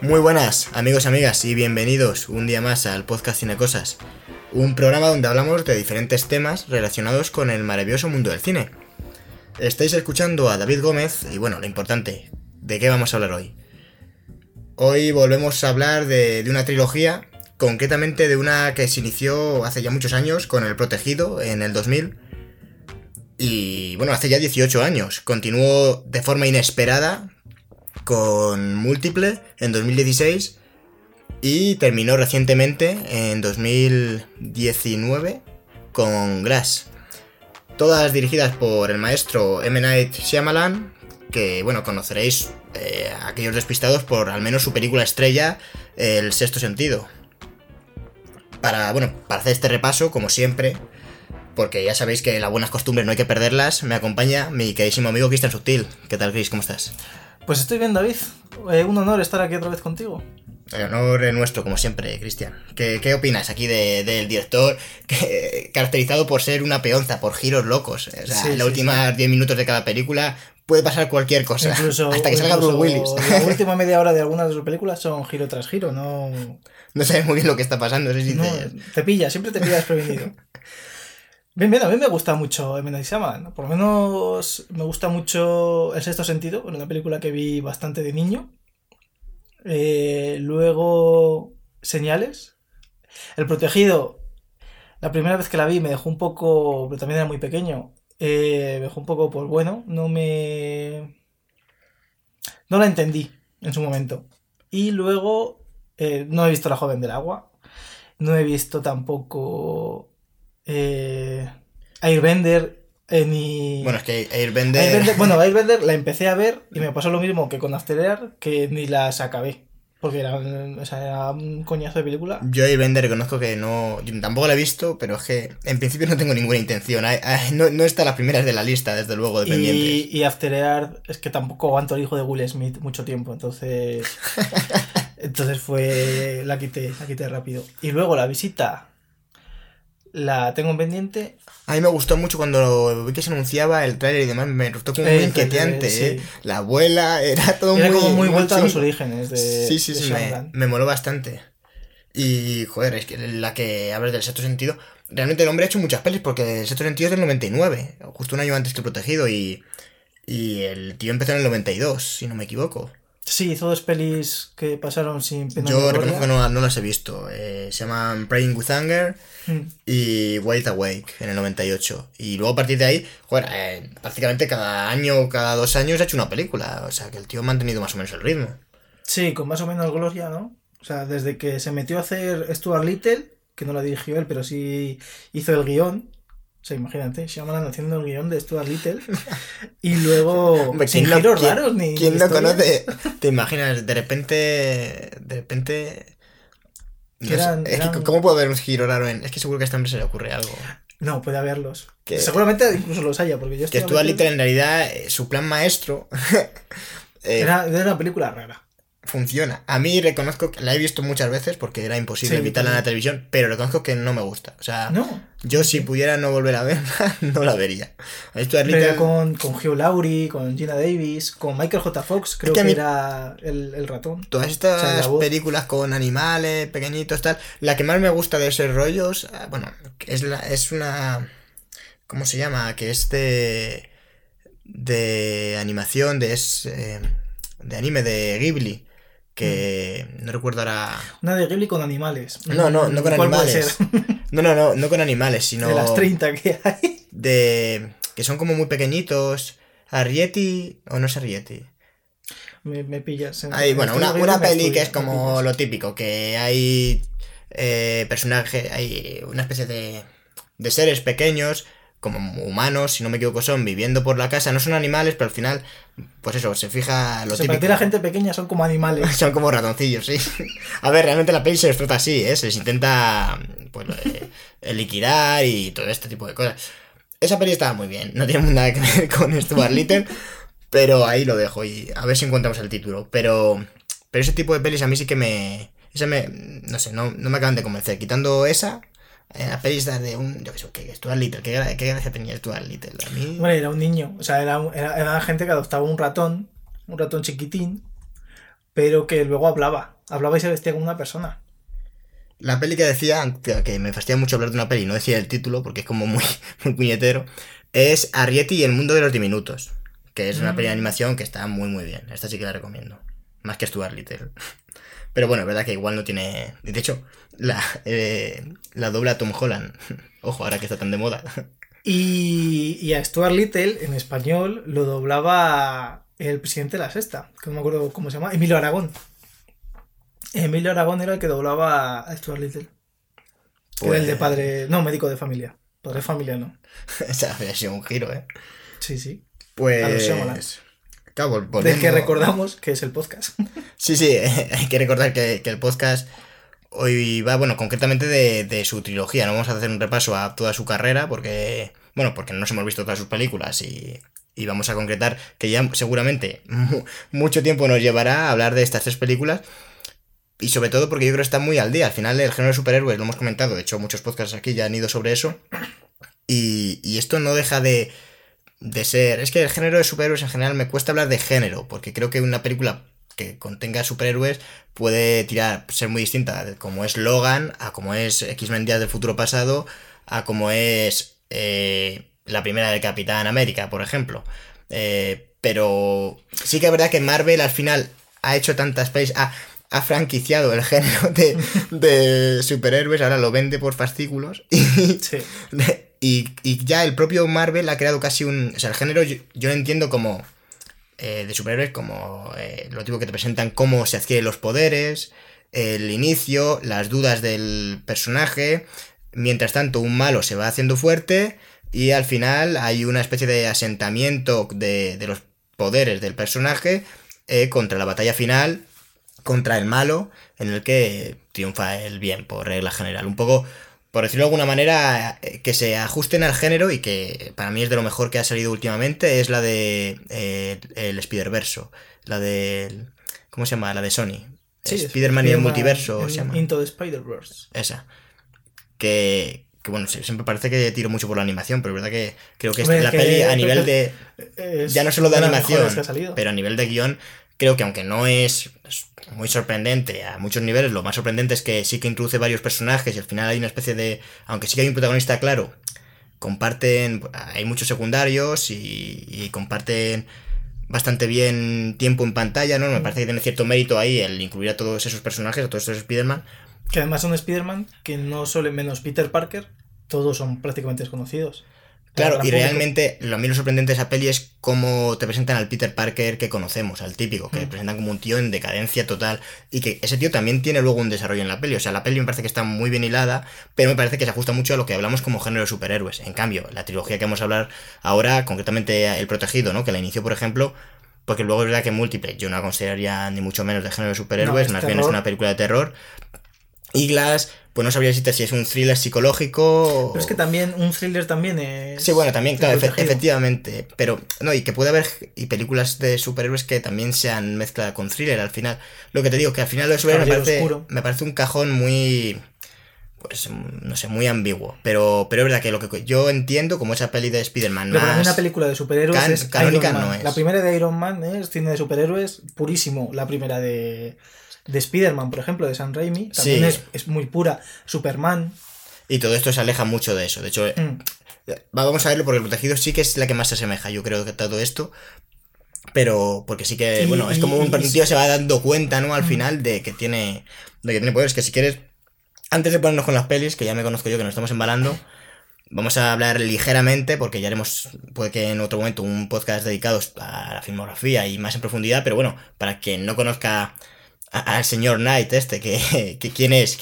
Muy buenas, amigos y amigas, y bienvenidos un día más al podcast Cinecosas, un programa donde hablamos de diferentes temas relacionados con el maravilloso mundo del cine. Estáis escuchando a David Gómez y bueno, lo importante, ¿de qué vamos a hablar hoy? Hoy volvemos a hablar de una trilogía, concretamente de una que se inició hace ya muchos años con El Protegido en el 2000 y bueno, hace ya 18 años, continuó de forma inesperada con Múltiple en 2016 y terminó recientemente en 2019 con Glass. Todas dirigidas por el maestro M. Night Shyamalan, que bueno, conoceréis aquellos despistados por al menos su película estrella, El Sexto Sentido. Para hacer este repaso, como siempre, porque ya sabéis que las buenas costumbres no hay que perderlas, me acompaña mi queridísimo amigo Cristian Subtil. ¿Qué tal, Chris? ¿Cómo estás? Pues estoy bien, David. Un honor estar aquí otra vez contigo. El honor es nuestro, como siempre, Cristian. ¿Qué opinas aquí del director caracterizado por ser una peonza, por giros locos? O sea, en los últimos 10 minutos de cada película puede pasar cualquier cosa. Hasta que salga Bruce Willis. La última media hora de algunas de sus películas son giro tras giro, no... No sabes muy bien lo que está pasando, ¿sí? No, siempre te pillas prevenido. Bien, a mí me gusta mucho M. Night Shyamalan. Por lo menos me gusta mucho El Sexto Sentido, una película que vi bastante de niño. Luego Señales. El Protegido, la primera vez que la vi me dejó un poco, pero también era muy pequeño, me dejó un poco, pues bueno, no la entendí en su momento. Y luego no he visto La Joven del Agua, no he visto tampoco Airbender, ni... Bueno, es que Airbender... Airbender la empecé a ver y me pasó lo mismo que con After Earth, que ni las acabé. Porque era un coñazo de película. Yo Airbender reconozco que no... Yo tampoco la he visto, pero es que en principio no tengo ninguna intención. No está a las primeras de la lista, desde luego, de pendientes. Y After Earth es que tampoco aguanto el hijo de Will Smith mucho tiempo, entonces... la quité rápido. Y luego La Visita la tengo en pendiente. A mí me gustó mucho cuando vi que se anunciaba el tráiler y demás, me resultó como muy inquietante, sí. La abuela, era como muy vuelta a los orígenes de Sí, me moló bastante. Y, joder, es que la que hablas del Sexto Sentido, realmente el hombre ha hecho muchas pelis, porque el Sexto Sentido es del 99, justo un año antes que El Protegido, y el tío empezó en el 92, si no me equivoco. Sí, hizo dos pelis que pasaron sin pena. Yo reconozco que no las he visto. Se llaman Praying with Anger y Wide Awake en el 98. Y luego a partir de ahí, joder, prácticamente cada año, cada 2 años ha hecho una película. O sea que el tío ha mantenido más o menos el ritmo. Sí, con más o menos gloria, ¿no? O sea, desde que se metió a hacer Stuart Little, que no la dirigió él, pero sí hizo el guión. O sea, imagínate, Shyamalan haciendo el guión de Stuart Little y luego hombre, sin giros raros ni... ¿Quién no conoce? ¿Te imaginas? De repente... ¿Cómo puede haber un giro raro en...? Es que seguro que a este hombre se le ocurre algo. No, puede haberlos. Seguramente incluso los haya, porque yo estoy... Que Stuart Little en realidad, su plan maestro... era una película rara. Funciona. A mí reconozco que la he visto muchas veces porque era imposible evitarla en la televisión, pero reconozco que no me gusta. O sea, yo si pudiera no volver a verla, no la vería. Pero con Hugh Laurie, con Gina Davis, con Michael J. Fox, creo que era el ratón. Todas estas películas con animales pequeñitos, tal, la que más me gusta de esos rollos, es una... ¿Cómo se llama? Que es de animación, de anime de Ghibli. Que no recuerdo ahora... Una de Ghibli con animales. No con animales. No con animales, sino... De las 30 que hay. Que son como muy pequeñitos. Arrietty, o no es Arrietty. Me pillas. Hay, una peli que es como lo típico, que hay personajes, hay una especie de seres pequeños, como humanos, si no me equivoco, son viviendo por la casa, no son animales, pero al final, pues eso, se fija lo típico. Para ti la gente pequeña son como animales. Son como ratoncillos, sí. A ver, realmente la peli se les trata así, se les intenta liquidar y todo este tipo de cosas. Esa peli estaba muy bien, no tiene nada que ver con Stuart Little, pero ahí lo dejo y a ver si encontramos el título. Pero ese tipo de pelis a mí sí que no sé, no me acaban de convencer. Quitando esa... La peli de Stuart Little, qué gracia tenía Stuart Little. A mí... Bueno, era un niño, o sea, era gente que adoptaba un ratón chiquitín, pero que luego hablaba. Hablaba y se vestía como una persona. La peli que decía, que me fastidia mucho hablar de una peli y no decía el título porque es como muy, muy puñetero, es Arrietty y el mundo de los diminutos, que es una peli de animación que está muy muy bien. Esta sí que la recomiendo. Más que Stuart Little. Pero bueno, es verdad que igual no tiene... De hecho, la dobla Tom Holland. Ojo, ahora que está tan de moda. Y a Stuart Little, en español, lo doblaba el presidente de la Sexta, que no me acuerdo cómo se llama, Emilio Aragón. Emilio Aragón era el que doblaba a Stuart Little. Que era el de padre... No, médico de familia. Padre de familia no. Esa había sido un giro, ¿eh? Sí, sí. Pues... A los Shyamalan. Claro, volvemos... Del que recordamos que es el podcast. Sí, hay que recordar que el podcast hoy va, bueno, concretamente de su trilogía. No vamos a hacer un repaso a toda su carrera porque, bueno, porque no nos hemos visto todas sus películas y vamos a concretar que ya seguramente mucho tiempo nos llevará a hablar de estas 3 películas. Y sobre todo porque yo creo que está muy al día. Al final el género de superhéroes, lo hemos comentado, de hecho muchos podcasts aquí ya han ido sobre eso. Y esto no deja de ser... Es que el género de superhéroes en general me cuesta hablar de género, porque creo que una película que contenga superhéroes puede ser muy distinta, como es Logan, a como es X-Men Días del Futuro Pasado, a como es la primera de Capitán América, por ejemplo. Pero sí que es verdad que Marvel al final ha hecho tantas pelis... Ha franquiciado el género de superhéroes, ahora lo vende por fascículos. Sí. Y ya el propio Marvel ha creado casi un... O sea, el género yo lo entiendo como... de superhéroes, como lo tipo que te presentan cómo se adquieren los poderes, el inicio, las dudas del personaje. Mientras tanto, un malo se va haciendo fuerte y al final hay una especie de asentamiento de los poderes del personaje contra la batalla final, contra el malo, en el que triunfa el bien, por regla general. Un poco, por decirlo de alguna manera, que se ajusten al género y que para mí es de lo mejor que ha salido últimamente, es la de el Spider-Verso, la de... ¿Cómo se llama? La de Sony. Sí, Spider-Man y el multiverso, se llama. Into the Spider-Verse. Esa. Que bueno, siempre parece que tiro mucho por la animación, pero es verdad que creo que Hombre, la peli a nivel de... Ya no solo de animación, pero a nivel de guión, creo que aunque no es muy sorprendente a muchos niveles, lo más sorprendente es que sí que introduce varios personajes y al final hay una especie de... Aunque sí que hay un protagonista claro, hay muchos secundarios y comparten bastante bien tiempo en pantalla, ¿no? Me parece que tiene cierto mérito ahí el incluir a todos esos personajes, a todos esos Spider-Man. Que además son Spider-Man que no solo menos Peter Parker, todos son prácticamente desconocidos. Claro, y realmente a mí lo sorprendente de esa peli es cómo te presentan al Peter Parker que conocemos, al típico, que presentan como un tío en decadencia total y que ese tío también tiene luego un desarrollo en la peli. O sea, la peli me parece que está muy bien hilada, pero me parece que se ajusta mucho a lo que hablamos como género de superhéroes. En cambio, la trilogía que vamos a hablar ahora, concretamente El Protegido, ¿no? Que la inició, por ejemplo, porque luego es verdad que Múltiple yo no la consideraría ni mucho menos de género de superhéroes, más bien es una película de terror. Y Glass, pues no sabría decirte si es un thriller psicológico. Pero es que también, un thriller también es... Sí, bueno, también, claro, efectivamente. Pero, no, y que puede haber películas de superhéroes que también sean mezcla con thriller al final. Lo que te digo, que al final lo de superhéroes me parece un cajón muy... Pues, no sé, muy ambiguo. Pero es verdad que lo que yo entiendo como esa peli de Spider-Man más... Pero una película de superhéroes es canónica no es. La primera de Iron Man es cine de superhéroes purísimo. La primera de Spider-Man, por ejemplo, de Sam Raimi, también sí. es muy pura. Superman. Y todo esto se aleja mucho de eso. De hecho, vamos a verlo porque El Protegido sí que es la que más se asemeja, yo creo, que todo esto. Pero porque sí que, es como un tío se va dando cuenta, ¿no? Al final de que tiene poderes. Que si quieres, antes de ponernos con las pelis, que ya me conozco yo que nos estamos embalando, vamos a hablar ligeramente, porque ya haremos, puede que en otro momento, un podcast dedicado a la filmografía y más en profundidad. Pero bueno, para quien no conozca al señor Knight que quién es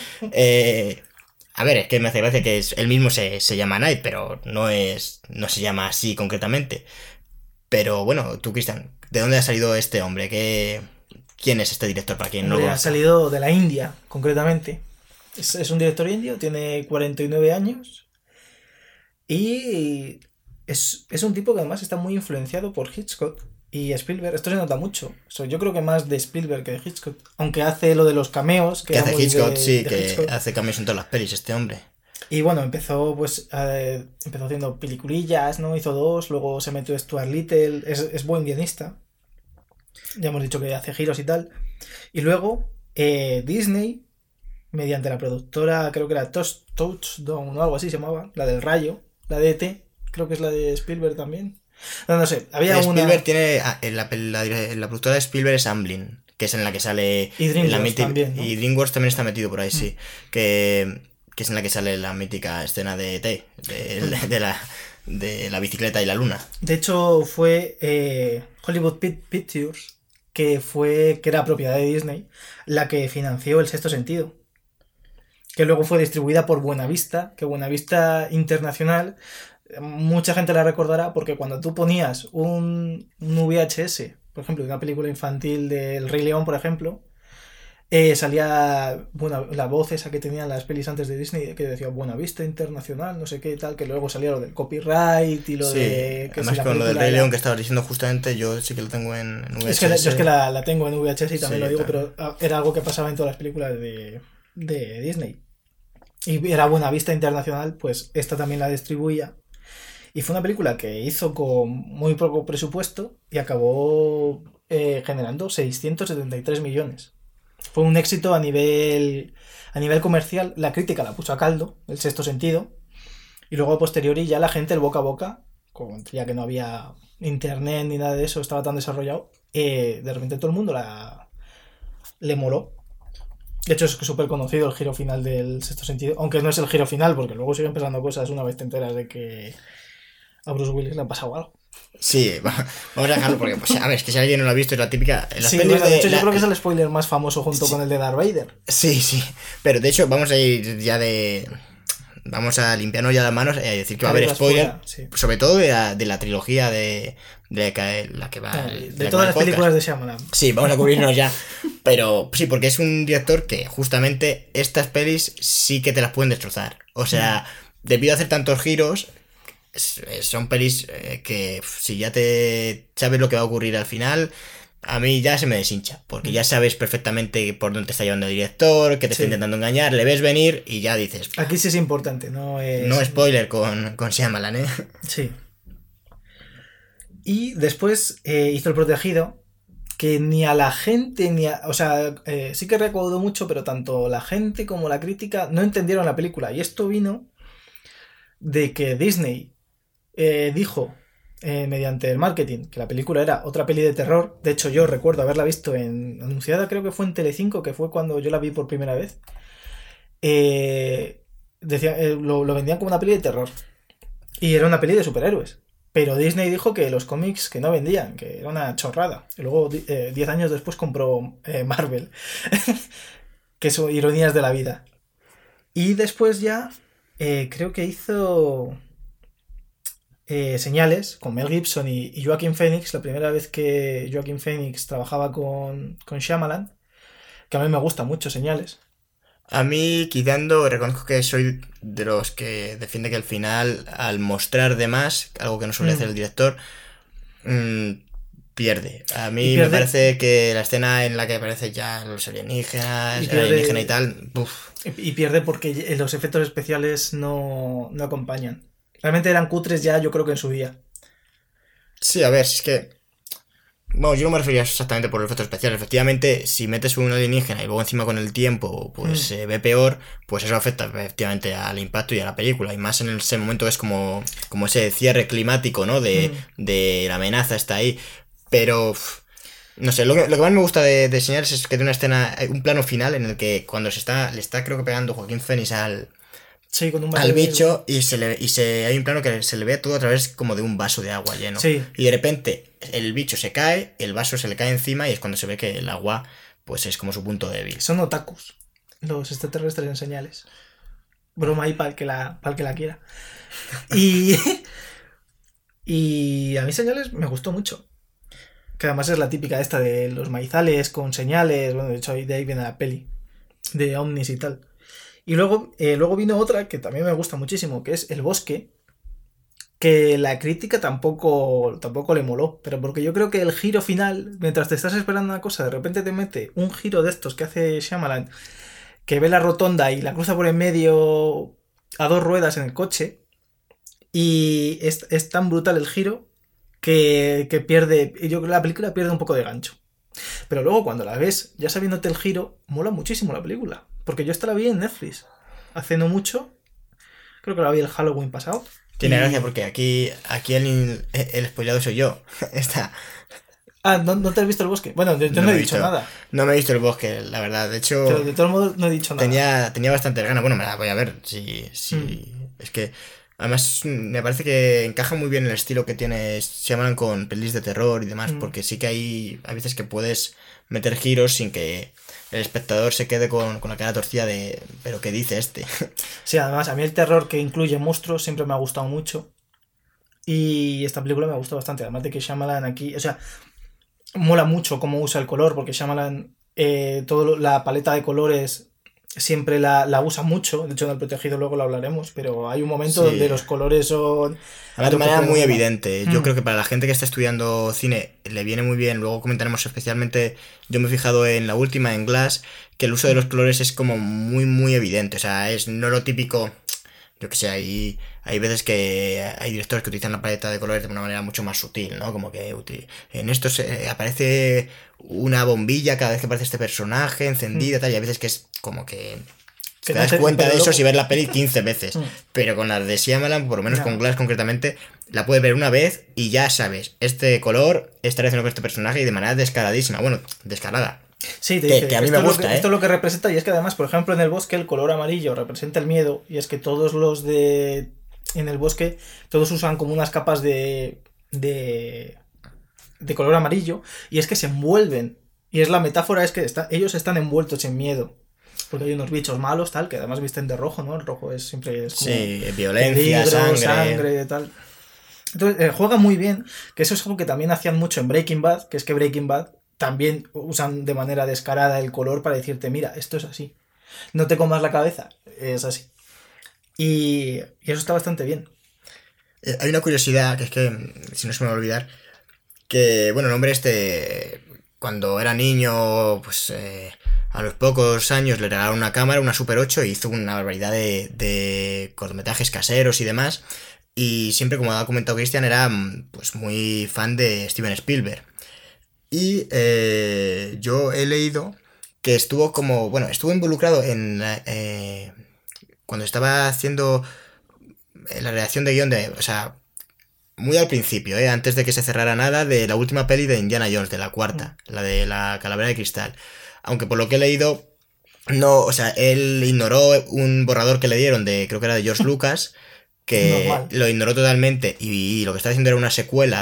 a ver, es que me hace gracia que él mismo se llama Knight, pero no se llama así concretamente. Pero bueno, tú, Cristian, ¿de dónde ha salido este hombre? ¿Quién es este director para quien no lo conozca? Ha salido de la India, concretamente. Es un director indio, tiene 49 años y es un tipo que además está muy influenciado por Hitchcock y Spielberg. Esto se nota mucho. Yo creo que más de Spielberg que de Hitchcock. Aunque hace lo de los cameos. Que hace Hitchcock, Hitchcock. Hace cameos en todas las pelis este hombre. Y bueno, empezó haciendo peliculillas, ¿no? Hizo 2, luego se metió Stuart Little. Es buen guionista. Ya hemos dicho que hace giros y tal. Y luego Disney, mediante la productora, creo que era Touchdown o algo así se llamaba, la del Rayo, la de E.T., creo que es la de Spielberg también. No sé, había Spielberg tiene. La productora de Spielberg es Amblin, que es en la que sale. Y DreamWorks también, ¿no? Y DreamWorks también está metido por ahí, sí. Que es en la que sale la mítica escena de E.T., de la bicicleta y la luna. De hecho, fue Hollywood Pictures, que era propiedad de Disney, la que financió El Sexto Sentido. Que luego fue distribuida por Buenavista, que Buenavista Internacional, mucha gente la recordará porque cuando tú ponías un VHS, por ejemplo, de una película infantil del Rey León, por ejemplo, salía la voz esa que tenían las pelis antes de Disney, que decía Buenavista Internacional, no sé qué tal, que luego salía lo del copyright y lo de... Que además si con lo del Rey León que estabas diciendo justamente, yo sí que lo tengo en VHS. Yo es que la tengo en VHS y también lo digo, también. pero era algo que pasaba en todas las películas de Disney. Y era Buenavista Internacional, pues esta también la distribuía. Y fue una película que hizo con muy poco presupuesto y acabó generando 673 millones. Fue un éxito a nivel comercial. La crítica la puso a caldo, El Sexto Sentido. Y luego a posteriori ya la gente, el boca a boca, ya que no había internet ni nada de eso, estaba tan desarrollado, de repente todo el mundo le moló. De hecho es súper conocido el giro final del Sexto Sentido, aunque no es el giro final, porque luego siguen pasando cosas una vez te enteras de que a Bruce Willis le ha pasado algo. Sí, vamos a dejarlo porque, pues, a ver, es que si alguien no lo ha visto, es la típica... Sí, bueno, de hecho yo creo que es el spoiler más famoso junto con el de Darth Vader. Sí, pero de hecho vamos a ir ya de... Vamos a limpiarnos ya las manos y a decir que va a haber spoiler, sí. Sobre todo de la trilogía de la que va... de todas las películas de Shyamalan. Sí, vamos a cubrirnos ya. Pero sí, porque es un director que justamente estas pelis sí que te las pueden destrozar. O sea, debido a hacer tantos giros, son pelis que si ya te sabes lo que va a ocurrir al final... A mí ya se me deshincha, porque ya sabes perfectamente por dónde te está llevando el director, que te está intentando engañar, le ves venir y ya dices... Aquí sí es importante, no es... No spoiler con Shyamalan, ¿eh? Sí. Y después hizo El Protegido, que ni a la gente, o sea, sí que recaudó mucho, pero tanto la gente como la crítica no entendieron la película. Y esto vino de que Disney dijo... mediante el marketing, que la película era otra peli de terror. De hecho, yo recuerdo haberla visto anunciada, creo que fue en Telecinco, que fue cuando yo la vi por primera vez. Lo vendían como una peli de terror. Y era una peli de superhéroes. Pero Disney dijo que los cómics que no vendían, que era una chorrada. Y luego, 10 años después, compró Marvel. Que son ironías de la vida. Y después ya, creo que hizo... Señales con Mel Gibson y Joaquin Phoenix, la primera vez que Joaquin Phoenix trabajaba con Shyamalan, que a mí me gusta mucho Señales. A mí, quitando, reconozco que soy de los que defiende que al final, al mostrar de más, algo que no suele hacer el director, pierde. A mí me parece que la escena en la que aparece ya los alienígenas, el alienígena y tal... Y pierde porque los efectos especiales no acompañan. Realmente eran cutres ya, yo creo que en su día. Sí, a ver, si es que... Bueno, yo no me refería exactamente por el efecto especial. Efectivamente, si metes un alienígena y luego encima con el tiempo pues se ve peor, pues eso afecta efectivamente al impacto y a la película. Y más en ese momento es como ese cierre climático, ¿no? De la amenaza está ahí. Pero... No sé, lo que más me gusta de Señales es que tiene una escena, un plano final en el que cuando le está creo que pegando Joaquín Phoenix al bicho y hay un plano que se le ve todo a través como de un vaso de agua lleno. Sí. Y de repente el bicho se cae, el vaso se le cae encima y es cuando se ve que el agua pues es como su punto débil. Son otakus, los extraterrestres en Señales. Broma ahí para el que la quiera. Y a mí Señales me gustó mucho. Que además es la típica esta de los maizales con señales. Bueno, de hecho de ahí viene la peli de ovnis y tal. Y luego vino otra que también me gusta muchísimo, que es El Bosque, que la crítica tampoco le moló, pero porque yo creo que el giro final, mientras te estás esperando una cosa, de repente te mete un giro de estos que hace Shyamalan, que ve la rotonda y la cruza por en medio a 2 ruedas en el coche, y es tan brutal el giro que pierde, yo creo que la película pierde un poco de gancho. O Pero luego cuando la ves, ya sabiéndote el giro, mola muchísimo la película. Porque yo esta la vi en Netflix hace no mucho. Creo que la vi el Halloween pasado. Tiene gracia porque aquí el spoilado soy yo. Está. Ah, ¿no te has visto el bosque? Bueno, yo no he dicho nada. No me he visto el bosque, la verdad. De hecho, pero de todos modos no he dicho nada. Tenía bastantes ganas. Bueno, me la voy a ver. Sí. Es que además me parece que encaja muy bien el estilo que tiene Shyamalan con pelis de terror y demás, porque sí que hay veces que puedes meter giros sin que el espectador se quede con la cara torcida de ¿pero qué dice este? Sí, además a mí el terror que incluye monstruos siempre me ha gustado mucho. Y esta película me gustó bastante. Además de que Shyamalan aquí, o sea, mola mucho cómo usa el color, porque Shyamalan la paleta de colores siempre la usa mucho. De hecho, en El Protegido luego lo hablaremos, pero hay un momento donde los colores son... Además, de manera muy evidente. Yo creo que para la gente que está estudiando cine le viene muy bien. Luego comentaremos especialmente, yo me he fijado en la última, en Glass, que el uso de los colores es como muy, muy evidente. O sea, es no lo típico... Yo que sé, hay veces que hay directores que utilizan la paleta de colores de una manera mucho más sutil, ¿no? Como que en esto aparece una bombilla cada vez que aparece este personaje encendida, tal, y hay veces que es como que te das cuenta de eso si ves la peli 15 veces. Pero con las de Shyamalan, por lo menos con Glass concretamente, la puedes ver una vez y ya sabes, este color está relacionado con este personaje y de manera descaradísima. Bueno, descarada. Sí, te dice, que a mí me gusta, esto es lo que representa, y es que además, por ejemplo, en el bosque el color amarillo representa el miedo, y es que todos los en el bosque, todos usan como unas capas de color amarillo, y es que se envuelven, y es la metáfora, es que ellos están envueltos en miedo, porque hay unos bichos malos, tal, que además visten de rojo, ¿no? El rojo siempre es como... Sí, violencia, peligro, sangre, tal. Entonces, juega muy bien, que eso es algo que también hacían mucho en Breaking Bad, que es que Breaking Bad también usan de manera descarada el color para decirte, mira, esto es así. No te comas la cabeza, es así. Y eso está bastante bien. Hay una curiosidad, que es que, si no se me va a olvidar, que, bueno, el hombre cuando era niño, pues a los pocos años le regalaron una cámara, una Super 8, y hizo una barbaridad de cortometrajes caseros y demás. Y siempre, como ha comentado Cristian, era pues muy fan de Steven Spielberg. Y yo he leído que estuvo involucrado en cuando estaba haciendo la redacción de guión o sea, muy al principio, antes de que se cerrara nada, de la última peli de Indiana Jones, de la cuarta, la de la Calavera de Cristal. Aunque por lo que he leído, no, o sea, él ignoró un borrador que le dieron creo que era de George Lucas, que normal. Lo ignoró totalmente, y lo que estaba haciendo era una secuela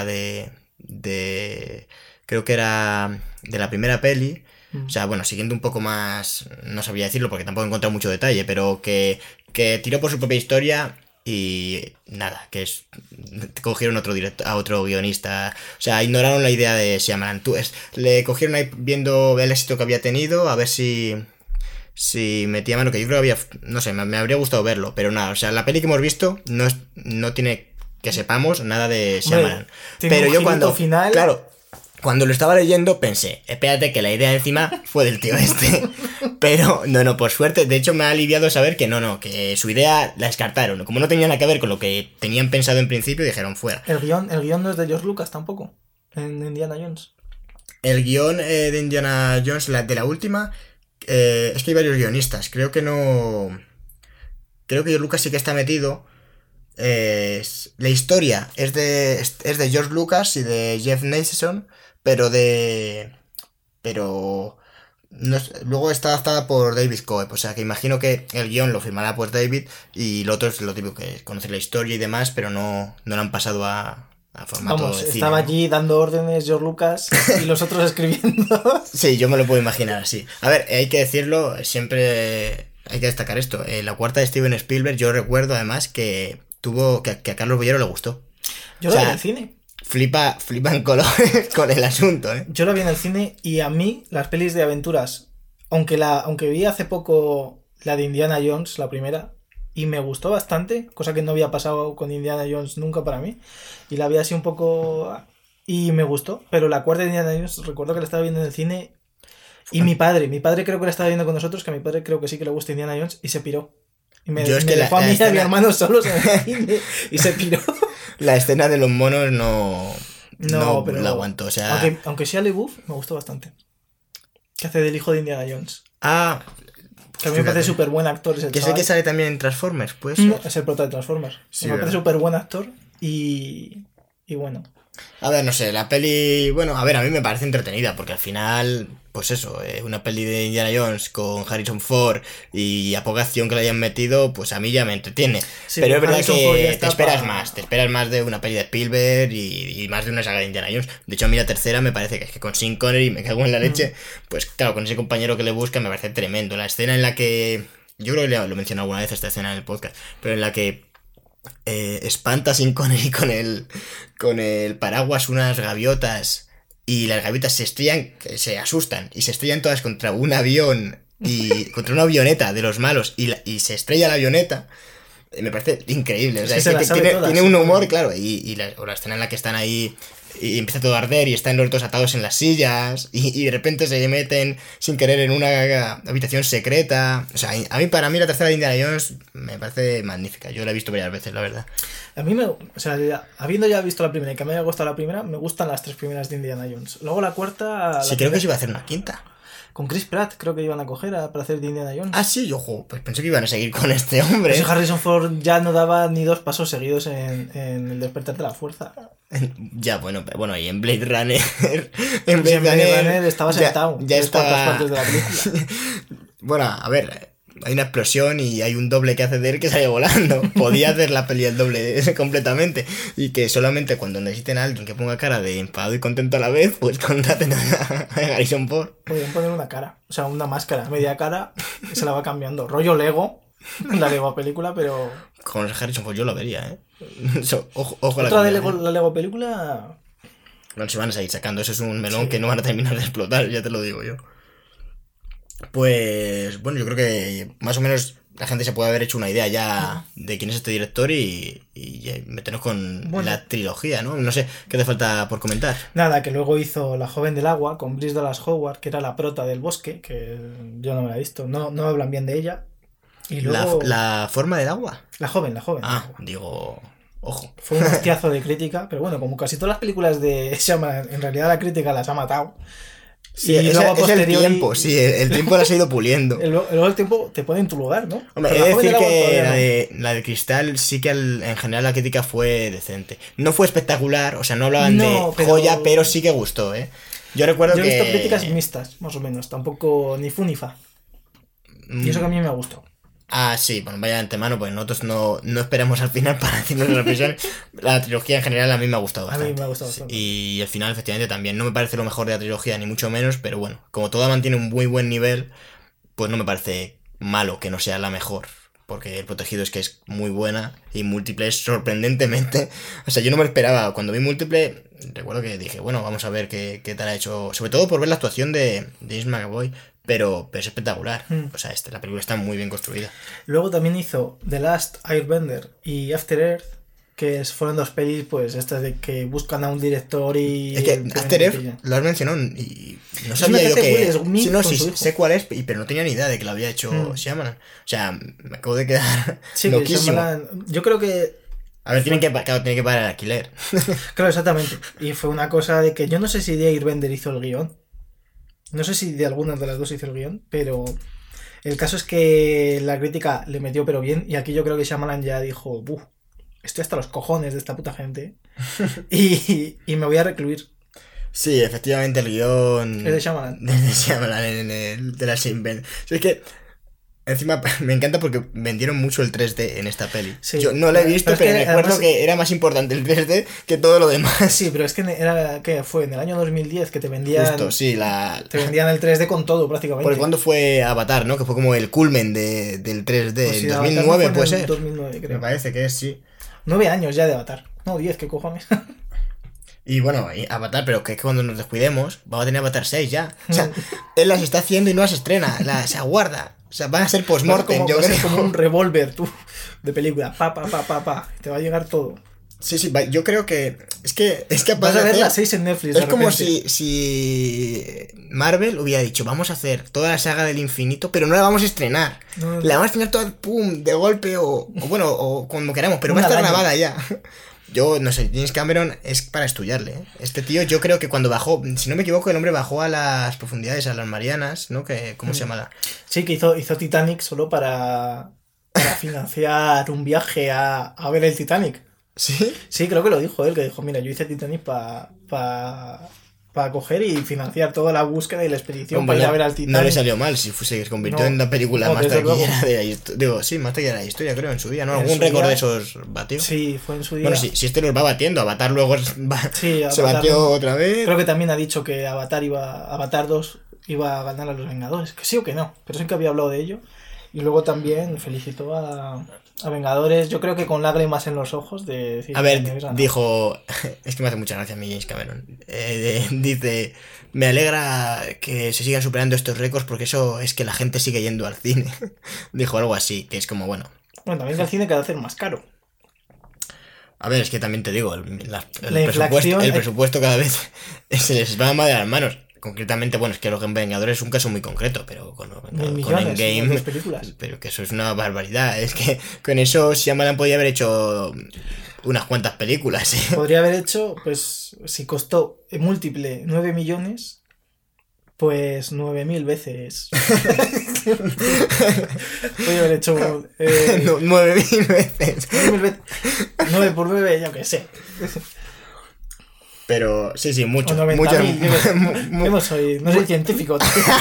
creo que era de la primera peli. O sea, bueno, siguiendo un poco más, no sabría decirlo porque tampoco he encontrado mucho detalle, pero que tiró por su propia historia y nada, cogieron a otro guionista. O sea, ignoraron la idea de Shyamalan. Le cogieron ahí viendo el éxito que había tenido, a ver si metía mano, que yo creo que no sé, me habría gustado verlo, pero nada, o sea, la peli que hemos visto no tiene, que sepamos, nada de Shyamalan. Pero yo cuando lo estaba leyendo pensé, espérate que la idea encima fue del tío este. Pero no, por suerte, de hecho me ha aliviado saber que que su idea la descartaron. Como no tenía nada que ver con lo que tenían pensado en principio, dijeron fuera. El guión no es de George Lucas tampoco, en Indiana Jones. El guión de Indiana Jones, de la última, es que hay varios guionistas. Creo que George Lucas sí que está metido. La historia es de George Lucas y de Jeff Nason, pero luego está adaptada por David Coeb, o sea que imagino que el guión lo firmará pues David, y lo otro es lo típico, que es conocer la historia y demás, pero no lo han pasado a formato de cine. Estaba allí dando órdenes George Lucas y los otros escribiendo. Sí, yo me lo puedo imaginar así. A ver, hay que decirlo, siempre hay que destacar esto. La cuarta de Steven Spielberg, yo recuerdo además que a Carlos Bollero le gustó. Yo la vi en el cine. Flipa en colores con el asunto, ¿eh? Yo la vi en el cine, y a mí las pelis de aventuras, aunque vi hace poco la de Indiana Jones, la primera, y me gustó bastante, cosa que no había pasado con Indiana Jones nunca para mí, y la vi así un poco y me gustó, pero la cuarta de Indiana Jones recuerdo que la estaba viendo en el cine, y mi padre creo que la estaba viendo con nosotros, que a mi padre creo que sí que le gusta Indiana Jones, y se piró. Y me dejó a mí y a mi hermano solos en el cine y se piró. La escena de los monos no pero la aguanto, o sea... Aunque Shia LaBeouf me gustó bastante. que hace del hijo de Indiana Jones. Ah, Que a mí me parece fíjate. súper buen actor ese Que sé chaval. que sale también en Transformers, pues. Es el prota de Transformers. Sí, me parece ¿verdad? súper buen actor y bueno. A ver, no sé, la peli, bueno, a ver, a mí me parece entretenida, porque al final, pues eso, una peli de Indiana Jones con Harrison Ford y a poca acción que le hayan metido, pues a mí ya me entretiene. Sí, pero es pero verdad Harrison Ford ya que está te esperas más de una peli de Spielberg y más de una saga de Indiana Jones. De hecho, a mí la tercera me parece que es que con Sean Connery me cago en la leche, pues claro, con ese compañero que le busca me parece tremendo. La escena en la que, yo creo que lo he mencionado alguna vez esta escena en el podcast, pero en la que espanta sin con el paraguas unas gaviotas y las gaviotas se estrellan, se asustan y se estrellan todas contra un avión y contra una avioneta de los malos y se estrella la avioneta. Me parece increíble, o sea, Es que se es las que sabe tiene, todas, tiene un sí. humor, claro, o la escena en la que están ahí y empieza todo a arder y están los dos atados en las sillas y de repente se meten sin querer en una habitación secreta. O sea, para mí la tercera de Indiana Jones me parece magnífica. Yo la he visto varias veces, la verdad. A mí o sea, habiendo ya visto la primera y que me haya gustado la primera, me gustan las 3 primeras de Indiana Jones. Luego la cuarta... Sí, creo que se iba a hacer una quinta. Con Chris Pratt creo que iban a coger para hacer de Indiana Jones. Ah, sí, yo pues pensé que iban a seguir con este hombre. Pues Harrison Ford ya no daba ni 2 pasos seguidos en El despertar de la fuerza. Ya, bueno, y en Blade Runner. En Blade Runner estaba sentado. Ya 3/4 estaba. partes de la película. Bueno, a ver, hay una explosión y hay un doble que hace de él que sale volando. Podía hacer la peli el doble completamente. Y que solamente cuando necesiten a alguien que ponga cara de enfadado y contento a la vez, pues contraten a Harrison Ford. Podrían poner una cara, o sea, una máscara, media cara, y se la va cambiando. Rollo Lego, la Lego película, pero... Con Harrison Ford yo lo vería, ¿eh? Ojo a Otra de combinación. la Lego película... Bueno, se van a seguir sacando. Eso es un melón Sí. que no van a terminar de explotar, ya te lo digo yo. Pues, bueno, yo creo que más o menos la gente se puede haber hecho una idea ya de quién es este director y ya meternos con Bueno. la trilogía, ¿no? No sé, ¿qué te falta por comentar? Nada, que luego hizo La joven del agua con Bryce Dallas Howard, que era la prota del bosque, que yo no me la he visto, no hablan bien de ella. Y luego... La forma del agua. La joven. Ah, digo, ojo. Fue un hostiazo de crítica, pero bueno, como casi todas las películas de Shyamalan, en realidad la crítica las ha matado. Sí, Y luego a es el posteriori- tiempo, sí, el tiempo lo has ido puliendo. Luego el tiempo te pone en tu lugar, ¿no? Hombre, Pero he de La joven decir del agua que todavía no. la de Cristal sí que en general la crítica fue decente. No fue espectacular, o sea, no hablaban No, de pero- joya, pero sí que gustó, ¿eh? Yo recuerdo Yo he que... visto críticas mixtas, más o menos, tampoco ni fu ni fa. Y eso que a mí me gustó. Ah, sí, bueno, vaya de antemano, pues nosotros no esperamos al final para decirnos las impresiones. La trilogía en general a mí me ha gustado A mí bastante. me ha gustado Sí, bastante. y el final efectivamente también. No me parece lo mejor de la trilogía, ni mucho menos, pero bueno, como toda mantiene un muy buen nivel, pues no me parece malo que no sea la mejor. Porque El Protegido es que es muy buena y Múltiple es sorprendentemente. O sea, yo no me esperaba. Cuando vi Múltiple, recuerdo que dije, bueno, vamos a ver qué tal ha hecho. Sobre todo por ver la actuación de James McAvoy. Pero es espectacular. O sea, la película está muy bien construida. Luego también hizo The Last Airbender y After Earth, que fueron 2 pelis, pues estas de que buscan a un director y... Es que el After Earth lo has mencionado y no Es sabía una yo que hace que... Will Smith Sí, no, con sí, su hijo. sé cuál es, pero no tenía ni idea de que lo había hecho Shyamalan. O sea, me acabo de quedar Sí, que loquísimo. Shyamalan- yo creo que... A ver, tiene que pagar el alquiler. Claro, exactamente. Y fue una cosa de que yo no sé si de Airbender hizo el guión. No sé si de alguna de las dos hizo el guión, pero el caso es que la crítica le metió pero bien y aquí yo creo que Shyamalan ya dijo, "Buh, estoy hasta los cojones de esta puta gente y me voy a recluir". Sí, efectivamente, el guión... Es de Shyamalan. De Shyamalan en el de las Invent. Es que... Encima me encanta porque vendieron mucho el 3D en esta peli. Sí. Yo no la he visto, Pero es pero que recuerdo además- que era más importante el 3D que todo lo demás. Sí, pero es que era, ¿qué fue? En el año 2010 que te vendían, Justo, sí, te vendían el 3D con todo prácticamente. Porque cuando fue Avatar, ¿no? Que fue como el culmen del 3D. Pues sí, En Avatar 2009 fue en puede el ser. 2009, creo. Me parece que es, sí. 9 años ya de Avatar. No, 10, ¿qué cojones? Y bueno, y Avatar, pero que es que cuando nos descuidemos, vamos a tener Avatar 6 ya. O sea, él las está haciendo y no las estrena, se aguarda. O sea, van a ser post-mortem, yo Va a ser creo. como un revólver, tú, de película. Pa. Te va a llegar todo. Sí, yo creo que... Es que Vas a ver las 6 en Netflix. Es de como repente. si Marvel hubiera dicho, vamos a hacer toda la saga del infinito, pero no la vamos a estrenar. No. La vamos a estrenar toda, pum, de golpe o bueno, o como queramos, pero va a Una estar al año. grabada ya. Yo no sé, James Cameron es para estudiarle, ¿eh? Este tío, yo creo que cuando bajó, si no me equivoco, el hombre bajó a las profundidades, a las Marianas, ¿no? ¿Cómo se llama la? Sí, que hizo Titanic solo para financiar un viaje a ver el Titanic. ¿Sí? Sí, creo que lo dijo él, que dijo, mira, yo hice Titanic para coger y financiar toda la búsqueda y la expedición para ir a ver al Titanic. No le salió mal, si se convirtió en la película más taquillera de la historia. Digo, sí, más taquillera de la historia, creo, en su día, ¿no? ¿Algún récord de esos batió? Sí, fue en su día. Bueno, sí, si este los va batiendo, Avatar luego sí, se batió otra vez. Creo que también ha dicho que Avatar 2 iba a ganar a los Vengadores, que sí o que no, pero sí que había hablado de ello. Y luego también felicitó a Vengadores, yo creo que con lágrimas en los ojos de decir... A ver, dijo... Es que me hace mucha gracia a mí James Cameron. Dice... Me alegra que se sigan superando estos récords porque eso es que la gente sigue yendo al cine. Dijo algo así, que es como, bueno... Bueno, también que el cine cada vez es más caro. A ver, es que también te digo, el presupuesto cada vez se les va más de las manos. Concretamente, bueno, es que los Vengadores es un caso muy concreto, pero con Endgame, pero que eso es una barbaridad. Es que con eso Shyamalan podía haber hecho unas cuantas películas, ¿eh? Podría haber hecho, pues, si costó múltiple 9 millones, pues 9.000 veces. Podría haber hecho 9.000 veces. 9.000 veces. 9 por 9, yo qué sé. Pero sí, mucho. O 90.000, yo no soy científico.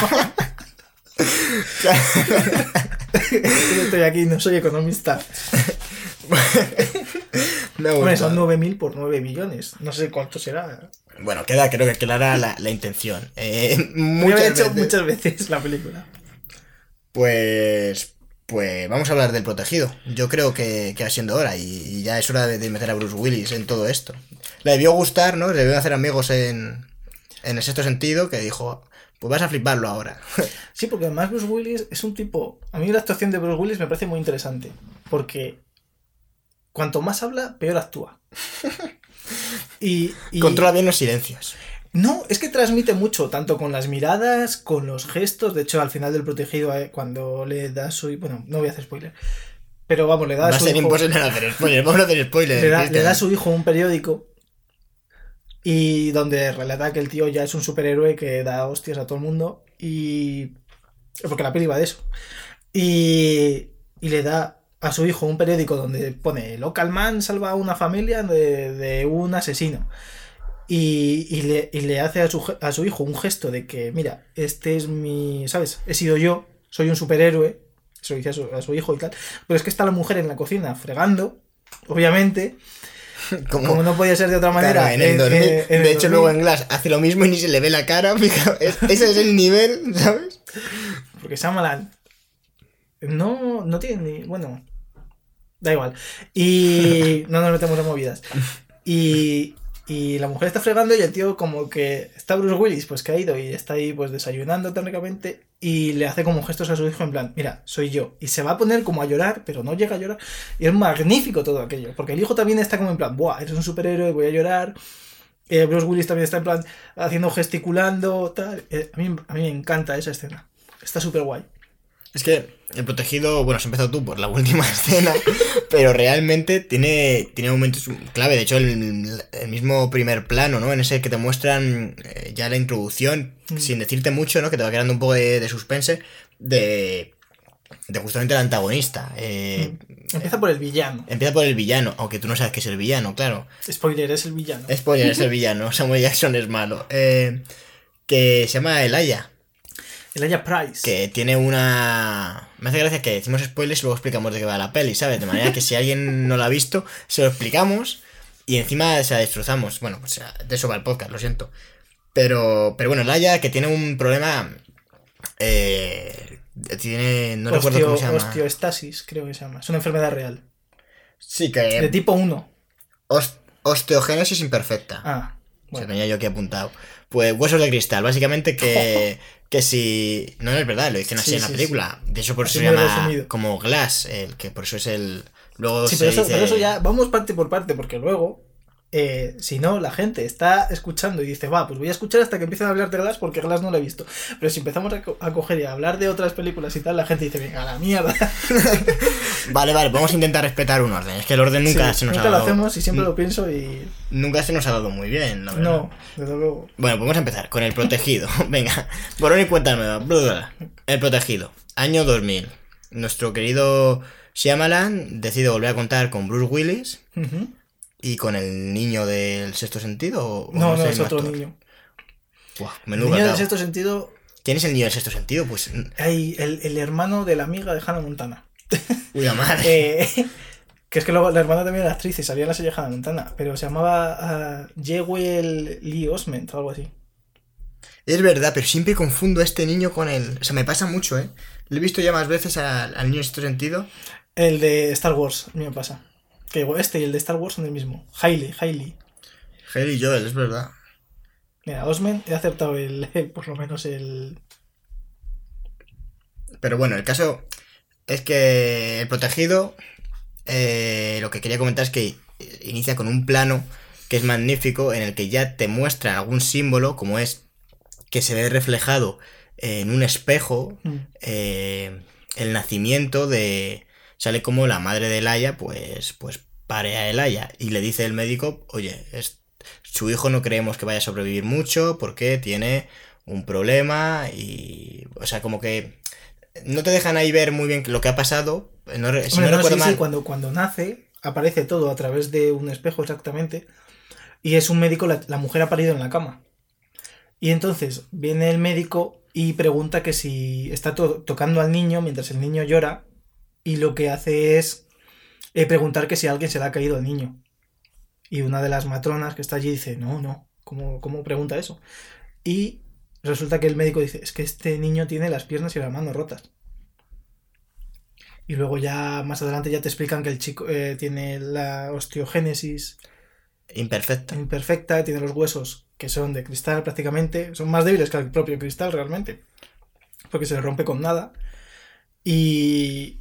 Yo estoy aquí, no soy economista. Hombre, son 9.000 por 9 millones. No sé cuánto será. Bueno, creo que es clara la intención. Muchas veces la película. Pues vamos a hablar del protegido. Yo creo que va siendo hora y ya es hora de meter a Bruce Willis en todo esto. Le debió gustar, ¿no? Le debió hacer amigos en el sexto sentido, que dijo, pues vas a fliparlo ahora. Sí, porque además Bruce Willis es un tipo... A mí la actuación de Bruce Willis me parece muy interesante, porque cuanto más habla, peor actúa. Y controla bien los silencios. No, es que transmite mucho, tanto con las miradas, con los gestos. De hecho, al final del protegido, cuando le da su... Bueno, no voy a hacer spoiler. Pero vamos, le da a su hijo... Va a ser imposible no hacer spoiler, vamos a hacer spoiler. Le da a su hijo un periódico y donde relata que el tío ya es un superhéroe que da hostias a todo el mundo y... Porque la peli va de eso. Y le da a su hijo un periódico donde pone Local Man salva a una familia de un asesino. Y le hace a su hijo un gesto de que, mira, este es mi... ¿Sabes? He sido yo, soy un superhéroe. Eso dice a su hijo y tal. Pero es que está la mujer en la cocina fregando, obviamente. Como no podía ser de otra manera. Claro, de hecho, luego en Glass hace lo mismo y ni se le ve la cara. Ese es el nivel, ¿sabes? Porque Shyamalan no tiene ni... Bueno, da igual. Y no nos metemos en movidas. Y la mujer está fregando y el tío como que... Está Bruce Willis, pues que ha ido y está ahí pues desayunando técnicamente y le hace como gestos a su hijo en plan, mira, soy yo. Y se va a poner como a llorar, pero no llega a llorar. Y es magnífico todo aquello. Porque el hijo también está como en plan, buah, eres un superhéroe, voy a llorar. Bruce Willis también está en plan haciendo, gesticulando, tal. A mí me encanta esa escena. Está súper guay. Es que el protegido, bueno, has empezado tú por la última escena, pero realmente tiene momentos clave. De hecho, el mismo primer plano, ¿no? En ese que te muestran ya la introducción, sin decirte mucho, ¿no? Que te va creando un poco de suspense de justamente el antagonista. Empieza por el villano. Empieza por el villano, aunque tú no sabes que es el villano, claro. Spoiler, es el villano. Spoiler, es el villano. Samuel Jackson es malo. Que se llama Elijah. Elijah Price. Que tiene una... Me hace gracia que decimos spoilers y luego explicamos de qué va la peli, ¿sabes? De manera que si alguien no la ha visto, se lo explicamos y encima se la destrozamos. Bueno, pues de eso va el podcast, lo siento. Pero bueno, Elijah, que tiene un problema... No recuerdo cómo se llama. Osteoestasis, creo que se llama. Es una enfermedad real. Sí, que... De tipo 1. Osteogénesis imperfecta. Ah, bueno. Se tenía yo aquí apuntado. Pues huesos de cristal, básicamente que si... No es verdad, lo dicen así en la película. De hecho, por eso se llama como Glass, que por eso es el... Luego sí, pero eso ya... Vamos parte por parte, porque luego... si no, la gente está escuchando y dice, va, pues voy a escuchar hasta que empiecen a hablar de Glass porque Glass no lo he visto. Pero si empezamos a coger y a hablar de otras películas y tal, la gente dice, venga, a la mierda. Vale, vamos a intentar respetar un orden. Es que el orden nunca se nos ha Nunca lo dado. hacemos y siempre lo pienso y... Nunca se nos ha dado muy bien, la verdad. No, desde luego. Bueno, pues vamos a empezar con El Protegido. Venga, borrón y cuenta nueva. El Protegido, año 2000. Nuestro querido Shyamalan decide volver a contar con Bruce Willis Ujú. y con el niño del sexto sentido. ¿O No, sé es el otro actor? niño. Buah, El menudo niño del cacao. sexto sentido, ¿Quién es el niño del sexto sentido? Pues. hay el hermano de la amiga de Hannah Montana. Uy, la madre. Que es que luego la hermana también era actriz y salía en la serie Hannah Montana, pero se llamaba Jewel Lee Osment o algo así. Es verdad, pero siempre confundo a este niño con el. O sea, me pasa mucho, ¿eh? Lo he visto ya más veces al niño del sexto sentido. El de Star Wars, a mí me pasa. Que este y el de Star Wars son el mismo. Hailey. Haley Joel, es verdad. Mira, Osment, he acertado por lo menos el... Pero bueno, el caso es que El Protegido, lo que quería comentar es que inicia con un plano que es magnífico, en el que ya te muestra algún símbolo, como es que se ve reflejado en un espejo el nacimiento de... Sale como la madre de Laia, pues pare a Laia y le dice el médico, oye, su hijo no creemos que vaya a sobrevivir mucho porque tiene un problema y... O sea, como que no te dejan ahí ver muy bien lo que ha pasado. Si no recuerdo mal... Sí, cuando nace aparece todo a través de un espejo exactamente y es un médico, la mujer ha parido en la cama. Y entonces viene el médico y pregunta que si está tocando al niño mientras el niño llora y lo que hace es preguntar que si a alguien se le ha caído al niño. Y una de las matronas que está allí dice, no, ¿cómo pregunta eso? Y resulta que el médico dice, es que este niño tiene las piernas y las manos rotas. Y luego ya más adelante ya te explican que el chico tiene la osteogénesis imperfecta, tiene los huesos que son de cristal prácticamente, son más débiles que el propio cristal realmente, porque se le rompe con nada. Y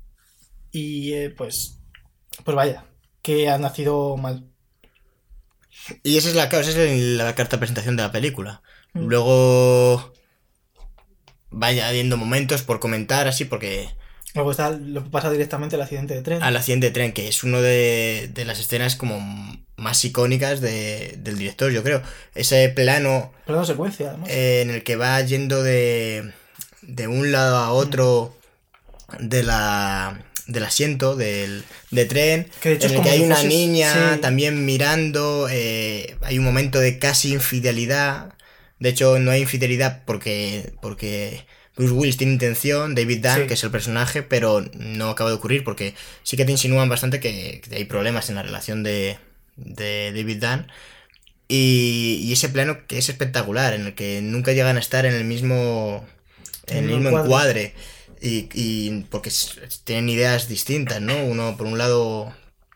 pues vaya, que ha nacido mal. Y esa es la carta de presentación de la película. Luego vaya habiendo momentos por comentar así, porque... Luego lo pasa directamente al accidente de tren. Al accidente de tren, que es uno de las escenas como más icónicas del director, yo creo. Ese plano Secuencia, además. En el que va yendo de un lado a otro del asiento de tren, Que de hecho en es el como que hay si una fueses- niña sí. también mirando, hay un momento de casi infidelidad. De hecho, no hay infidelidad porque Bruce Willis tiene intención, David Dunn, Sí. que es el personaje, pero no acaba de ocurrir porque sí que te insinúan bastante que hay problemas en la relación de David Dunn. Y ese plano que es espectacular, en el que nunca llegan a estar en el mismo encuadre. Y porque tienen ideas distintas, ¿no? Uno, por un lado,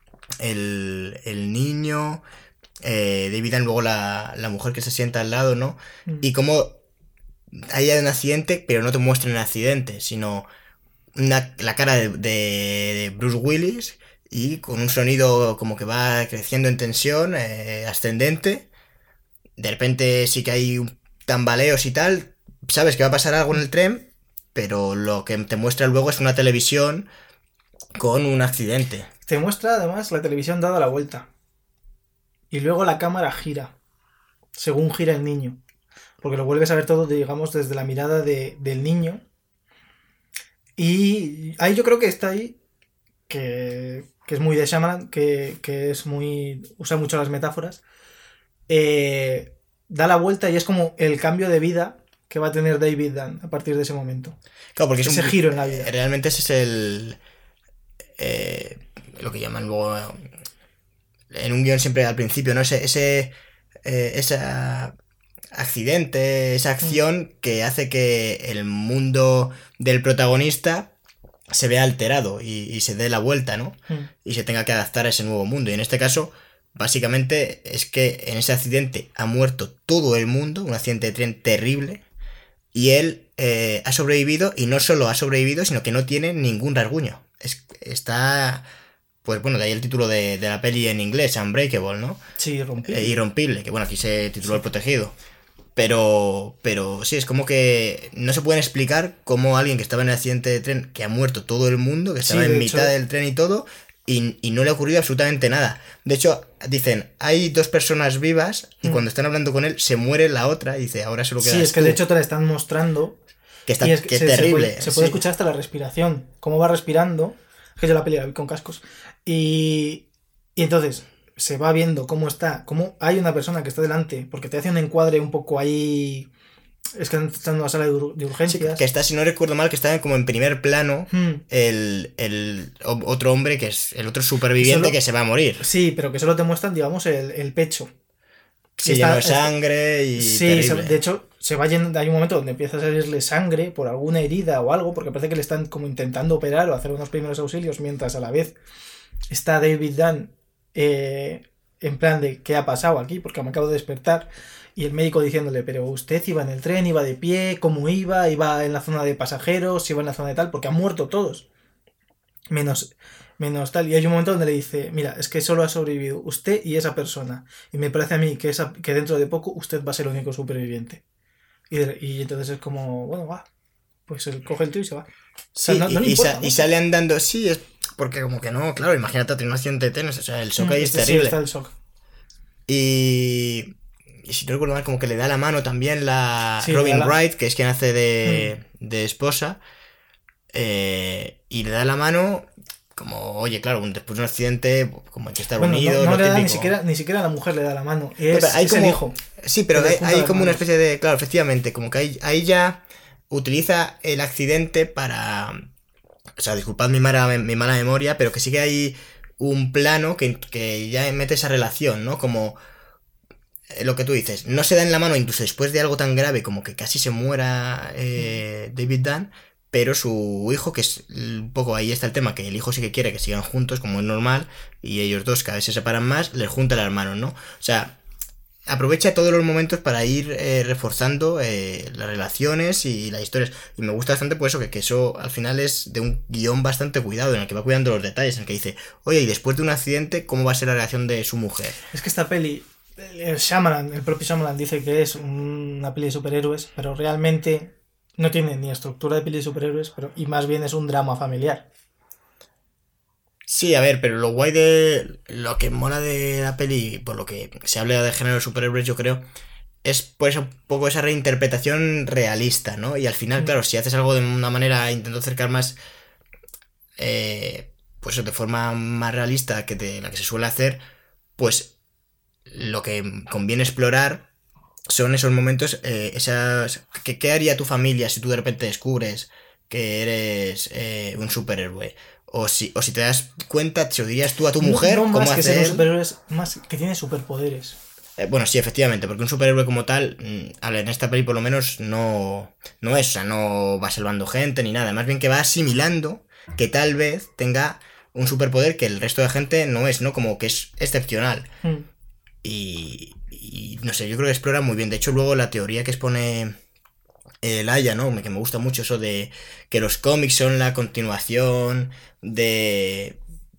el niño, David Dunn, luego la mujer que se sienta al lado, ¿no? Y como hay un accidente, pero no te muestran el accidente, sino la cara de Bruce Willis y con un sonido como que va creciendo en tensión, ascendente. De repente sí que hay tambaleos y tal, sabes que va a pasar algo en el tren, pero lo que te muestra luego es una televisión con un accidente. Te muestra además la televisión dada la vuelta. Y luego la cámara gira, según gira el niño. Porque lo vuelves a ver todo, digamos, desde la mirada del niño. Y ahí yo creo que está ahí, que es muy de Shyamalan, que es muy... usa mucho las metáforas. Da la vuelta y es como el cambio de vida que va a tener David Dunn a partir de ese momento. Claro, porque ese giro en la vida. Realmente ese es lo que llaman luego en un guión siempre al principio, ¿no? Ese accidente, esa acción que hace que el mundo del protagonista se vea alterado y se dé la vuelta, ¿no? Y se tenga que adaptar a ese nuevo mundo. Y en este caso, básicamente es que en ese accidente ha muerto todo el mundo, un accidente de tren terrible, y él ha sobrevivido, y no solo ha sobrevivido, sino que no tiene ningún rasguño. Está... Pues bueno, de ahí el título de la peli en inglés, Unbreakable, ¿no? Sí, irrompible. Irrompible, que bueno, aquí se tituló El Protegido. Pero sí, es como que no se pueden explicar cómo alguien que estaba en el accidente de tren, que ha muerto todo el mundo, que estaba en mitad del tren y todo, y no le ha ocurrido absolutamente nada. De hecho, dicen, hay 2 personas vivas, y cuando están hablando con él, se muere la otra, y dice, ahora solo queda. Sí, es que tú. de hecho te la están mostrando. Que es terrible. Se puede escuchar hasta la respiración, cómo va respirando. Es que yo la peli la vi con cascos. Y entonces se va viendo cómo está, cómo hay una persona que está delante, porque te hace un encuadre un poco ahí. Es que están en una sala de urgencias. Sí, que está, si no recuerdo mal, que está como en primer plano el otro hombre, que es el otro superviviente que se va a morir. Sí, pero que solo te muestran, digamos, el pecho. Sí, lleno de sangre y sí, terrible. De hecho, se va yendo, hay un momento donde empieza a salirle sangre por alguna herida o algo, porque parece que le están como intentando operar o hacer unos primeros auxilios, mientras a la vez está David Dunn en plan de ¿qué ha pasado aquí? Porque me acabo de despertar. Y el médico diciéndole, pero usted iba en el tren, iba de pie, ¿cómo iba? Iba en la zona de pasajeros, iba en la zona de tal, porque han muerto todos. Menos tal. Y hay un momento donde le dice, mira, es que solo ha sobrevivido usted y esa persona. Y me parece a mí que dentro de poco usted va a ser el único superviviente. Y entonces es como, bueno, va. Pues él coge el tío y se va. Sí, o sea, y sale andando, sí, es porque como que no, claro, imagínate tener un accidente de tenis, o sea, el shock ahí es terrible. Sí, está el shock. Y si no recuerdo mal, como que le da la mano también Robin Wright, que es quien hace de esposa, y le da la mano como, oye, claro, después de un accidente, como hay que estar unidos. No le da ni siquiera a la mujer le da la mano, es el hijo. Sí, pero hay como una especie de, claro, efectivamente, como que ahí ya utiliza el accidente para, o sea, disculpad mi mala memoria, pero que sí que hay un plano que ya mete esa relación, ¿no? Como lo que tú dices, no se da en la mano incluso después de algo tan grave como que casi se muera David Dunn, pero su hijo, que es un poco ahí está el tema, que el hijo sí que quiere que sigan juntos como es normal, y ellos dos cada vez se separan más, les junta el hermano, ¿no? O sea, aprovecha todos los momentos para ir reforzando las relaciones y las historias. Y me gusta bastante por eso, que eso al final es de un guión bastante cuidado, en el que va cuidando los detalles, en el que dice, oye, y después de un accidente, ¿cómo va a ser la reacción de su mujer? Es que esta peli, el propio Shyamalan dice que es una peli de superhéroes, pero realmente no tiene ni estructura de peli de superhéroes, y más bien es un drama familiar. Sí, a ver, pero lo guay de lo que mola de la peli, por lo que se habla de género de superhéroes, yo creo, es pues un poco esa reinterpretación realista, ¿no? Y al final, claro, si haces algo de una manera, intento acercar más, pues de forma más realista que de la que se suele hacer, pues lo que conviene explorar son esos momentos, ¿qué haría tu familia si tú de repente descubres que eres un superhéroe? O si te das cuenta, se lo dirías tú a tu mujer, no cómo más que ser un hacer. superhéroe, más que tiene superpoderes. Bueno, sí, efectivamente, porque un superhéroe como tal, en esta peli por lo menos no es, o sea, no va salvando gente ni nada, más bien que va asimilando que tal vez tenga un superpoder que el resto de gente no es, ¿no? Como que es excepcional. Y no sé, yo creo que explora muy bien. De hecho, luego la teoría que expone Laia, ¿no? Que me gusta mucho eso de que los cómics son la continuación de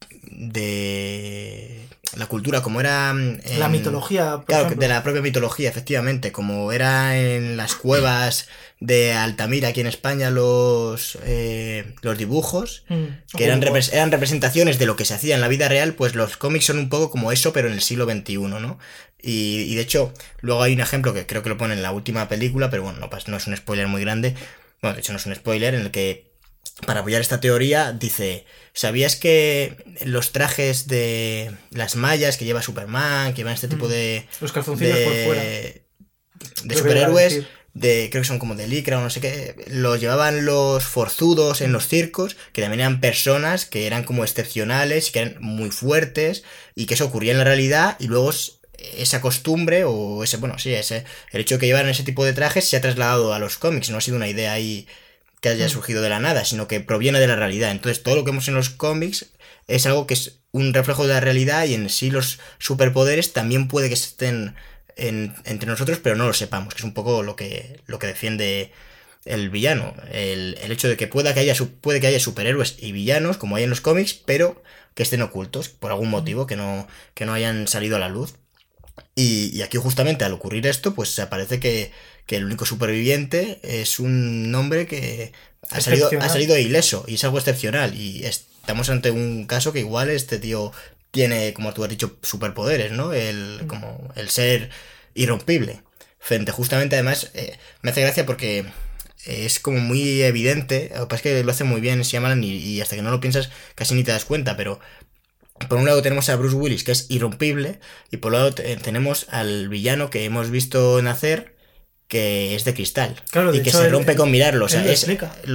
la cultura, como era la mitología, claro, ejemplo. De la propia mitología, efectivamente, como era en las cuevas de Altamira aquí en España los dibujos, que eran representaciones de lo que se hacía en la vida real, pues los cómics son un poco como eso, pero en el siglo XXI, ¿no? Y de hecho, luego hay un ejemplo que creo que lo pone en la última película, pero bueno, no es un spoiler muy grande, bueno, de hecho no es un spoiler, en el que para apoyar esta teoría dice, ¿sabías que los trajes de las mallas que lleva Superman, que llevan este tipo de los calzoncillos por fuera de superhéroes, creo que son como de licra o no sé qué, los llevaban los forzudos en los circos, que también eran personas que eran como excepcionales, que eran muy fuertes, y que eso ocurría en la realidad, y luego esa costumbre o el hecho de que llevaran ese tipo de trajes se ha trasladado a los cómics, no ha sido una idea ahí que haya surgido de la nada, sino que proviene de la realidad. Entonces todo lo que vemos en los cómics es algo que es un reflejo de la realidad, y en sí los superpoderes también puede que estén entre nosotros, pero no lo sepamos, que es un poco lo que defiende el villano. El hecho de que puede que haya superhéroes y villanos, como hay en los cómics, pero que estén ocultos por algún motivo, que no hayan salido a la luz. Y aquí justamente al ocurrir esto, pues aparece que el único superviviente es un hombre que ha salido ileso y es algo excepcional. Y estamos ante un caso que igual este tío tiene, como tú has dicho, superpoderes, ¿no? Como el ser irrompible. Frente justamente, además, me hace gracia porque es como muy evidente. Lo que pasa es que lo hace muy bien Shyamalan y hasta que no lo piensas casi ni te das cuenta, pero por un lado tenemos a Bruce Willis, que es irrompible, y por otro lado tenemos al villano que hemos visto nacer, que es de cristal. Claro, y que se rompe con mirarlo. O sea, es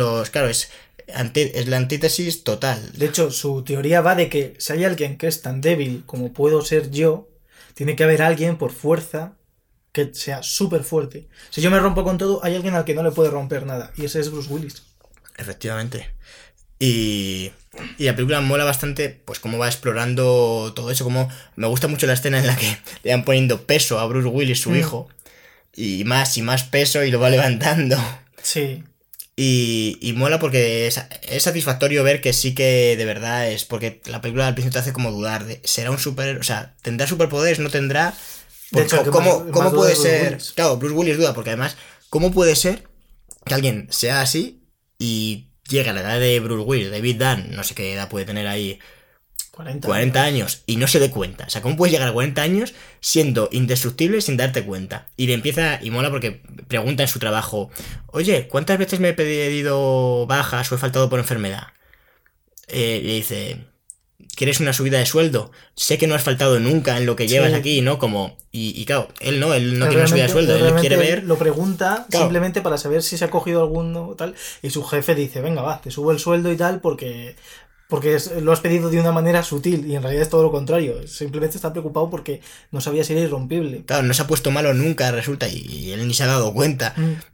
la antítesis total. De hecho, su teoría va de que si hay alguien que es tan débil como puedo ser yo, tiene que haber alguien por fuerza que sea súper fuerte. Si yo me rompo con todo, hay alguien al que no le puede romper nada, y ese es Bruce Willis. Efectivamente. Y la película mola bastante, pues cómo va explorando todo eso, como me gusta mucho la escena en la que le van poniendo peso a Bruce Willis, su hijo, y más peso y lo va levantando. Sí. Y mola porque es satisfactorio ver que sí que de verdad es, porque la película al principio te hace como dudar de, ¿será un superhéroe? O sea, ¿tendrá superpoderes? ¿No tendrá? De hecho, ¿Cómo puede ser? Claro, Bruce Willis duda, porque además, ¿cómo puede ser que alguien sea así y llega a la edad de Bruce Willis, David Dunn, no sé qué edad puede tener ahí, 40 años, y no se dé cuenta? O sea, ¿cómo puedes llegar a 40 años siendo indestructible sin darte cuenta? Y le empieza, y mola porque pregunta en su trabajo, oye, ¿cuántas veces me he pedido bajas o he faltado por enfermedad? Le dice, ¿quieres una subida de sueldo? Sé que no has faltado nunca en lo que llevas aquí, ¿no? Como, y claro, él no quiere una subida de sueldo, él quiere ver... Lo pregunta simplemente para saber si se ha cogido alguno tal, y su jefe dice, venga, va, te subo el sueldo y tal porque lo has pedido de una manera sutil, y en realidad es todo lo contrario, simplemente está preocupado porque no sabía si era irrompible. Claro, no se ha puesto malo nunca, resulta, y él ni se ha dado cuenta.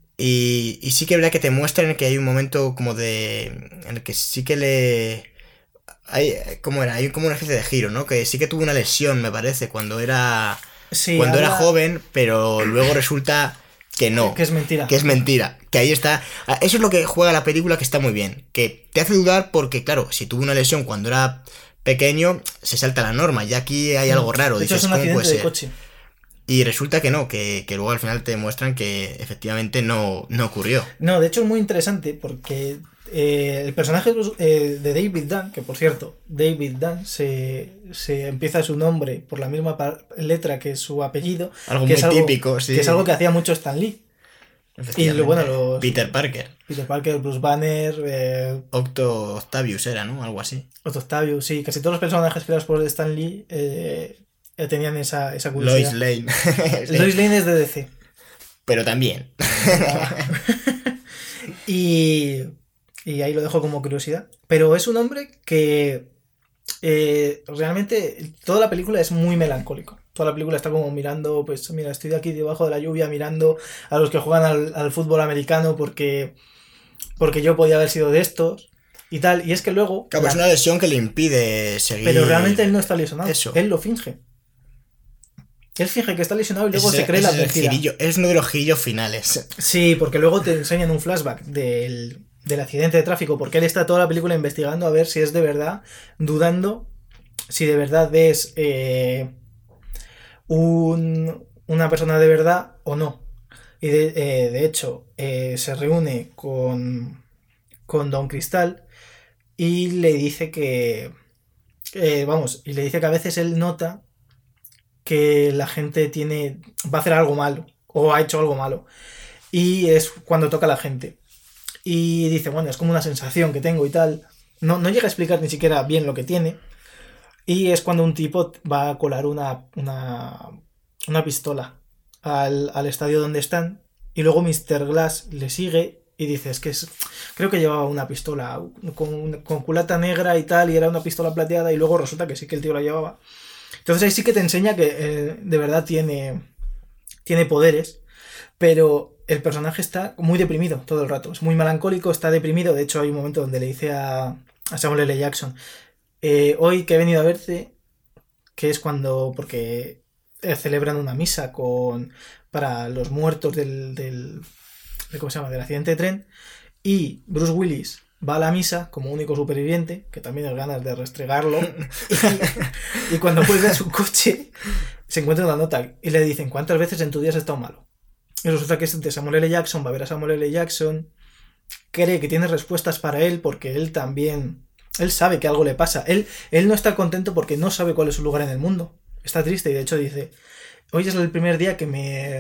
Y sí que es verdad que te muestran que hay un momento como en el que sí que le... Hay como una especie de giro, ¿no? Que sí que tuvo una lesión, me parece, cuando era joven, pero luego resulta que no. Que es mentira. Que es mentira. Que ahí está. Eso es lo que juega la película, que está muy bien. Que te hace dudar porque, claro, si tuvo una lesión cuando era pequeño, se salta la norma. Y aquí hay algo raro. De hecho, dices, es un accidente de coche. Y resulta que no, que luego al final te demuestran que efectivamente no ocurrió. No, de hecho es muy interesante porque el personaje de David Dunn, que por cierto, David Dunn se empieza su nombre por la misma letra que su apellido. Algo que muy típico, sí. Que es algo que hacía mucho Stan Lee. Y Peter Parker, Bruce Banner, Octo Octavius era, ¿no? Algo así. Octo Octavius, sí. Casi todos los personajes creados por Stan Lee tenían esa curiosidad. Lois Lane. Lois Lane es de DC. Pero también. Y ahí lo dejo como curiosidad. Pero es un hombre que realmente toda la película es muy melancólico. Toda la película está como mirando, pues mira, estoy aquí debajo de la lluvia mirando a los que juegan al fútbol americano porque yo podía haber sido de estos y tal. Y es que luego... Claro, es una lesión que le impide seguir... Pero realmente él no está lesionado. Eso. Él lo finge. Él finge que está lesionado y luego se cree la mentira. Es uno de los girillos finales. Sí, porque luego te enseñan un flashback del accidente de tráfico, porque él está toda la película investigando a ver si es de verdad, dudando si de verdad es una persona de verdad o no. Y de hecho se reúne con Don Cristal y le dice que y le dice que a veces él nota que la gente va a hacer algo malo o ha hecho algo malo, y es cuando toca a la gente y dice, bueno, es como una sensación que tengo y tal. No llega a explicar ni siquiera bien lo que tiene, y es cuando un tipo va a colar una pistola al estadio donde están, y luego Mr. Glass le sigue y dice, creo que llevaba una pistola con culata negra y tal, y era una pistola plateada, y luego resulta que sí que el tío la llevaba. Entonces ahí sí que te enseña que de verdad tiene poderes, pero el personaje está muy deprimido todo el rato, es muy melancólico, está deprimido. De hecho hay un momento donde le dice a Samuel L. Jackson, hoy que he venido a verte, que es porque celebran una misa para los muertos del accidente de tren, y Bruce Willis va a la misa como único superviviente, que también hay ganas de restregarlo, y cuando vuelve a su coche se encuentra una nota y le dicen, ¿cuántas veces en tu día has estado malo? Y resulta que es de Samuel L. Jackson, va a ver a Samuel L. Jackson, cree que tiene respuestas para él porque él también, él sabe que algo le pasa, él no está contento porque no sabe cuál es su lugar en el mundo, está triste y de hecho dice, hoy es el primer día que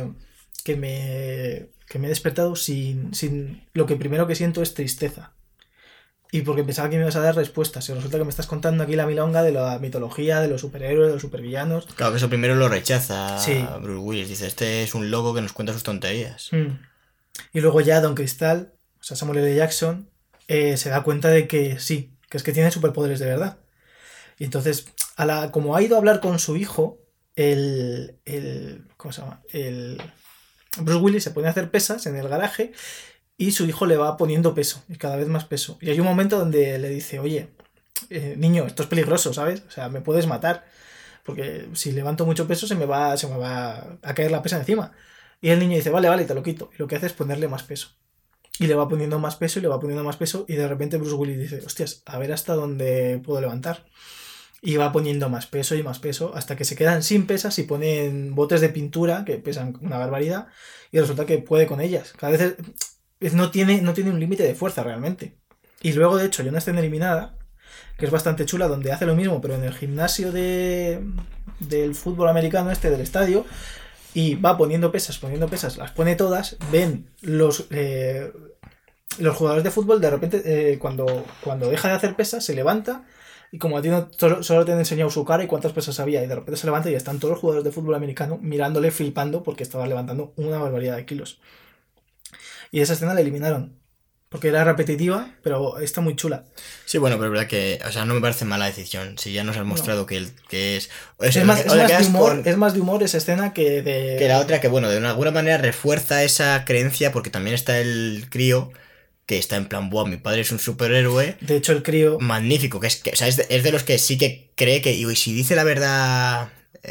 me he despertado sin lo que primero que siento es tristeza. Y porque pensaba que me ibas a dar respuestas. Y resulta que me estás contando aquí la milonga de la mitología, de los superhéroes, de los supervillanos. Claro que eso primero lo rechaza Sí. Bruce Willis. Dice, este es un loco que nos cuenta sus tonterías. Y luego ya Don Cristal, o sea, Samuel L. Jackson, se da cuenta de que sí, que es que tiene superpoderes de verdad. Y entonces, como ha ido a hablar con su hijo, ¿cómo se llama? Bruce Willis se pone a hacer pesas en el garaje y su hijo le va poniendo peso, y cada vez más peso. Y hay un momento donde le dice, oye, niño, esto es peligroso, ¿sabes? O sea, me puedes matar, porque si levanto mucho peso se me va a caer la pesa encima. Y el niño dice, vale, te lo quito. Y lo que hace es ponerle más peso. Y le va poniendo más peso y le va poniendo más peso y de repente Bruce Willis dice, hostias, a ver hasta dónde puedo levantar. Y va poniendo más peso y más peso hasta que se quedan sin pesas y ponen botes de pintura que pesan una barbaridad y resulta que puede con ellas. Cada vez no tiene un límite de fuerza realmente. Y luego, de hecho, hay una escena eliminada que es bastante chula donde hace lo mismo, pero en el gimnasio del fútbol americano del estadio, y va poniendo pesas, las pone todas, ven los jugadores de fútbol, de repente, cuando deja de hacer pesas, se levanta, y como a ti solo te han enseñado su cara y cuántas pesas había, y de repente se levanta y están todos los jugadores de fútbol americano mirándole, flipando, porque estaba levantando una barbaridad de kilos. Y esa escena la eliminaron. Porque era repetitiva, pero está muy chula. Sí, bueno, pero es verdad que, o sea, no me parece mala decisión. Si ya nos han mostrado que es... Es más de humor esa escena que de... Que la otra que, bueno, de alguna manera refuerza esa creencia porque también está el crío que está en plan, buah, mi padre es un superhéroe. De hecho, el crío... Magnífico, o sea, es de los que sí que cree que... Y si dice la verdad...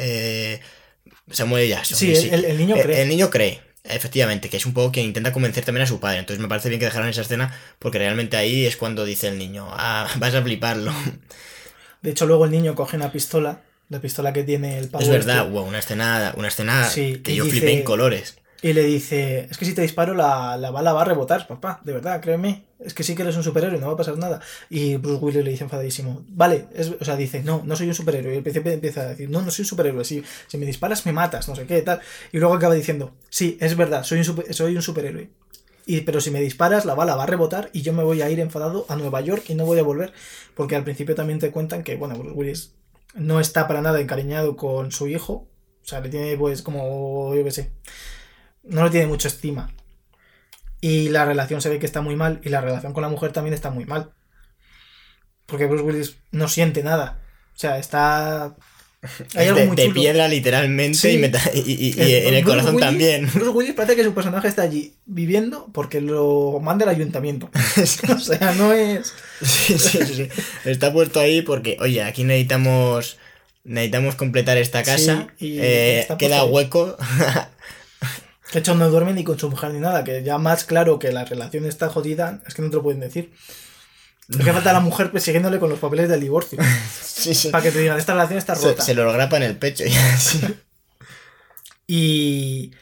Samuel Jackson. Sí, el niño cree. El niño cree. Efectivamente, que es un poco quien intenta convencer también a su padre. Entonces me parece bien que dejaran esa escena porque realmente ahí es cuando dice el niño, vas a fliparlo. De hecho, luego el niño coge una pistola, la pistola que tiene el pavo. Es verdad, wow, una escena sí, que yo flipé en colores. Y le dice, es que si te disparo la bala va a rebotar, papá, de verdad, créeme. Es que sí que eres un superhéroe, no va a pasar nada. Y Bruce Willis le dice enfadadísimo, vale, o sea, dice, no soy un superhéroe. Y el príncipe empieza a decir, no soy un superhéroe, si me disparas me matas, no sé qué, tal. Y luego acaba diciendo, sí, es verdad, soy un superhéroe. Pero si me disparas, la bala va a rebotar y yo me voy a ir enfadado a Nueva York y no voy a volver. Porque al principio también te cuentan que, bueno, Bruce Willis no está para nada encariñado con su hijo. O sea, le tiene, pues, como, yo qué sé, no le tiene mucha estima. Y la relación se ve que está muy mal. Y la relación con la mujer también está muy mal. Porque Bruce Willis no siente nada. O sea, está... Hay algo muy chulo. De piedra literalmente, sí. y en el corazón Willis, también. Bruce Willis parece que su personaje está allí viviendo porque lo manda el ayuntamiento. O sea, no es... Sí. Está puesto ahí porque, oye, aquí necesitamos completar esta casa. Sí, queda hueco. De hecho, no duerme ni con su mujer ni nada. Que ya más claro que la relación está jodida, es que no te lo pueden decir. Es que falta la mujer persiguiéndole con los papeles del divorcio. Sí. Para que te digan, esta relación está rota. Se lo grapa en el pecho. Y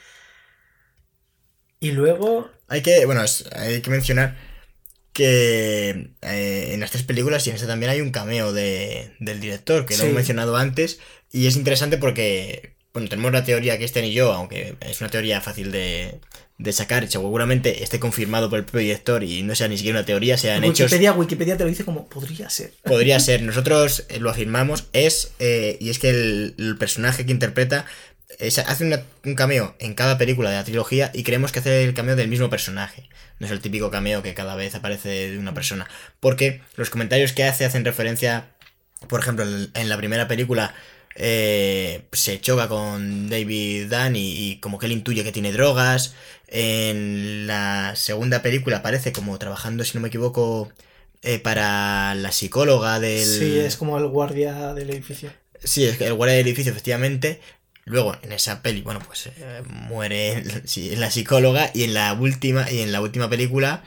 luego... Hay que mencionar que en estas películas y en esta también hay un cameo del director, que lo hemos mencionado antes. Y es interesante porque... Bueno, tenemos la teoría que Cristian y yo, aunque es una teoría fácil de sacar, seguramente esté confirmado por el propio director y no sea ni siquiera una teoría, sean hechos... Wikipedia te lo dice como podría ser. Podría ser, nosotros lo afirmamos, y es que el personaje que interpreta hace un cameo en cada película de la trilogía y creemos que hace el cameo del mismo personaje. No es el típico cameo que cada vez aparece de una persona. Porque los comentarios que hacen referencia, por ejemplo, en la primera película... se choca con David Dunn y como que él intuye que tiene drogas. En la segunda película aparece como trabajando, si no me equivoco, para la psicóloga del... Sí, es como el guardia del edificio. Sí, es el guardia del edificio, efectivamente. Luego, en esa peli, bueno, pues muere la psicóloga y en la última película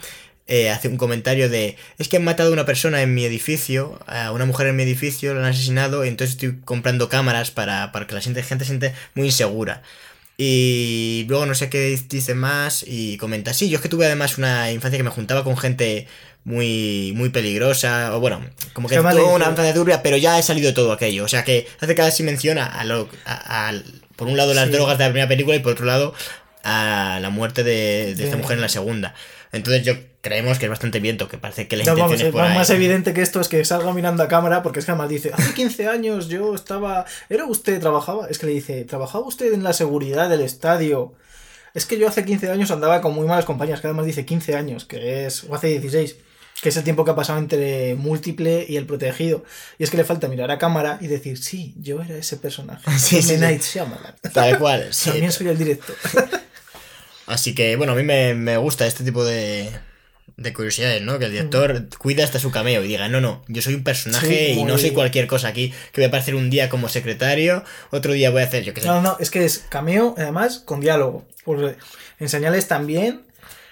hace un comentario de: es que han matado a una persona en mi edificio, a una mujer en mi edificio, la han asesinado, y entonces estoy comprando cámaras para que la gente se siente muy insegura. Y luego no sé qué dice más y comenta: sí, yo es que tuve además una infancia que me juntaba con gente muy peligrosa, o bueno, como que tuve una infancia turbia, pero ya he salido de todo aquello. O sea que hace casi mención por un lado las drogas de la primera película y por otro lado a la muerte de esta mujer en la segunda. Entonces creemos que es bastante viento, que parece que la intención es por ahí. Más evidente que esto es que salga mirando a cámara, porque es que además dice: hace 15 años yo estaba... ¿Era usted, trabajaba? Es que le dice: ¿trabajaba usted en la seguridad del estadio? Es que yo hace 15 años andaba con muy malas compañías, que además dice 15 años, que es... o hace 16, que es el tiempo que ha pasado entre Múltiple y El Protegido. Y es que le falta mirar a cámara y decir: sí, yo era ese personaje. Sí, M. Night Shyamalan. Tal cual, sí. También soy el director. Así que, bueno, a mí me gusta este tipo de curiosidades, ¿no? Que el director cuida hasta su cameo y diga: no, yo soy un personaje y no soy cualquier cosa aquí, que voy a aparecer un día como secretario, otro día voy a hacer, yo qué sé. No, es que es cameo, además, con diálogo. Porque en Señales también...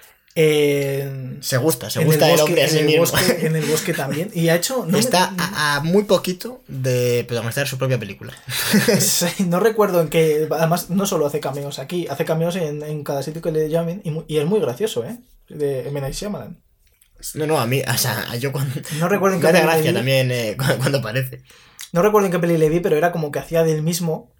Se gusta el hombre a sí mismo. En el bosque también. Y ha hecho... Está a muy poquito de protagonizar su propia película. Sí, no recuerdo en qué... Además, no solo hace cameos aquí, hace cameos en cada sitio que le llamen. Y es muy gracioso, ¿eh? De M. Night Shyamalan. No, a mí... O sea, yo cuando... No recuerdo en qué peli le vi. Me hace gracia también cuando aparece. No recuerdo en qué peli le vi, pero era como que hacía del mismo.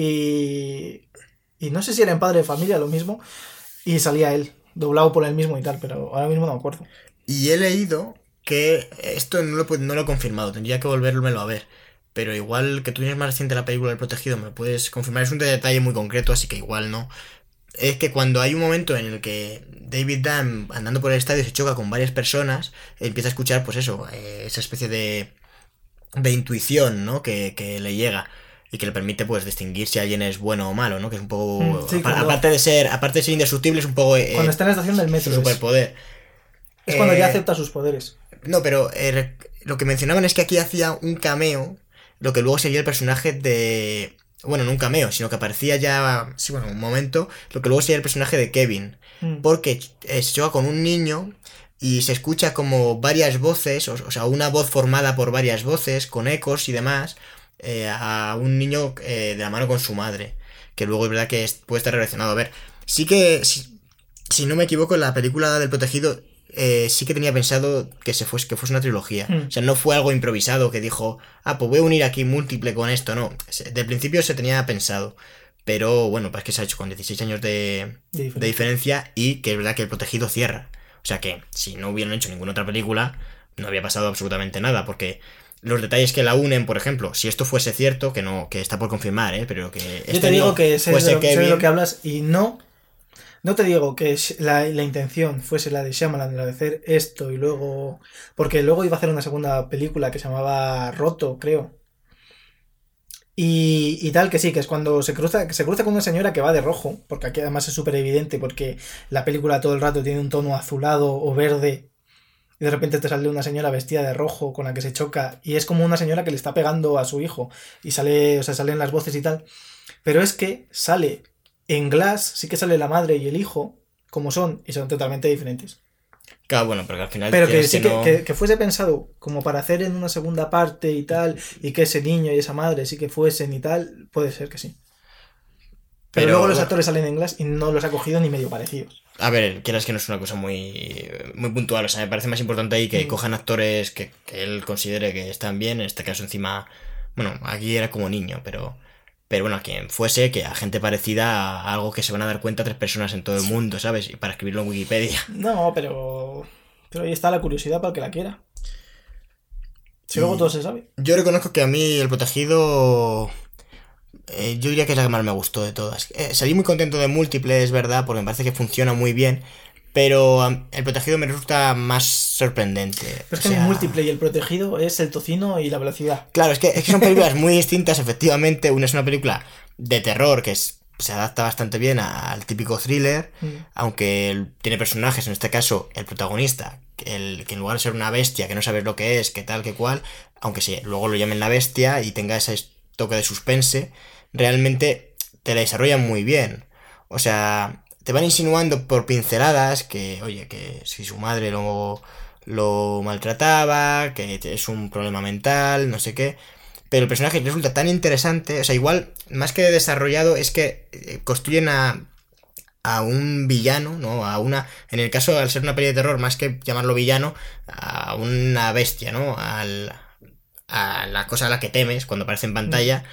Y no sé si era en Padre de Familia lo mismo. Y salía él, doblado por él mismo y tal, pero ahora mismo no me acuerdo. Y he leído que esto no lo he confirmado, tendría que volvérmelo a ver, pero igual que tú tienes más reciente la película El Protegido, me lo puedes confirmar. Es un detalle muy concreto, así que igual no. Es que cuando hay un momento en el que David Dunn, andando por el estadio, se choca con varias personas, empieza a escuchar, pues eso, esa especie de intuición, ¿no? Que le llega y que le permite, pues, distinguir si alguien es bueno o malo, ¿no? Que es un poco... Sí, aparte de ser indestructible, es un poco... cuando está en la estación del metro. Su superpoder. Es cuando ya acepta sus poderes. No, pero lo que mencionaban es que aquí hacía un cameo, lo que luego sería el personaje de... Bueno, no un cameo, sino que aparecía ya... Sí, bueno, un momento, lo que luego sería el personaje de Kevin. Porque se choca con un niño y se escucha como varias voces, o sea, una voz formada por varias voces, con ecos y demás... a un niño de la mano con su madre, que luego es verdad que puede estar relacionado. A ver, sí que si no me equivoco, la película del Protegido sí que tenía pensado que fuese una trilogía. O sea, no fue algo improvisado que dijo: pues voy a unir aquí Múltiple con esto. No, de principio se tenía pensado, pero bueno, pues que se ha hecho con 16 años de diferencia, y que es verdad que El Protegido cierra. O sea que si no hubieran hecho ninguna otra película no había pasado absolutamente nada, porque los detalles que la unen, por ejemplo, si esto fuese cierto, que está por confirmar, pero que yo te digo que sé de lo que hablas, y no te digo que la intención fuese la de Shyamalan, la de hacer esto y luego... Porque luego iba a hacer una segunda película que se llamaba Roto, creo. Y tal, que sí, que es cuando se cruza con una señora que va de rojo, porque aquí además es súper evidente, porque la película todo el rato tiene un tono azulado o verde, y de repente te sale una señora vestida de rojo con la que se choca, y es como una señora que le está pegando a su hijo, y salen las voces y tal. Pero es que sale en Glass, sí que sale la madre y el hijo, como son, y son totalmente diferentes. Claro, bueno, pero que al final... Pero que sí que fuese pensado como para hacer en una segunda parte y tal, y que ese niño y esa madre sí que fuesen y tal, puede ser que sí. Pero luego los actores salen en Glass y no los ha cogido ni medio parecidos. A ver, quieras que no es una cosa muy puntual. O sea, me parece más importante ahí que cojan actores que él considere que están bien. En este caso, encima... Bueno, aquí era como niño, pero bueno, a quien fuese, que a gente parecida a algo que se van a dar cuenta 3 personas en todo el mundo, ¿sabes? Y para escribirlo en Wikipedia. No, pero ahí está la curiosidad para el que la quiera. Si luego todo se sabe. Yo reconozco que a mí El Protegido... yo diría que es la que más me gustó de todas. Salí muy contento de Múltiple, es verdad, porque me parece que funciona muy bien, pero El Protegido me resulta más sorprendente. Pero es que el Múltiple y El Protegido es el tocino y la velocidad. Claro, es que son películas muy distintas, efectivamente. Una es una película de terror que se adapta bastante bien al típico thriller, aunque tiene personajes, en este caso el protagonista, que en lugar de ser una bestia que no sabes lo que es, que tal, que cual, aunque sí, luego lo llamen la bestia y tenga ese toque de suspense, realmente te la desarrollan muy bien. O sea, te van insinuando por pinceladas que, oye, que si su madre lo maltrataba, que es un problema mental, no sé qué. Pero el personaje resulta tan interesante, o sea, igual, más que desarrollado, es que construyen a un villano, ¿no? En el caso, al ser una peli de terror, más que llamarlo villano, a una bestia, ¿no? A la cosa a la que temes cuando aparece en pantalla.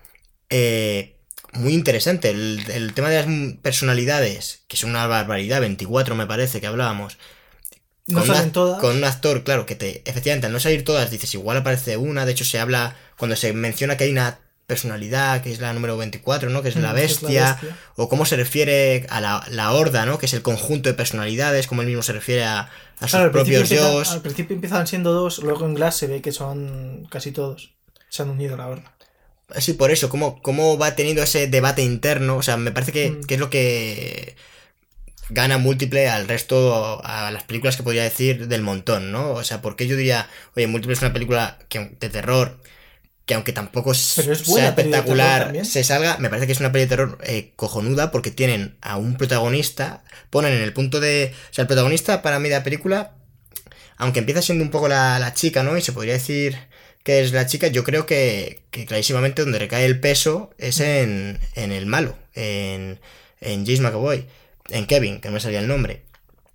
Muy interesante. El tema de las personalidades, que son una barbaridad, 24 me parece que hablábamos. No salen todas. Con un actor, claro, efectivamente, al no salir todas, dices, igual aparece una. De hecho, se habla, cuando se menciona que hay una personalidad, que es la número 24, ¿no? Que es la bestia. O cómo se refiere a la horda, ¿no? Que es el conjunto de personalidades, como él mismo se refiere a sus propios dios. Al principio empiezan siendo 2, luego en Glass se ve que son casi todos. Se han unido a la horda. Sí, por eso, cómo va teniendo ese debate interno. O sea, me parece que es lo que gana múltiple al resto, a las películas que podría decir del montón, ¿no? O sea, porque yo diría, oye, Múltiple es una película de terror que aunque tampoco sea espectacular, se salga, me parece que es una peli de terror cojonuda porque tienen a un protagonista, ponen en el punto de... O sea, el protagonista para mí de la película, aunque empieza siendo un poco la chica, ¿no? Y se podría decir que es la chica, yo creo que clarísimamente donde recae el peso es en el malo, en James McAvoy. En Kevin, que no me salía el nombre.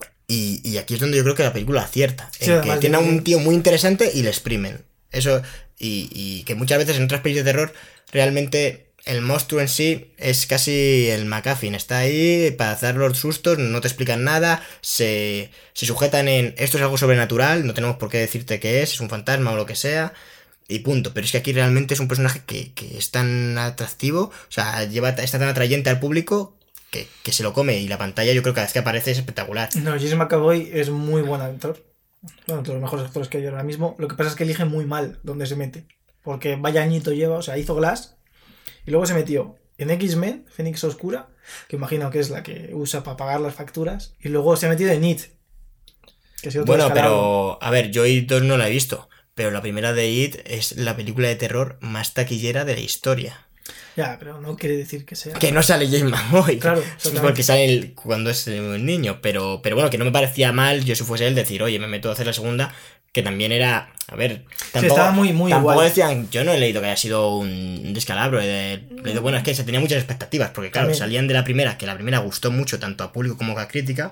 Y aquí es donde yo creo que la película acierta. Sí, en que tiene a un tío muy interesante y le exprimen. Eso. Y que muchas veces en otras películas de terror, realmente el monstruo en sí es casi el MacGuffin. Está ahí para hacer los sustos, no te explican nada. Se sujetan en esto es algo sobrenatural, no tenemos por qué decirte qué es un fantasma o lo que sea. Y punto. Pero es que aquí realmente es un personaje que es tan atractivo. O sea, está tan atrayente al público. Que se lo come, y la pantalla yo creo que cada vez que aparece es espectacular. No, James McAvoy es muy buen actor. Bueno, de los mejores actores que hay ahora mismo. Lo que pasa es que elige muy mal dónde se mete. Porque vaya añito lleva, o sea, hizo Glass y luego se metió en X-Men, Fénix Oscura, que imagino que es la que usa para pagar las facturas, y luego se ha metido en It. Que bueno, pero a ver, yo It 2 no la he visto, pero la primera de It es la película de terror más taquillera de la historia. Ya, pero no quiere decir que sea... Que no sale James McAvoy. Claro. Porque sale cuando es un niño. Pero bueno, que no me parecía mal, yo si fuese él, decir, oye, me meto a hacer la segunda, que también era... A ver, tampoco, sí, estaba muy tampoco igual. Decían, yo no he leído que haya sido un descalabro. Bueno, es que se tenía muchas expectativas, porque claro, también salían de la primera, que la primera gustó mucho tanto a público como a crítica.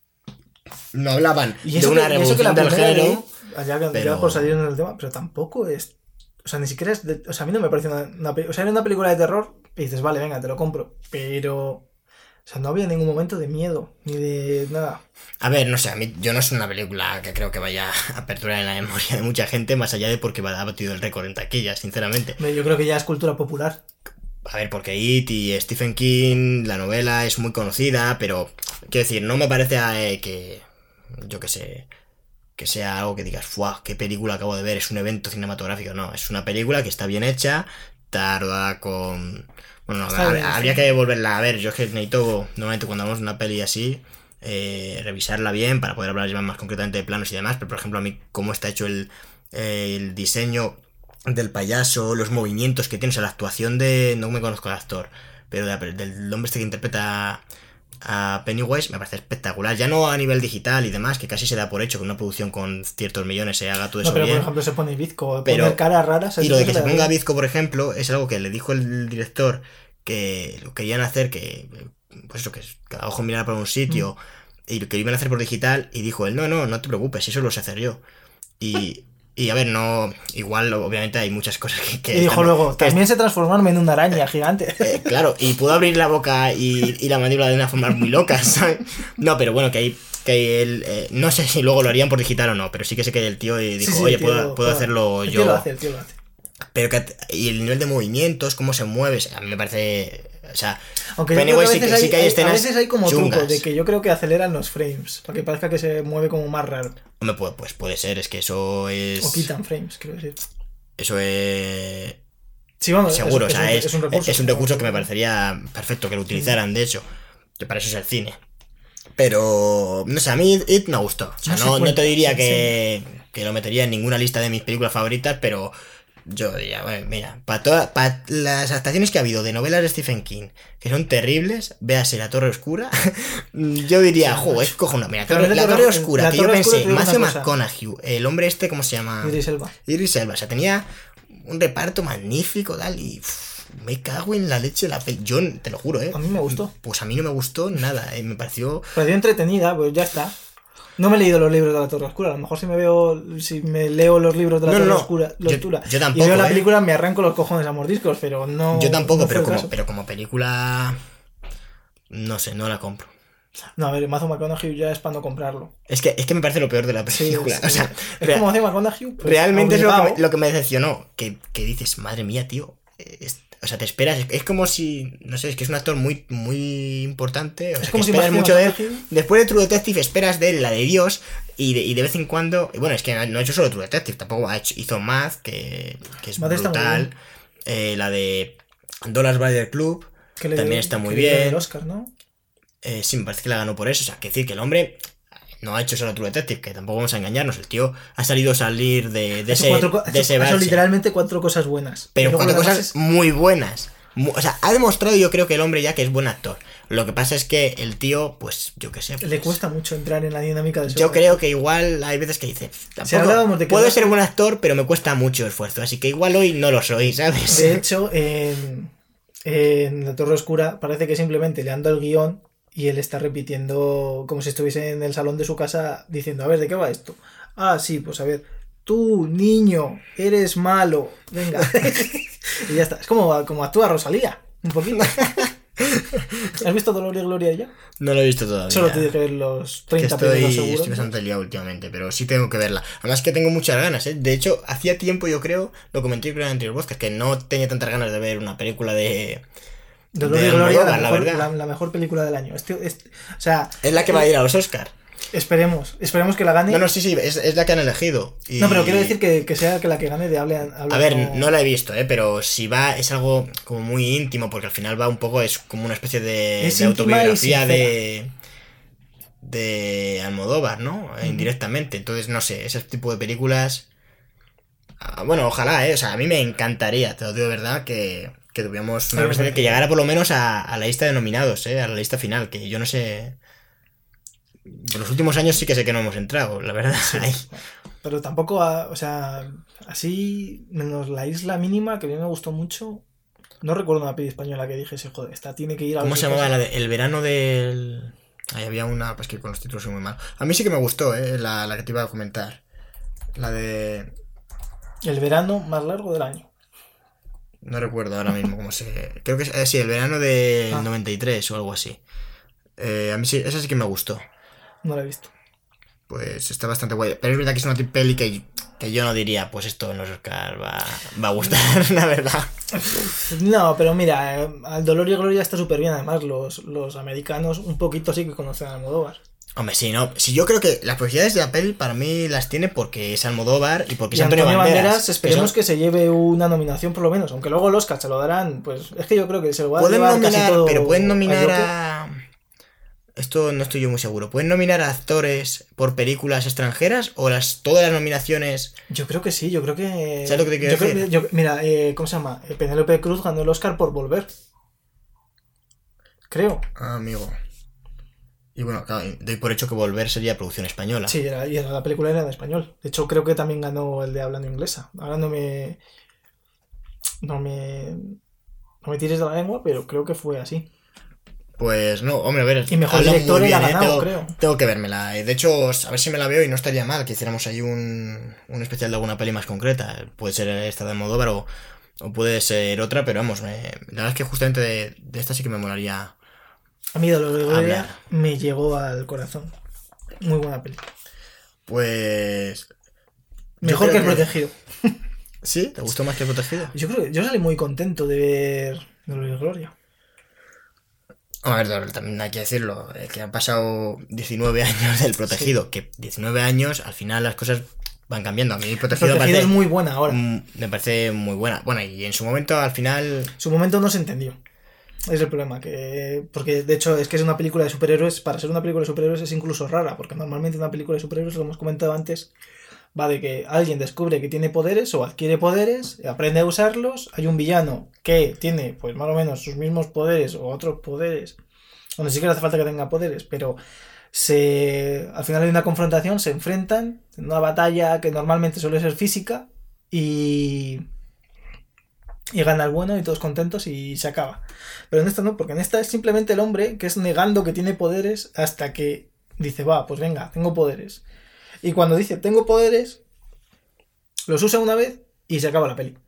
No hablaban de una revolución del género. Ya por salir en el tema, pero tampoco es... O sea, ni siquiera es... O sea, a mí no me parece o sea, era una película de terror y dices, vale, venga, te lo compro. Pero... O sea, no había ningún momento de miedo, ni de nada. A ver, no sé, a mí yo no es una película que creo que vaya a perdurar en la memoria de mucha gente, más allá de porque ha batido el récord en taquilla, sinceramente. Yo creo que ya es cultura popular. A ver, porque It y Stephen King, la novela es muy conocida, pero... Quiero decir, no me parece que... Yo qué sé... Que sea algo que digas, ¡fuah! ¿Qué película acabo de ver? Es un evento cinematográfico. No, es una película que está bien hecha, tarda con... Bueno, no, habría que volverla a ver. Yo es que necesito, normalmente cuando hablamos de una peli así, revisarla bien para poder hablar más concretamente de planos y demás. Pero, por ejemplo, a mí, cómo está hecho el diseño del payaso, los movimientos que tiene, o sea, la actuación de... No me conozco al actor, pero del hombre este que interpreta a Pennywise me parece espectacular, ya no a nivel digital y demás, que casi se da por hecho que una producción con ciertos millones se haga todo eso pero bien. Por ejemplo se pone bizco, poner caras raras. Y lo de que se ponga bizco, por ejemplo, es algo que le dijo el director que lo querían hacer, que pues eso, que cada ojo mirara para un sitio y que lo iban a hacer por digital, y dijo él, no te preocupes, eso lo sé hacer yo. Y a ver, no, igual obviamente hay muchas cosas que y dijo luego, también se transformaron en una araña gigante. Claro, y pudo abrir la boca y la mandíbula de una forma muy loca, ¿sabes? No, pero bueno, que él, no sé si luego lo harían por digital o no, pero sí que sé que el tío dijo, sí, oye, puedo hacerlo yo. El tío lo hace. Pero y el nivel de movimientos, cómo se mueve, a mí me parece... O sea, aunque Pennywise sí que hay escenas. A veces hay como chungas. truco de que yo creo que aceleran los frames para que parezca que se mueve como más raro. Hombre, pues puede ser, es que eso es... O quitan frames, quiero decir. Eso es... Sí, vamos, seguro, es un recurso que me parecería perfecto que lo utilizaran, de hecho. Que para eso es el cine. Pero, no sé, a mí It me gustó. O sea, no te diría que lo metería en ninguna lista de mis películas favoritas, pero Yo diría, bueno, mira, para las adaptaciones que ha habido de novelas de Stephen King, que son terribles, véase La Torre Oscura, yo diría, Sí, jo, no. es cojonuda. Mira, Pero La Torre Oscura, La que yo Torre Oscura, pensé, te digo Matthew una cosa. McConaughey, el hombre este, ¿cómo se llama? Idris Elba. Idris Elba, o sea, tenía un reparto magnífico, tal, y me cago en la leche de la peli. Yo te lo juro, A mí me gustó. Pues a mí no me gustó nada, me pareció... Pareció entretenida, pues ya está. No me he leído los libros de la Torre Oscura. A lo mejor si me leo los libros de la Torre Oscura, yo tampoco, y veo la película, me arranco los cojones a mordiscos, pero no. Yo tampoco, no fue el caso. pero como película, no sé, no la compro. No, a ver, Matthew McConaughey ya es para no comprarlo. Es que me parece lo peor de la Sí, película. sí. O sea, es como Matthew McConaughey. Pues, realmente es obligado. lo que me decepcionó. Que dices, madre mía, tío. O sea, te esperas. Es como si. No sé, es que es un actor muy, muy importante. O sea, Es como que si esperas Matthew mucho de él. McConaughey- Después de True Detective, esperas de él la de Dios. Y de vez en cuando. Bueno, es que no ha hecho solo True Detective. Tampoco hizo Math, que es Math está muy brutal. La de Dollars Buyer Club. que también está muy que le dio bien. el Oscar, ¿no? Sí, me parece que la ganó por eso. O sea, que decir que el hombre no ha hecho solo True Detective, que tampoco vamos a engañarnos. El tío ha salir de ese Ha hecho bache. literalmente 4 cosas buenas. Pero Y luego 4 lo demás cosas muy buenas. O sea, ha demostrado yo creo que el hombre ya que es buen actor. Lo que pasa es que el tío, pues yo qué sé. Pues, le cuesta mucho entrar en la dinámica de yo creo que igual hay veces que dice, hablábamos de que puedo ser buen actor, pero me cuesta mucho esfuerzo. Así que igual hoy no lo soy, ¿sabes? De hecho, en La Torre Oscura parece que simplemente le anda el guión y él está repitiendo como si estuviese en el salón de su casa diciendo, a ver, ¿de qué va esto? Ah, sí, pues a ver, tú, niño, eres malo, venga. Y ya está. Es como actúa Rosalía, un poquito. ¿Has visto Dolor y Gloria ya? No lo he visto todavía. Solo tienes que ver los Que 30 primeros seguros. estoy bastante liado últimamente, pero sí tengo que verla. Además que tengo muchas ganas, ¿eh? De hecho, hacía tiempo yo creo, lo comenté creo en el anterior podcast, que no tenía tantas ganas de ver una película de Dolor y Almodóvar, Gloria, la verdad. la mejor película del año. O sea, Es la que va a ir a los Oscars. esperemos que la gane. No, sí, es la que han elegido. Y... No, pero quiero decir que sea que la que gane de hable A ver, no la he visto, pero si va, es algo como muy íntimo, porque al final va un poco, es como una especie de Es íntima y autobiografía sincera. de Almodóvar, ¿no? Indirectamente. Entonces, no sé, ese tipo de películas. Bueno, ojalá, o sea, a mí me encantaría, te lo digo de verdad, que tuviéramos una representación que llegara por lo menos a la lista de nominados, a la lista final, que yo no sé. En los últimos años sí que sé que no hemos entrado, la verdad. Sí, pero tampoco, o sea, así, menos La Isla Mínima, que a mí me gustó mucho. No recuerdo una peli española que dijese, joder, esta tiene que ir a ¿Cómo los se llamaba? Oscars. La de El verano del... Ahí había una, pues que con los títulos soy muy mal. A mí sí que me gustó, la que te iba a comentar. La de... El verano más largo del año. No recuerdo ahora mismo cómo se... Creo que es, sí, El verano del 93 o algo así. A mí sí, esa sí que me gustó. No la he visto. Pues está bastante guay. Pero es verdad que es una peli que yo no diría, pues esto en los Oscar va a gustar, la verdad. No, pero mira, al Dolor y Gloria está súper bien. Además, los americanos un poquito sí que conocen a Almodóvar. Hombre, sí, no. Sí, yo creo que las posibilidades de la peli para mí las tiene porque es Almodóvar y porque Y es Antonio Banderas. esperemos que se lleve una nominación por lo menos. Aunque luego el Oscar se lo darán, pues es que yo creo que se lo va a Pueden llevar casi nominar, todo pero pueden nominar Joker. a... Esto no estoy yo muy seguro. ¿Pueden nominar a actores por películas extranjeras o todas las nominaciones? Yo creo que sí, yo creo que... ¿Sabes lo que te quiero decir? Mira, ¿cómo se llama? Penélope Cruz ganó el Oscar por Volver. Creo. Ah, amigo. Y bueno, claro, doy por hecho que Volver sería producción española. Sí, la película era de español. De hecho, creo que también ganó el de hablando inglesa. Ahora no me tires de la lengua, pero creo que fue así. Pues no, hombre, a ver. Y mejor habla director muy la bien, ganado, creo. Tengo que vérmela. De hecho, a ver si me la veo y no estaría mal que hiciéramos ahí un especial de alguna peli más concreta. Puede ser esta de Almodóvar o puede ser otra, pero vamos, la verdad es que justamente de esta sí que me molaría. A mí Dolor y Gloria Hablar. me llegó al corazón. Muy buena peli. Pues... Mejor creo que El Protegido. ¿Sí? ¿Te gustó más que El Protegido? Yo creo que yo salí muy contento de ver Dolor y Gloria. A ver, también hay que decirlo, que han pasado 19 años del Protegido, Sí. que 19 años, al final las cosas van cambiando. A mí El Protegido, El Protegido es muy buena ahora. me parece muy buena. Bueno, y en su momento, al final... Su momento no se entendió. Es el problema, porque de hecho es que es una película de superhéroes. Para ser una película de superhéroes es incluso rara, porque normalmente una película de superhéroes, lo hemos comentado antes, Va de que alguien descubre que tiene poderes o adquiere poderes, aprende a usarlos, hay un villano que tiene pues más o menos sus mismos poderes o otros poderes, o ni siquiera hace falta que tenga poderes, pero al final hay una confrontación, se enfrentan en una batalla que normalmente suele ser física y gana el bueno y todos contentos y se acaba. Pero en esta no, porque en esta es simplemente el hombre que es negando que tiene poderes hasta que dice, va, pues venga, tengo poderes. Y cuando dice, tengo poderes, los usa una vez y se acaba la peli.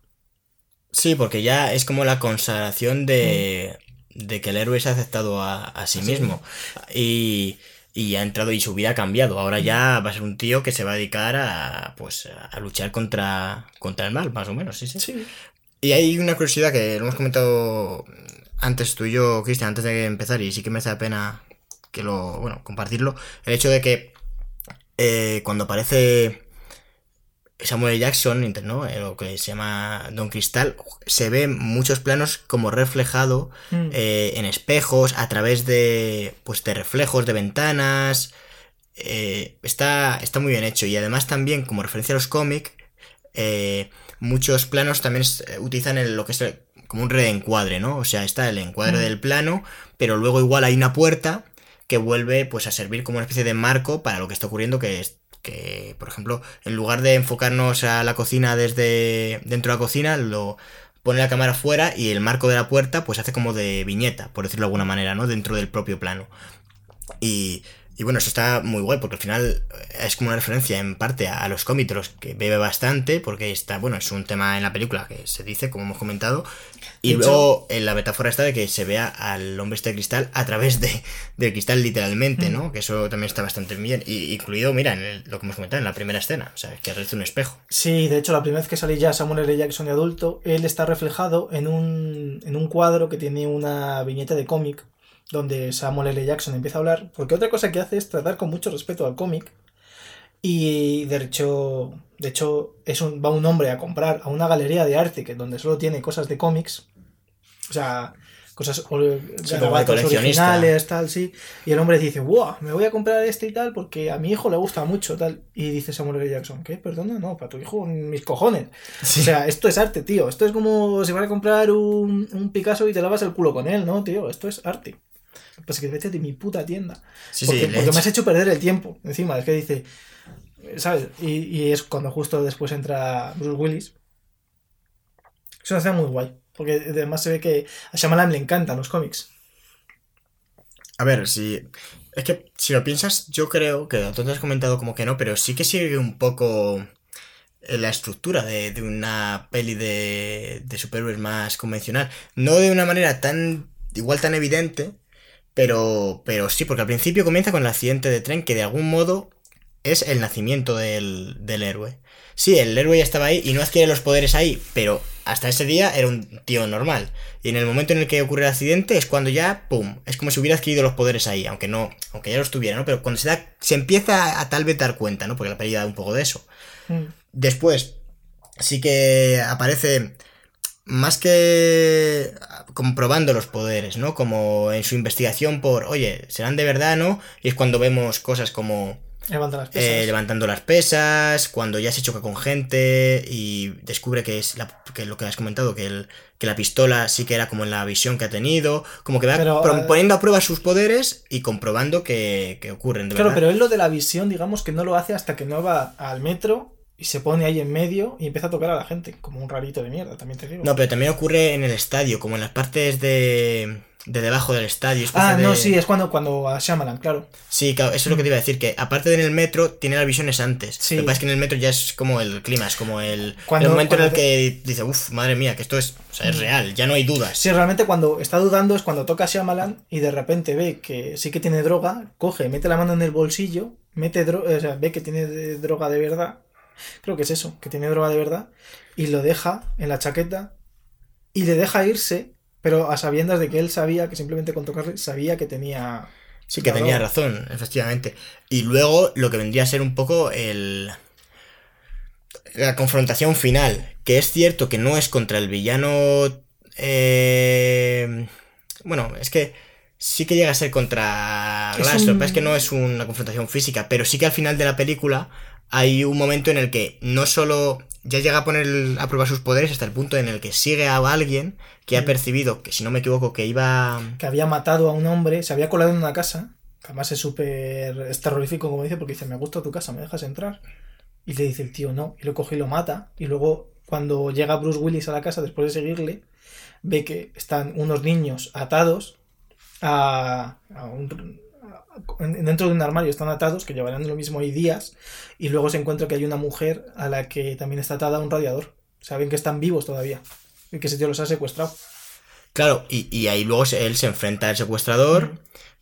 Sí, porque ya es como la consagración de que el héroe se ha aceptado a sí mismo. Y ha entrado y su vida ha cambiado. Ahora ya va a ser un tío que se va a dedicar a luchar contra el mal, más o menos, sí. Y hay una curiosidad que lo hemos comentado antes tú y yo, Cristian, antes de empezar, y sí que me hace la pena compartirlo. El hecho de que cuando aparece Samuel L. Jackson, ¿no? Lo que se llama Don Cristal, se ve muchos planos como reflejado en espejos, a través de reflejos de ventanas. Está muy bien hecho. Y además también, como referencia a los cómics, muchos planos también utilizan lo que es como un reencuadre, ¿no? O sea, está el encuadre del plano, pero luego igual hay una puerta que vuelve pues a servir como una especie de marco para lo que está ocurriendo, que, por ejemplo, en lugar de enfocarnos a la cocina desde dentro de la cocina, lo pone la cámara fuera y el marco de la puerta pues hace como de viñeta, por decirlo de alguna manera, ¿no? Dentro del propio plano. Y bueno, eso está muy guay, porque al final es como una referencia en parte a los cómics, de los que bebe bastante, porque está, bueno, es un tema en la película que se dice, como hemos comentado, y de luego en la metáfora está de que se vea al hombre este de cristal a través del cristal literalmente, ¿no? Que eso también está bastante bien, y incluido, mira, lo que hemos comentado en la primera escena, o sea, que aparece un espejo. Sí, de hecho, la primera vez que sale ya Samuel L. Jackson de adulto, él está reflejado en un cuadro que tiene una viñeta de cómic, donde Samuel L. Jackson empieza a hablar, porque otra cosa que hace es tratar con mucho respeto al cómic, y de hecho va un hombre a comprar a una galería de arte donde solo tiene cosas de cómics, o sea, cosas garabatos originales, tal, sí, y el hombre dice, ¡wow! Me voy a comprar este y tal porque a mi hijo le gusta mucho, tal, y dice Samuel L. Jackson, ¿qué? Perdona, no, para tu hijo, mis cojones. Sí. O sea, esto es arte, tío, esto es como si vas a comprar un Picasso y te lavas el culo con él, ¿no, tío? Esto es arte. Pues que vete de mi puta tienda. Porque me has hecho perder el tiempo. Encima, es que dice, ¿sabes? Y es cuando justo después entra Bruce Willis. Es una escena muy guay. Porque además se ve que a Shyamalan le encantan los cómics. A ver, sí. Es que si lo piensas, yo creo que tú te has comentado como que no, pero sí que sigue un poco la estructura de una peli de superhéroes más convencional. No de una manera tan evidente. Pero sí, porque al principio comienza con el accidente de tren, que de algún modo es el nacimiento del héroe. Sí, el héroe ya estaba ahí y no adquiere los poderes ahí, pero hasta ese día era un tío normal. Y en el momento en el que ocurre el accidente es cuando ya, ¡pum!, es como si hubiera adquirido los poderes ahí, aunque ya los tuviera, ¿no? Pero cuando se empieza a tal vez dar cuenta, ¿no? Porque la peli da un poco de eso. Después, sí que aparece, más que comprobando los poderes, ¿no? Como en su investigación por, oye, ¿serán de verdad, no? Y es cuando vemos cosas como levantando las pesas, cuando ya se choca con gente y descubre que es que lo que has comentado, que la pistola sí que era como en la visión que ha tenido, como que va poniendo a prueba sus poderes y comprobando que ocurren, de verdad. Claro, pero él lo de la visión, digamos que no lo hace hasta que no va al metro y se pone ahí en medio y empieza a tocar a la gente, como un rarito de mierda, también te digo. No, pero también ocurre en el estadio, como en las partes de debajo del estadio. Sí, es cuando a Shyamalan, claro. Sí, claro, eso es lo que te iba a decir, que aparte de en el metro, tiene las visiones antes. Sí. Lo que pasa es que en el metro ya es como el clima, es como el momento en el que dice, uff, madre mía, que esto es real, ya no hay dudas. Sí, realmente cuando está dudando es cuando toca a Shyamalan y de repente ve que sí que tiene droga, coge, mete la mano en el bolsillo, ve que tiene droga de verdad. Creo que es eso, que tiene droga de verdad, y lo deja en la chaqueta y le deja irse, pero a sabiendas de que él sabía que simplemente con tocarle sabía que tenía... Sí, que tenía razón, efectivamente. Y luego lo que vendría a ser un poco la confrontación final, que es cierto que no es contra el villano... Bueno, es que sí que llega a ser contra Glass, lo que pasa es que no es una confrontación física, pero sí que al final de la película hay un momento en el que no solo ya llega a poner a prueba sus poderes hasta el punto en el que sigue a alguien que ha percibido, que si no me equivoco, que había matado a un hombre, se había colado en una casa, que además es terrorífico como dice, porque dice, me gusta tu casa, ¿me dejas entrar? Y le dice el tío no, y lo coge y lo mata, y luego cuando llega Bruce Willis a la casa después de seguirle, ve que están unos niños atados dentro de un armario, están atados, que llevarán lo mismo ahí días, y luego se encuentra que hay una mujer a la que también está atada a un radiador. Saben que están vivos todavía y que ese tío los ha secuestrado. Claro, y ahí luego él se enfrenta al secuestrador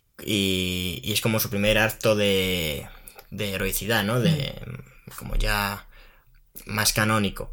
y es como su primer acto de heroicidad, ¿no? Como ya más canónico.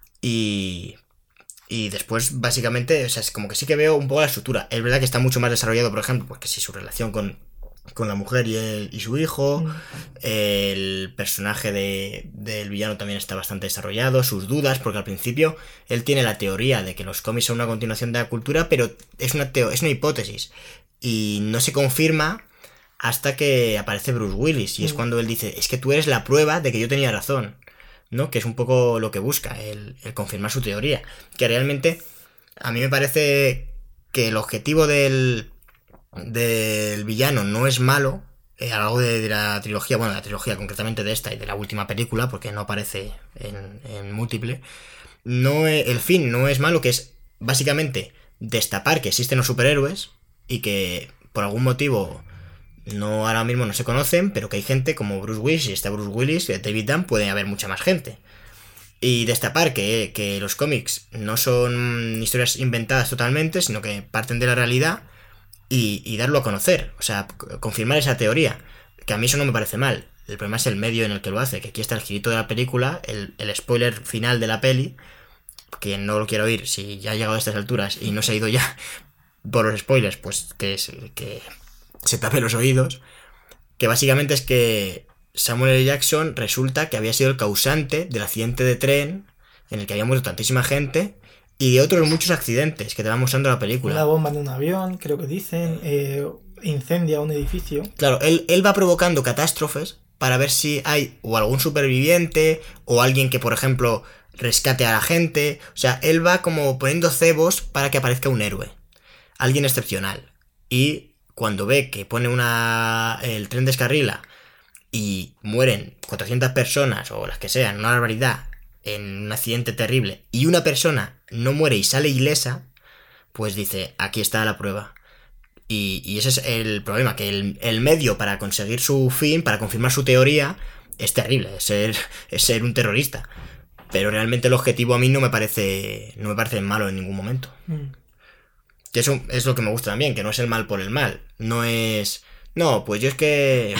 Y después, básicamente, o sea, es como que sí que veo un poco la estructura. Es verdad que está mucho más desarrollado, por ejemplo, porque sí, su relación con la mujer y su hijo. El personaje del villano también está bastante desarrollado. Sus dudas, porque al principio él tiene la teoría de que los cómics son una continuación de la cultura, pero es una hipótesis. Y no se confirma hasta que aparece Bruce Willis. Y es cuando él dice, es que tú eres la prueba de que yo tenía razón, ¿no? Que es un poco lo que busca, el confirmar su teoría. Que realmente a mí me parece que el objetivo del villano no es malo, a lo largo de la trilogía, bueno, de la trilogía concretamente de esta y de la última película, porque no aparece en múltiple. No, el fin no es malo, que es básicamente destapar que existen los superhéroes y que por algún motivo ahora mismo no se conocen, pero que hay gente como Bruce Willis, y está Bruce Willis, David Dunn, puede haber mucha más gente. Y destapar que los cómics no son historias inventadas totalmente, sino que parten de la realidad y darlo a conocer, o sea, confirmar esa teoría, que a mí eso no me parece mal. El problema es el medio en el que lo hace, que aquí está el girito de la película, el spoiler final de la peli, que no lo quiero oír, si ya ha llegado a estas alturas y no se ha ido ya por los spoilers, pues que se tape los oídos, que básicamente es que Samuel L. Jackson resulta que había sido el causante del accidente de tren en el que había muerto tantísima gente y de otros muchos accidentes que te va mostrando la película. Una bomba en un avión, creo que dicen, incendia un edificio. Claro, él va provocando catástrofes para ver si hay o algún superviviente o alguien que, por ejemplo, rescate a la gente. O sea, él va como poniendo cebos para que aparezca un héroe, alguien excepcional. Y cuando ve que pone el tren descarrila y mueren 400 personas o las que sean, una barbaridad, en un accidente terrible, y una persona no muere y sale ilesa, pues dice, aquí está la prueba. Y ese es el problema, que el medio para conseguir su fin, para confirmar su teoría, es terrible, es ser un terrorista. Pero realmente el objetivo a mí no me parece malo en ningún momento. Que eso es lo que me gusta también, que no es el mal por el mal. No es... No, pues yo es que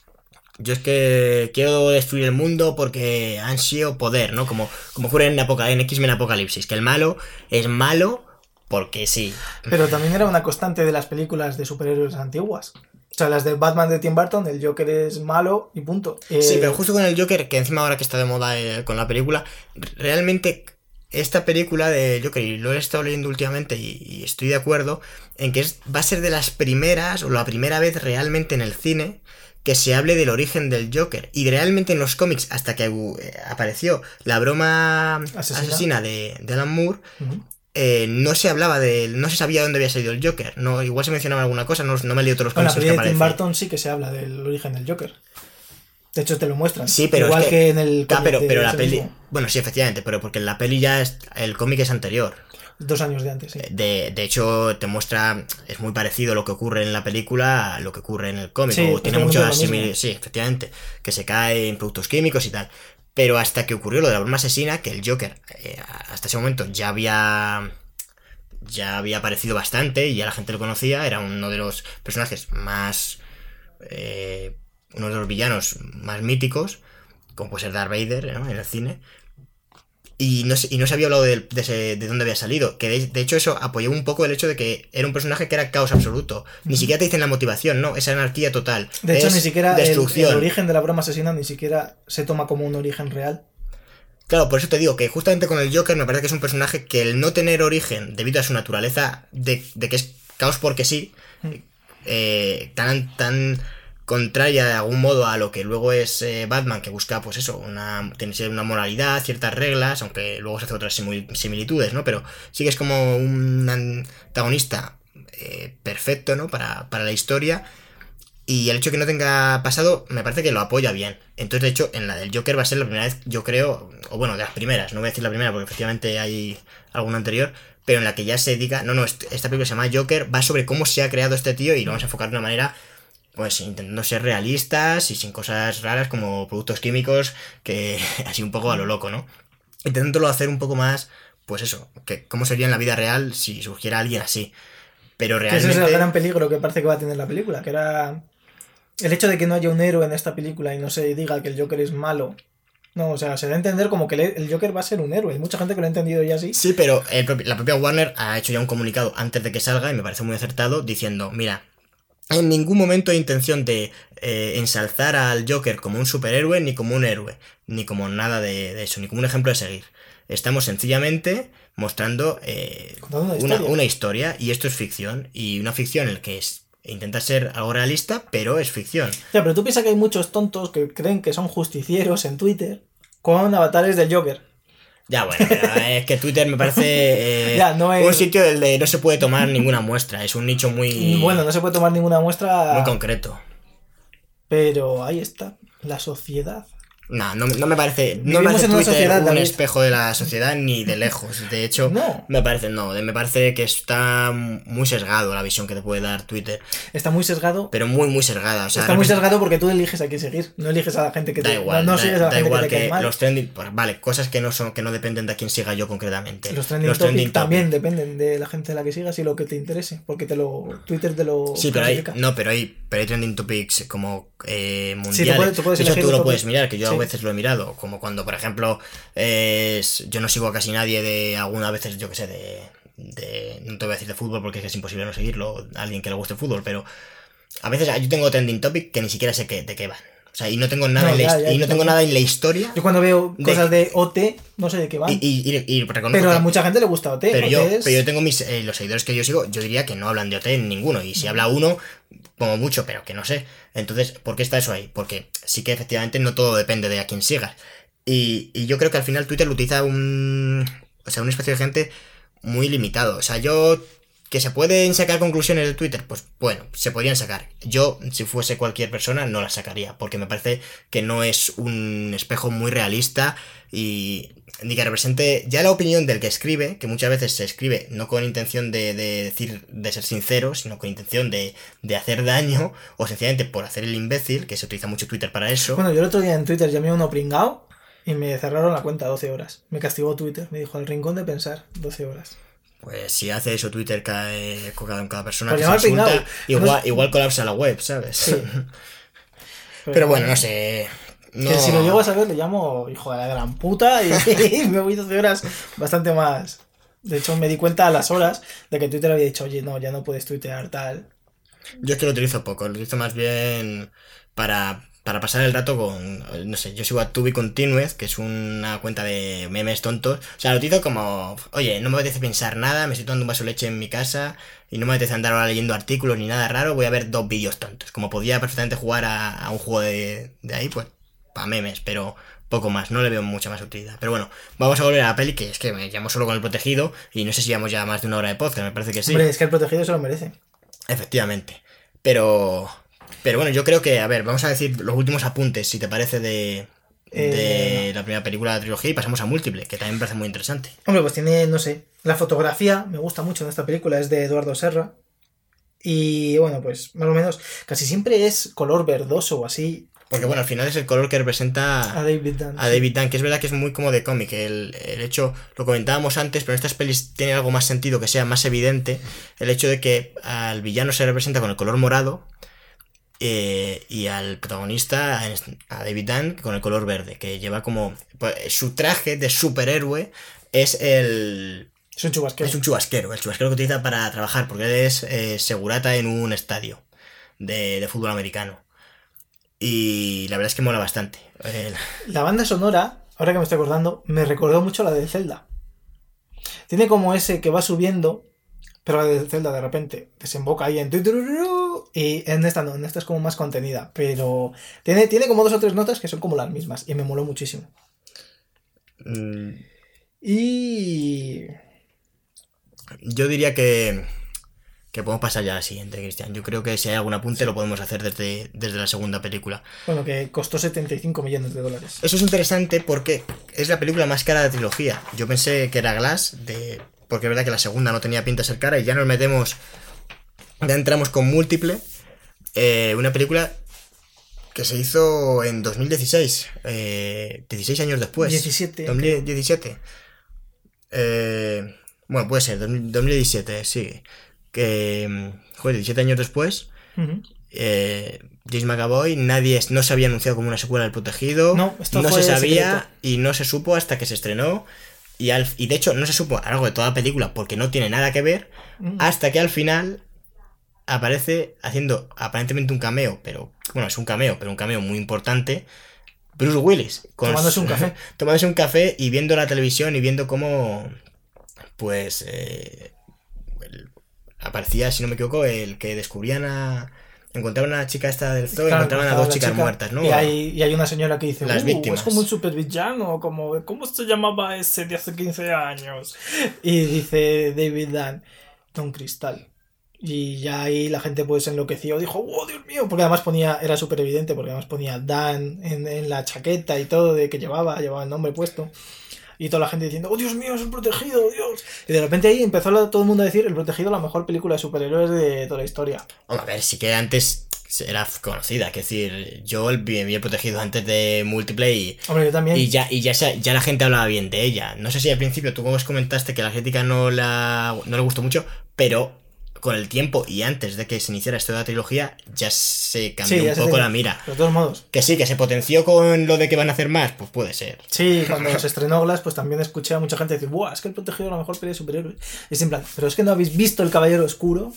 quiero destruir el mundo porque ansío poder, ¿no? Como ocurre en X-Men Apocalipsis, que el malo es malo porque sí. Pero también era una constante de las películas de superhéroes antiguas. O sea, las de Batman de Tim Burton, el Joker es malo y punto. Sí, pero justo con el Joker, que encima ahora que está de moda con la película, realmente esta película de Joker, y lo he estado leyendo últimamente y estoy de acuerdo, en que va a ser de las primeras, o la primera vez realmente en el cine, que se hable del origen del Joker. Y realmente en los cómics, hasta que apareció la broma asesina de Alan Moore, no se hablaba no se sabía dónde había salido el Joker. No, igual se mencionaba alguna cosa, no me he leído todos los cómics. En la película de Tim Burton sí que se habla del origen del Joker. De hecho te lo muestran. Sí, pero igual es que en el cómic pero la peli... mismo. Bueno, sí, efectivamente, pero porque en la peli ya el cómic es anterior. 2 años de antes, sí. De hecho, te muestra, es muy parecido lo que ocurre en la película a lo que ocurre en el cómic. Sí, tiene muchas similitudes. Sí, efectivamente. Que se cae en productos químicos y tal. Pero hasta que ocurrió lo de la broma asesina, que el Joker, hasta ese momento ya había aparecido bastante y ya la gente lo conocía. Era uno de los personajes más... uno de los villanos más míticos, como puede ser Darth Vader, ¿no? En el cine. Y no se había hablado de dónde había salido. Que de hecho eso apoyó un poco el hecho de que era un personaje que era caos absoluto. Ni siquiera te dicen la motivación, no, es anarquía total. De hecho, ni siquiera destrucción. El origen de la broma asesina ni siquiera se toma como un origen real. Claro, por eso te digo que justamente con el Joker me parece que es un personaje que el no tener origen, debido a su naturaleza de que es caos porque sí, tan contraria de algún modo a lo que luego es Batman, que busca, pues eso, tiene que ser una moralidad, ciertas reglas, aunque luego se hace otras similitudes, ¿no? Pero sí que es como un antagonista perfecto, ¿no? Para la historia. Y el hecho de que no tenga pasado, me parece que lo apoya bien. Entonces, de hecho, en la del Joker va a ser la primera vez, yo creo, o bueno, de las primeras, no voy a decir la primera porque efectivamente hay alguna anterior, pero en la que ya se diga, no, esta película se llama Joker, va sobre cómo se ha creado este tío y lo vamos a enfocar de una manera, pues intentando ser realistas y sin cosas raras como productos químicos, que así un poco a lo loco, ¿no? Intentándolo hacer un poco más, pues eso, que cómo sería en la vida real si surgiera alguien así. Pero realmente... Ese es el gran peligro que parece que va a tener la película, que era el hecho de que no haya un héroe en esta película y no se diga que el Joker es malo. No, o sea, se da a entender como que el Joker va a ser un héroe. Hay mucha gente que lo ha entendido ya así. Sí, pero la propia Warner ha hecho ya un comunicado antes de que salga y me parece muy acertado diciendo, mira, en ningún momento hay intención de ensalzar al Joker como un superhéroe ni como un héroe, ni como nada de eso, ni como un ejemplo de seguir. Estamos sencillamente mostrando una historia y esto es ficción y una ficción en la que intenta ser algo realista, pero es ficción. Ya, pero tú piensas que hay muchos tontos que creen que son justicieros en Twitter con avatares del Joker. Ya, bueno, es que Twitter me parece ya, no es... un sitio donde no se puede tomar ninguna muestra. Es un nicho muy... Bueno, no se puede tomar ninguna muestra... muy concreto. Pero ahí está, la sociedad. No me parece... No me parece Twitter un espejo de la sociedad ni de lejos. De hecho, no. me parece que está muy sesgado la visión que te puede dar Twitter. Está muy sesgado. Pero muy, muy sesgada. O sea, está muy sesgado porque tú eliges a quién seguir. No eliges a la gente que da igual, no sigues a la da gente igual que te cae mal. Los trending... Pues, vale, cosas que no dependen de a quién siga yo concretamente. Los trending topic también dependen de la gente a la que sigas y lo que te interese. Porque Twitter te lo... Sí, pero hay trending topics como mundiales. Sí, tú puedes tú lo puedes mirar, que yo a veces lo he mirado. Como cuando, por ejemplo, yo no sigo a casi nadie de algunas veces, yo que sé, no te voy a decir de fútbol porque es imposible no seguirlo, a alguien que le guste el fútbol, pero a veces yo tengo trending topic que ni siquiera sé de qué van. O sea, y no tengo nada, nada en la historia. Yo cuando veo cosas de OT, no sé de qué van. Y pero a mucha gente le gusta OT. Pero yo tengo los seguidores que yo sigo, yo diría que no hablan de OT en ninguno. Y si habla uno, como mucho, pero que no sé. Entonces, ¿por qué está eso ahí? Porque sí que efectivamente no todo depende de a quién sigas. Y yo creo que al final Twitter lo utiliza un espacio de gente muy limitado. O sea, que se pueden sacar conclusiones de Twitter, pues bueno, se podrían sacar. Yo, si fuese cualquier persona, no las sacaría, porque me parece que no es un espejo muy realista y ni que represente ya la opinión del que escribe, que muchas veces se escribe no con intención de ser sincero, sino con intención de hacer daño, o sencillamente por hacer el imbécil, que se utiliza mucho Twitter para eso. Bueno, yo el otro día en Twitter llamé a uno pringao y me cerraron la cuenta 12 horas. Me castigó Twitter, me dijo, al rincón de pensar, 12 horas. Pues si hace eso Twitter con cada persona pues que se insulta, igual colapsa la web, ¿sabes? Sí. Pero bueno, no sé... No. Que si lo llego a saber le llamo hijo de la gran puta y me voy 12 horas bastante más. De hecho me di cuenta a las horas de que Twitter había dicho, oye, no, ya no puedes tuitear tal. Yo es que lo utilizo poco, lo utilizo más bien para pasar el rato con, no sé, yo sigo a Tubi Continuez, que es una cuenta de memes tontos. O sea, lo utilizo como, oye, no me apetece pensar nada, me estoy tomando un vaso de leche en mi casa y no me apetece andar ahora leyendo artículos ni nada raro, voy a ver 2 vídeos tontos. Como podía perfectamente jugar a un juego de ahí, pues, para memes, pero poco más, no le veo mucha más utilidad. Pero bueno, vamos a volver a la peli, que es que me llamo solo con El Protegido y no sé si llevamos ya más de 1 hora de podcast, me parece que sí. Hombre, es que El Protegido se lo merece. Efectivamente, pero bueno, yo creo que, a ver, vamos a decir los últimos apuntes, si te parece, de la primera película de la trilogía y pasamos a Múltiple, que también me parece muy interesante. Hombre, pues tiene, no sé, la fotografía me gusta mucho en esta película, es de Eduardo Serra. Y bueno, pues más o menos, casi siempre es color verdoso o así. Porque bueno, al final es el color que representa a David Dunn. A David Dunn, que es verdad que es muy como de cómic. El hecho, lo comentábamos antes, pero en estas pelis tiene algo más sentido, que sea más evidente. El hecho de que al villano se representa con el color morado y al protagonista, a David Dunn, con el color verde, que lleva como... Pues, su traje de superhéroe es el... Es un chubasquero. Es un chubasquero, el chubasquero que utiliza para trabajar, porque él es segurata en un estadio de fútbol americano. Y la verdad es que mola bastante. La banda sonora, ahora que me estoy acordando, me recordó mucho la de Zelda. Tiene como ese que va subiendo, pero la de Zelda de repente desemboca ahí en... Y en esta no, en esta es como más contenida, pero tiene como 2 o 3 notas que son como las mismas y me moló muchísimo. Mm, Y... Yo diría que podemos pasar ya a la siguiente, Cristian. Yo creo que si hay algún apunte lo podemos hacer desde la segunda película. Bueno, que costó 75 millones de dólares. Eso es interesante porque es la película más cara de la trilogía. Yo pensé que era Glass, porque es verdad que la segunda no tenía pinta de ser cara y ya nos metemos, ya entramos con Múltiple, una película que se hizo en 2016, 16 años después. 17. 2017. Bueno, puede ser, 2017, sí. Joder, 17 años después, Uh-huh. James McAvoy, no se había anunciado como una secuela del Protegido, No, esto no fue se sabía secreto. y no se supo hasta que se estrenó. Y de hecho no se supo a lo largo de toda la película porque no tiene nada que ver, hasta que al final aparece haciendo aparentemente un cameo, pero bueno, es un cameo, pero un cameo muy importante, Bruce Willis, Tomándose un café. tomándose un café y viendo la televisión y viendo cómo, pues, aparecía, si no me equivoco, el que encontraban a la chica esta del zoo y Claro, encontraban a estaba 2 la chicas chica, muertas, ¿no? Y hay una señora que dice, Las víctimas. es como un supervillano, como, ¿cómo se llamaba ese de hace 15 años? Y dice David Dunn, Don Cristal. Y ya ahí la gente pues enloqueció, dijo, ¡oh, Dios mío! Porque además era súper evidente, porque además ponía Dan en la chaqueta y todo de que llevaba el nombre puesto. Y toda la gente diciendo, ¡oh, Dios mío, es el Protegido, Dios! Y de repente ahí empezó todo el mundo a decir, el Protegido, la mejor película de superhéroes de toda la historia. Hombre, a ver, sí que antes era conocida, es decir, yo me había Protegido antes de Múltiple Hombre, yo también. y ya la gente hablaba bien de ella. No sé si al principio tú comentaste que la crítica no le gustó mucho, pero con el tiempo y antes de que se iniciara esto de la trilogía ya se cambió un poco la mira. De todos modos. Que sí, que se potenció con lo de que van a hacer más, pues puede ser. Sí, cuando se estrenó Glass, pues también escuché a mucha gente decir, ¡buah, es que el Protegido es la mejor peli de superhéroes! Y es en plan, ¿pero es que no habéis visto El Caballero Oscuro?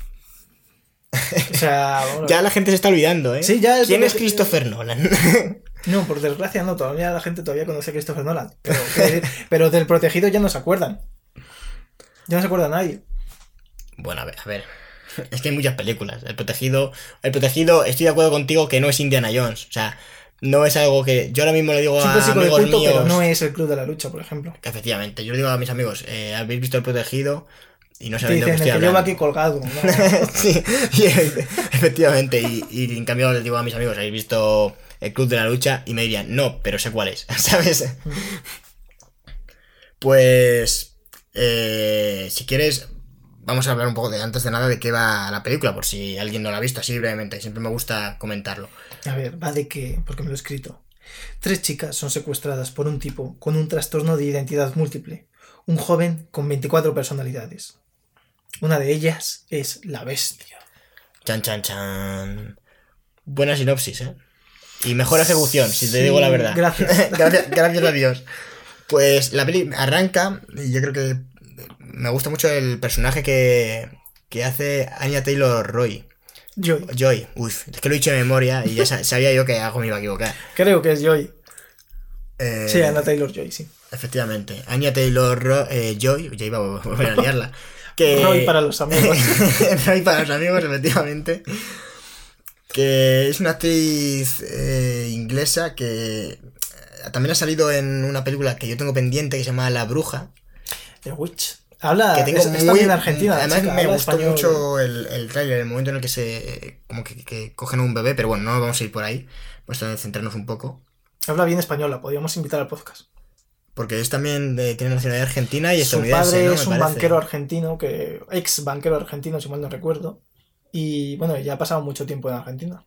O sea, bueno, Ya la gente se está olvidando, ¿eh? Sí, ya ¿Quién es Christopher Nolan? No, por desgracia no, todavía la gente todavía conoce a Christopher Nolan. Pero del Protegido ya no se acuerdan. Ya no se acuerda nadie. Bueno, a ver. Es que hay muchas películas. El Protegido, estoy de acuerdo contigo que no es Indiana Jones. O sea, no es algo que. Yo ahora mismo le digo Es un a clásico de amigos culto, míos. pero no es el Club de la Lucha, por ejemplo. Efectivamente, yo le digo a mis amigos, ¿habéis visto El Protegido? Y no Te saben de lo que dicen, estoy el que lleva hablando. aquí colgado. ¿No? Sí, efectivamente. Y en cambio les digo a mis amigos, ¿habéis visto El Club de la Lucha? Y me dirían, no, pero sé cuál es, ¿sabes? Pues. Si quieres. Vamos a hablar un poco antes de nada de qué va la película, por si alguien no la ha visto así brevemente. Siempre me gusta comentarlo. A ver, va de que, porque me lo he escrito. 3 chicas son secuestradas por un tipo con un trastorno de identidad múltiple. Un joven con 24 personalidades. Una de ellas es la bestia. Chan, chan, chan. Buena sinopsis, ¿eh? Y mejor ejecución, si te digo la verdad. Gracias. Gracias a Dios. Pues la peli arranca y yo creo que me gusta mucho el personaje que hace Anya Taylor-Joy. Joy. Uf, es que lo he dicho de memoria y ya sabía yo que algo me iba a equivocar. Creo que es Joy. Sí, Anya Taylor-Joy, sí. Efectivamente. Anya Taylor-Joy. Ya iba a volver a liarla. Roy para los amigos. Roy para los amigos, efectivamente. Que es una actriz inglesa que también ha salido en una película que yo tengo pendiente que se llama La Bruja. The Witch. Habla, que tengo está bien en Argentina. Además chica, me gustó español. mucho el tráiler, el momento en el que se como que cogen un bebé, pero bueno, no vamos a ir por ahí, vamos a centrarnos un poco. Habla bien española, podríamos invitar al podcast. Porque es también tiene nacionalidad argentina y Su estadounidense, padre ¿no? es un banquero argentino, ex banquero argentino, si mal no recuerdo. Y bueno, ya ha pasado mucho tiempo en Argentina.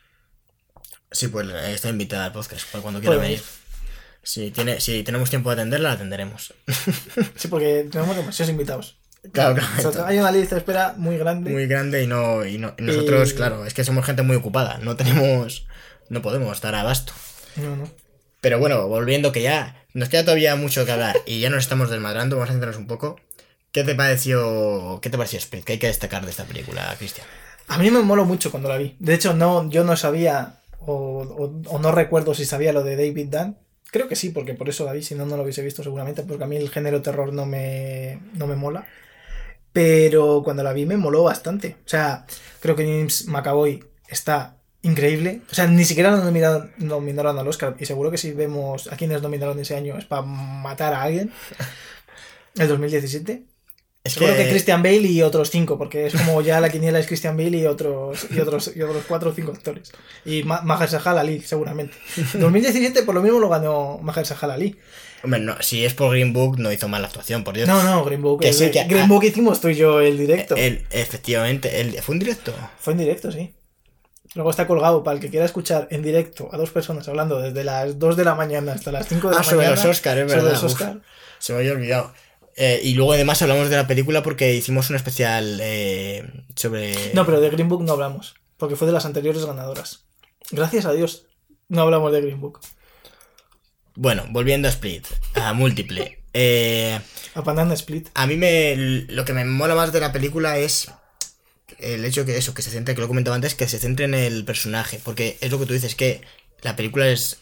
Sí, pues está invitada al podcast cuando quiera venir. Si tenemos tiempo de atenderla, la atenderemos. Sí, porque tenemos demasiados invitados. Claro. O sea, hay una lista de espera muy grande. Muy grande y nosotros, claro, es que somos gente muy ocupada. No podemos dar abasto. No. Pero bueno, volviendo que ya nos queda todavía mucho que hablar y ya nos estamos desmadrando, vamos a centrarnos un poco. ¿Qué te pareció Split? ¿Qué hay que destacar de esta película, Cristian? A mí me moló mucho cuando la vi. De hecho, yo no sabía o no recuerdo si sabía lo de David Dunn. Creo que sí, porque por eso la vi, si no, no lo hubiese visto seguramente, porque a mí el género terror no me mola. pero cuando la vi me moló bastante. O sea, creo que James McAvoy está increíble. O sea, ni siquiera lo nominaron al Oscar. Y seguro que si vemos a quienes nominaron ese año es para matar a alguien. El 2017. Seguro que Christian Bale y otros 5, porque es como ya la quiniela es Christian Bale y otros 4 o 5 actores. Y Mahershala Ali, seguramente. 2017 por lo mismo lo ganó Mahershala Ali. Hombre, no, si es por Green Book no hizo mala actuación, por Dios. No, Green Book. Green Book hicimos tú y yo el directo. Efectivamente, ¿fue un directo? Fue en directo, sí. Luego está colgado para el que quiera escuchar en directo a 2 personas hablando desde las 2 de la mañana hasta las 5 de la mañana. Sobre los Oscar, es verdad. Los Oscar. Se me había olvidado. Y luego además hablamos de la película porque hicimos un especial sobre... No, pero de Green Book no hablamos, porque fue de las anteriores ganadoras. Gracias a Dios no hablamos de Green Book. Bueno, volviendo a Split, a Múltiple. A Banana Split. A mí lo que me mola más de la película es el hecho que se centre, que lo comentaba antes, que se centre en el personaje, porque es lo que tú dices, que la película es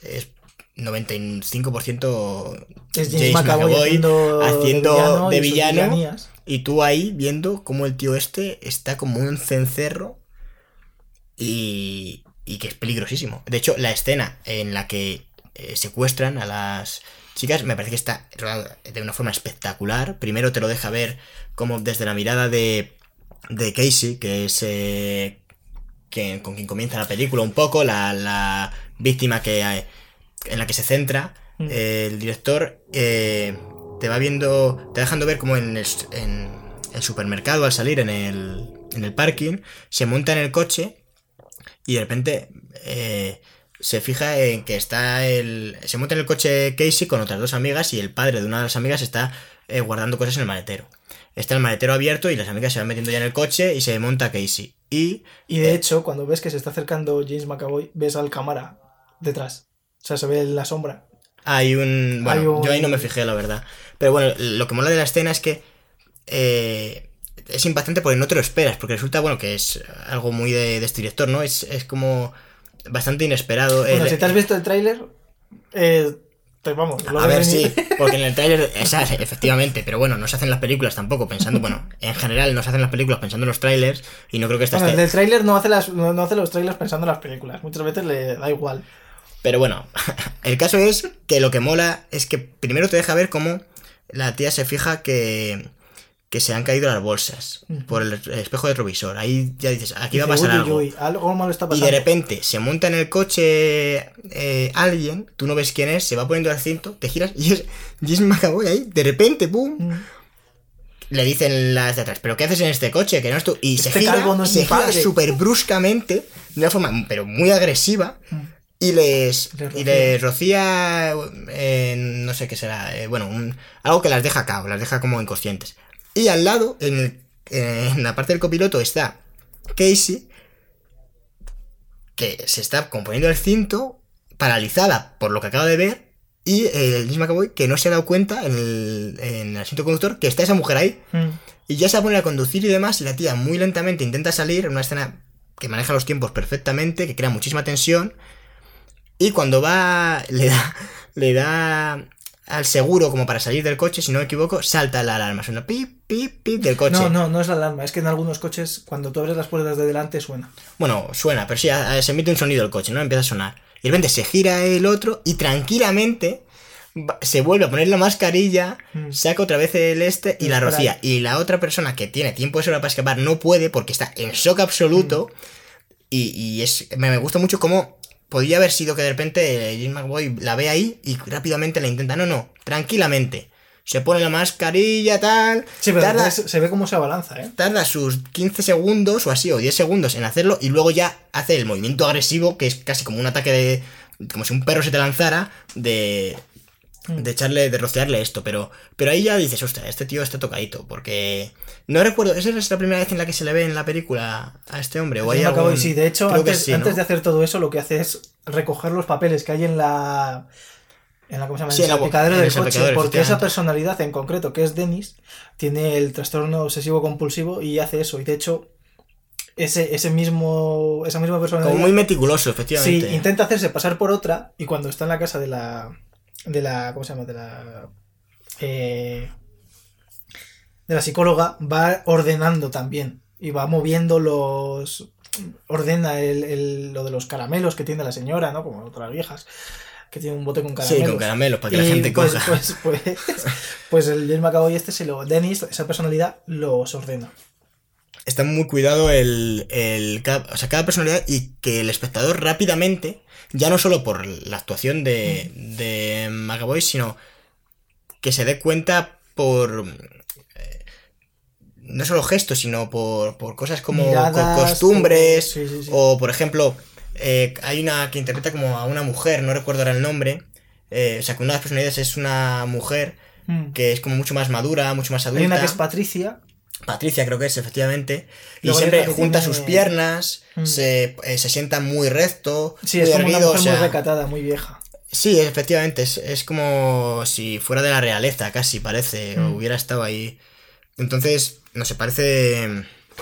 95% es James McAvoy haciendo de villano y tú ahí viendo cómo el tío está como un cencerro y que es peligrosísimo. De hecho, la escena en la que secuestran a las chicas me parece que está rodada de una forma espectacular. Primero te lo deja ver como desde la mirada de Casey, que es con quien comienza la película un poco, la víctima en la que se centra. El director te va dejando ver como en el supermercado, al salir en el parking, se monta en el coche y de repente se fija en que se monta en el coche Casey con otras 2 amigas y el padre de una de las amigas está guardando cosas en el maletero. Está el maletero abierto y las amigas se van metiendo ya en el coche y se monta Casey. Y de hecho, cuando ves que se está acercando James McAvoy, ves al cámara detrás. O sea, se ve en la sombra. Yo ahí no me fijé, la verdad. Pero bueno, lo que mola de la escena es que es impactante porque no te lo esperas, porque resulta, bueno, que es algo muy de este director, ¿no? Es como bastante inesperado. Bueno, si te has visto el tráiler, vamos. A ver, sí, porque en el tráiler, efectivamente, pero bueno, no se hacen las películas tampoco pensando, bueno, en general no se hacen las películas pensando en los trailers y no creo que el del tráiler no hace los trailers pensando en las películas, muchas veces le da igual. Pero bueno, el caso es que lo que mola es que primero te deja ver cómo la tía se fija que se han caído las bolsas por el espejo retrovisor. Ahí ya dices, aquí va a pasar algo. Algo malo está pasando. Y de repente se monta en el coche alguien, tú no ves quién es, se va poniendo el cinto, te giras y es James McAvoy ahí, de repente, ¡pum! Le dicen las de atrás, ¿pero qué haces en este coche? Que no es tú. Y se gira súper bruscamente, de una forma pero muy agresiva. Y les rocía no sé qué será, algo que las deja cao, las deja como inconscientes. Y al lado, en la parte del copiloto, está Casey, que se está componiendo el cinto, paralizada por lo que acaba de ver, y el James McAvoy, que no se ha dado cuenta en el asiento conductor, que está esa mujer ahí, y ya se va a poner a conducir y demás, y la tía muy lentamente intenta salir, en una escena que maneja los tiempos perfectamente, que crea muchísima tensión. Y cuando le da al seguro como para salir del coche, si no me equivoco, salta la alarma. Suena pip, pip, pip del coche. No es la alarma. Es que en algunos coches, cuando tú abres las puertas de delante, suena. Bueno, suena, pero sí, se emite un sonido el coche, ¿no? Empieza a sonar. Y de repente se gira el otro y tranquilamente se vuelve a poner la mascarilla, saca otra vez y la rocía. Y la otra persona que tiene tiempo de sobra para escapar no puede porque está en shock absoluto. Y me gusta mucho cómo podría haber sido que de repente James McAvoy la ve ahí y rápidamente la intenta. No, tranquilamente. Se pone la mascarilla, tal. Sí, pero se ve cómo se abalanza, ¿eh? Tarda sus 15 segundos o así, o 10 segundos en hacerlo, y luego ya hace el movimiento agresivo, que es casi como un ataque como si un perro se te lanzara, de rociarle esto. Pero ahí ya dices, ostras, este tío está tocadito, porque no recuerdo, ¿esa es la primera vez en la que se le ve en la película a este hombre? ¿O hay algún... Sí, de hecho, antes de hacer todo eso, lo que hace es recoger los papeles que hay en la ¿cómo se llama? Sí, en el salpicadero del coche, porque esa efectivamente. personalidad en concreto, que es Dennis, tiene el trastorno obsesivo compulsivo y hace eso, y de hecho esa misma personalidad, como muy meticuloso, efectivamente. sí, intenta hacerse pasar por otra, y cuando está en la casa de la ¿cómo se llama? de la psicóloga va ordenando también. Y va moviendo ordena lo de los caramelos que tiene la señora, ¿no? Como otras viejas, que tiene un bote con caramelos. Sí, con caramelos, para que la gente coja. Pues el James McAvoy Dennis, esa personalidad, los ordena. Está muy cuidado cada personalidad, y que el espectador rápidamente, ya no solo por la actuación de McAvoy, sino que se dé cuenta por... no solo gestos, sino por cosas como miradas, costumbres, sí. o por ejemplo, hay una que interpreta como a una mujer, no recuerdo ahora el nombre, o sea que una de las personalidades es una mujer que es como mucho más madura, mucho más adulta. Hay una que es Patricia creo que es, efectivamente, y luego siempre junta sus piernas, se sienta muy recto, sí, muy es como erguido, una mujer muy recatada, muy vieja. Sí, efectivamente, es como si fuera de la realeza, casi parece, o hubiera estado ahí. Entonces, no sé, parece...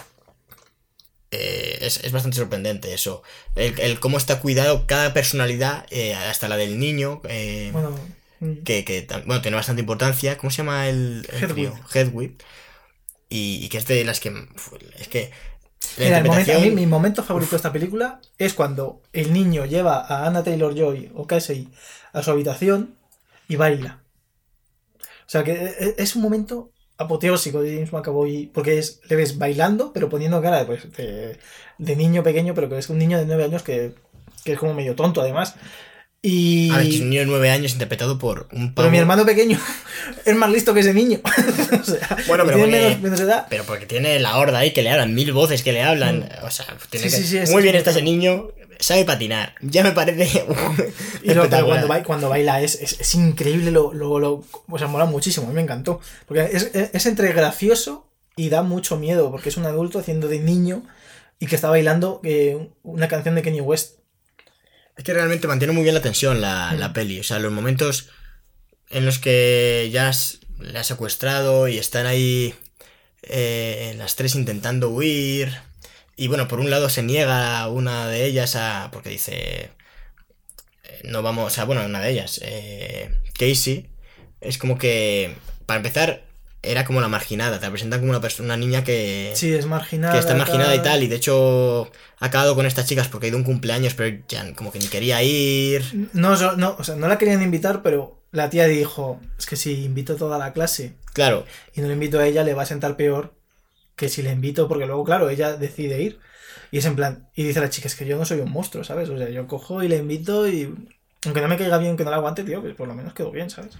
es bastante sorprendente eso. El cómo está cuidado cada personalidad, hasta la del niño, que tiene bastante importancia. ¿Cómo se llama el Hedwig. Y que es de las que... Es que... Mira, mi momento favorito de esta película es cuando el niño lleva a Anya Taylor-Joy o Casey a su habitación y baila. O sea que es un momento apoteósico de James McAvoy, porque le ves bailando, pero poniendo cara de niño pequeño, pero que es un niño de 9 años que es como medio tonto además. Y... A ver, que es un niño de 9 años interpretado por un pavo. Pero mi hermano pequeño es más listo que ese niño. O sea, bueno, pero tiene menos edad. Pero porque tiene la horda ahí que le hablan, 1000 voces que le hablan. O sea, tiene muy bien está ese niño, sabe patinar. Ya me parece y cuando baila es increíble, o sea, mola muchísimo, a mí me encantó. Porque es entre gracioso y da mucho miedo, porque es un adulto haciendo de niño y que está bailando una canción de Kanye West. Es que realmente mantiene muy bien la tensión la peli. O sea, los momentos en los que ya le ha secuestrado y están ahí las tres intentando huir. Y bueno, por un lado se niega una de ellas porque dice... no vamos... O sea, bueno, una de ellas. Casey. Es como que... Para empezar, era como la marginada. Te la presentan como una niña que... Sí, es marginada. Que está marginada y tal. Y de hecho ha acabado con estas chicas porque ha ido a un cumpleaños, pero ya como que ni quería ir. No, o sea, no la querían invitar, pero la tía dijo... Es que si invito a toda la clase... Claro. Y no le invito a ella, le va a sentar peor que si le invito, porque luego, claro, ella decide ir. Y es en plan, y dice la chica, es que yo no soy un monstruo, ¿sabes? O sea, yo cojo y le invito y... Aunque no me caiga bien, que no la aguante, tío, pues por lo menos quedó bien, ¿sabes?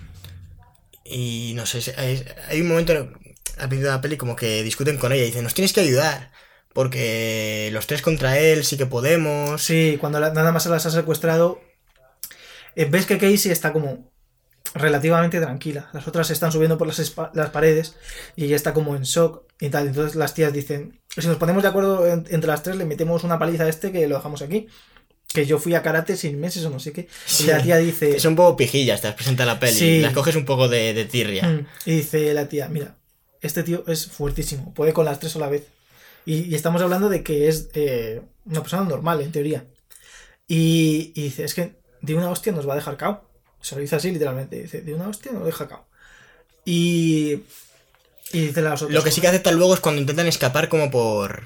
Y no sé, hay un momento al principio de la peli como que discuten con ella y dicen, nos tienes que ayudar, porque los tres contra él sí que podemos. Sí, cuando nada más se las ha secuestrado, ves que Casey está como relativamente tranquila. Las otras se están subiendo por las paredes y ella está como en shock y tal. Entonces las tías dicen, si nos ponemos de acuerdo entre las tres, le metemos una paliza a este que lo dejamos aquí. Que yo fui a karate 6 meses o no sé qué. Sí, y la tía dice... Son un poco pijillas, te las presenta la peli. Sí. Las coges un poco de tirria. Y dice la tía, mira, este tío es fuertísimo, puede con las tres a la vez. Y estamos hablando de que es una persona normal, en teoría. Y dice, es que de una hostia nos va a dejar cao. Se lo dice así, literalmente. Dice, de una hostia nos deja cao. Y dice las otras Lo que sí que acepta luego es cuando intentan escapar como por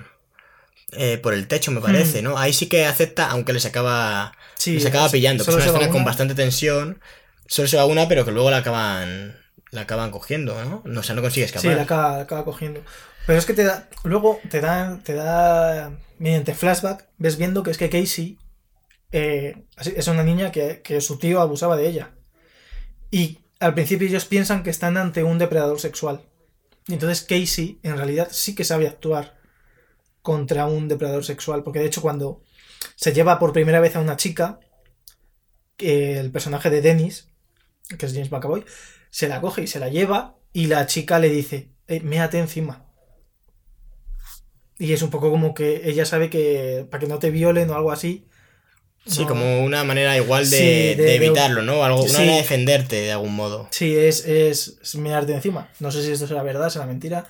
el techo, me parece, ¿no? Ahí sí que acepta, aunque les acaba pillando. Que es una escena con bastante tensión. Solo se va una, pero que luego la acaban cogiendo, ¿no? O sea, no consigue escapar. Sí, la acaba cogiendo. Pero es que luego te da mediante flashback, ves viendo que es que Casey es una niña que su tío abusaba de ella. Y al principio ellos piensan que están ante un depredador sexual. Y entonces Casey en realidad sí que sabe actuar contra un depredador sexual, porque de hecho cuando se lleva por primera vez a una chica, el personaje de Dennis, que es James McAvoy, se la coge y se la lleva y la chica le dice, méate encima. Y es un poco como que ella sabe que para que no te violen o algo así. Sí, como una manera igual de evitarlo, ¿no? Una manera de defenderte de algún modo. Sí, es mearte encima. No sé si esto será verdad, será mentira.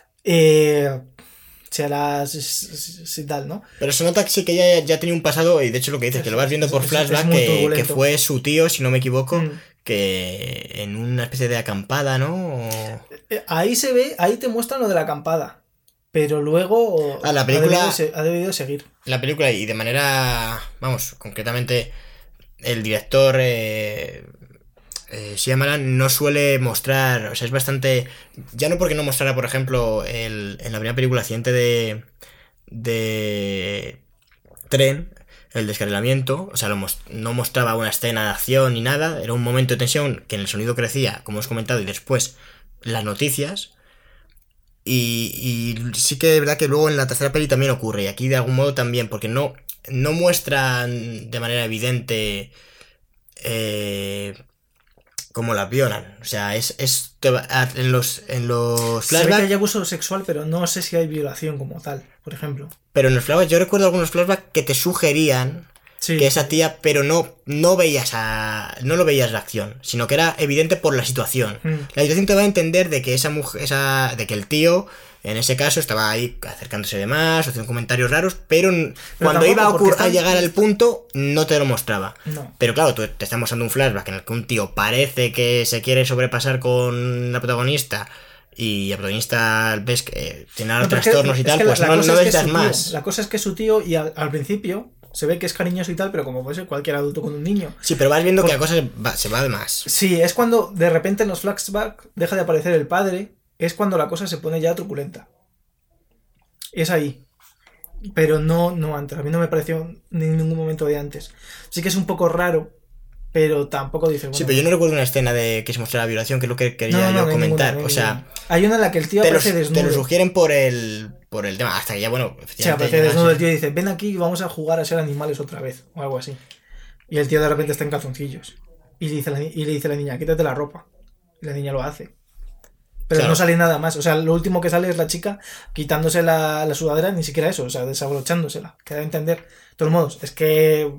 Si tal, ¿no? Pero se nota que sí que ya tenía un pasado, y de hecho lo que dices, que lo vas viendo por flashback, que fue su tío, si no me equivoco, que en una especie de acampada, ¿no? Ahí se ve, ahí te muestran lo de la acampada. Pero luego La película ha debido seguir. La película, y de manera, vamos, concretamente el director Shyamalan no suele mostrar, o sea, es bastante, ya no porque no mostrara, por ejemplo, en la primera película siguiente de Tren, el descarrilamiento, o sea, no mostraba una escena de acción ni nada, era un momento de tensión que en el sonido crecía, como os he comentado, y después las noticias. Y sí que es verdad que luego en la tercera peli también ocurre, y aquí de algún modo también, porque no muestran de manera evidente cómo la violan. O sea, en los Se ve que flashbacks. hay abuso sexual, pero no sé si hay violación como tal, por ejemplo. Pero en los flashbacks, yo recuerdo algunos flashbacks que te sugerían que esa tía, pero no lo veías la acción, sino que era evidente por la situación. La situación te va a entender de que esa mujer, de que el tío, en ese caso, estaba ahí acercándose de más, haciendo comentarios raros, pero cuando iba a llegar al punto, no te lo mostraba. No. Pero claro, te está mostrando un flashback en el que un tío parece que se quiere sobrepasar con la protagonista, y la protagonista ves que tiene ahora trastornos y tal, pues no necesitas más. La cosa es que su tío, y al principio se ve que es cariñoso y tal, pero como puede ser cualquier adulto con un niño. Sí, pero vas viendo que la cosa se va de más. Sí, es cuando de repente en los flashbacks deja de aparecer el padre, es cuando la cosa se pone ya truculenta. Es ahí. Pero no antes. A mí no me pareció en ningún momento de antes. Sí que es un poco raro, pero tampoco dice... Bueno, sí, pero yo no recuerdo una escena de que se mostrara la violación, que es lo que quería yo comentar. Ninguna, o sea, hay una en la que el tío aparece desnudo. Te lo sugieren por el tema, hasta que ya, bueno, efectivamente. Sí, aparece desnudo el tío y dice, ven aquí y vamos a jugar a ser animales otra vez, o algo así. Y el tío de repente está en calzoncillos. Y le dice a la niña, quítate la ropa. Y la niña lo hace. Pero claro, no sale nada más. O sea, lo último que sale es la chica quitándose la sudadera, ni siquiera eso, o sea, desabrochándosela. Queda a entender. De todos modos, es que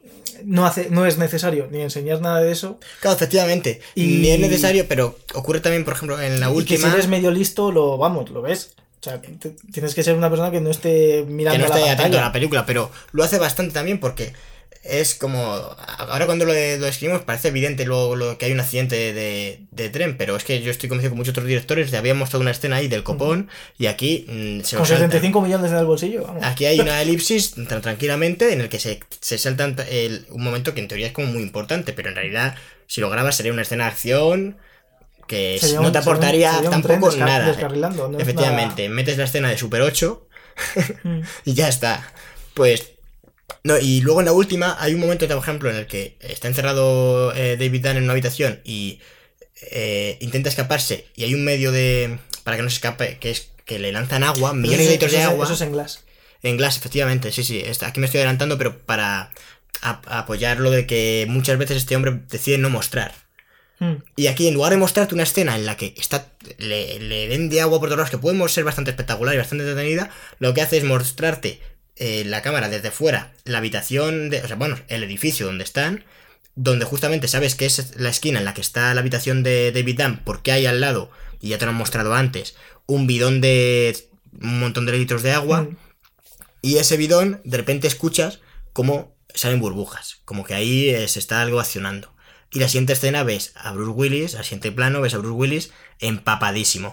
no es necesario ni enseñar nada de eso. Claro, efectivamente. Ni es necesario, pero ocurre también, por ejemplo, en la última. Que si eres medio listo, lo ves. O sea, tienes que ser una persona que no esté mirando la pantalla. Que no esté atento a la película, pero lo hace bastante también porque es como... Ahora cuando lo escribimos parece evidente lo que hay un accidente de tren, pero es que yo estoy convencido que muchos otros directores le habían mostrado una escena ahí del copón y aquí se con 75 millones en el bolsillo, vamos. Aquí hay una elipsis tranquilamente en el que se saltan un momento que en teoría es como muy importante, pero en realidad si lo grabas sería una escena de acción que no te aportaría tampoco nada. No efectivamente, nada... metes la escena de Super 8 y ya está. Pues... No, y luego en la última hay un momento, por ejemplo, en el que está encerrado David Dunn en una habitación y intenta escaparse y hay un medio para que no se escape, que es que le lanzan agua, millones de litros de agua. Eso es en Glass. En Glass, efectivamente, sí. Aquí me estoy adelantando, pero para apoyar lo de que muchas veces este hombre decide no mostrar. Y aquí, en lugar de mostrarte una escena en la que le den de agua por todos lados, que podemos ser bastante espectacular y bastante entretenida, lo que hace es mostrarte la cámara desde fuera, la habitación, el edificio donde están, donde justamente sabes que es la esquina en la que está la habitación de David Dunn, porque hay al lado, y ya te lo han mostrado antes, un bidón de un montón de litros de agua, y ese bidón, de repente escuchas como salen burbujas, como que ahí se está algo accionando. Y la siguiente escena ves a Bruce Willis, al siguiente plano ves a Bruce Willis empapadísimo,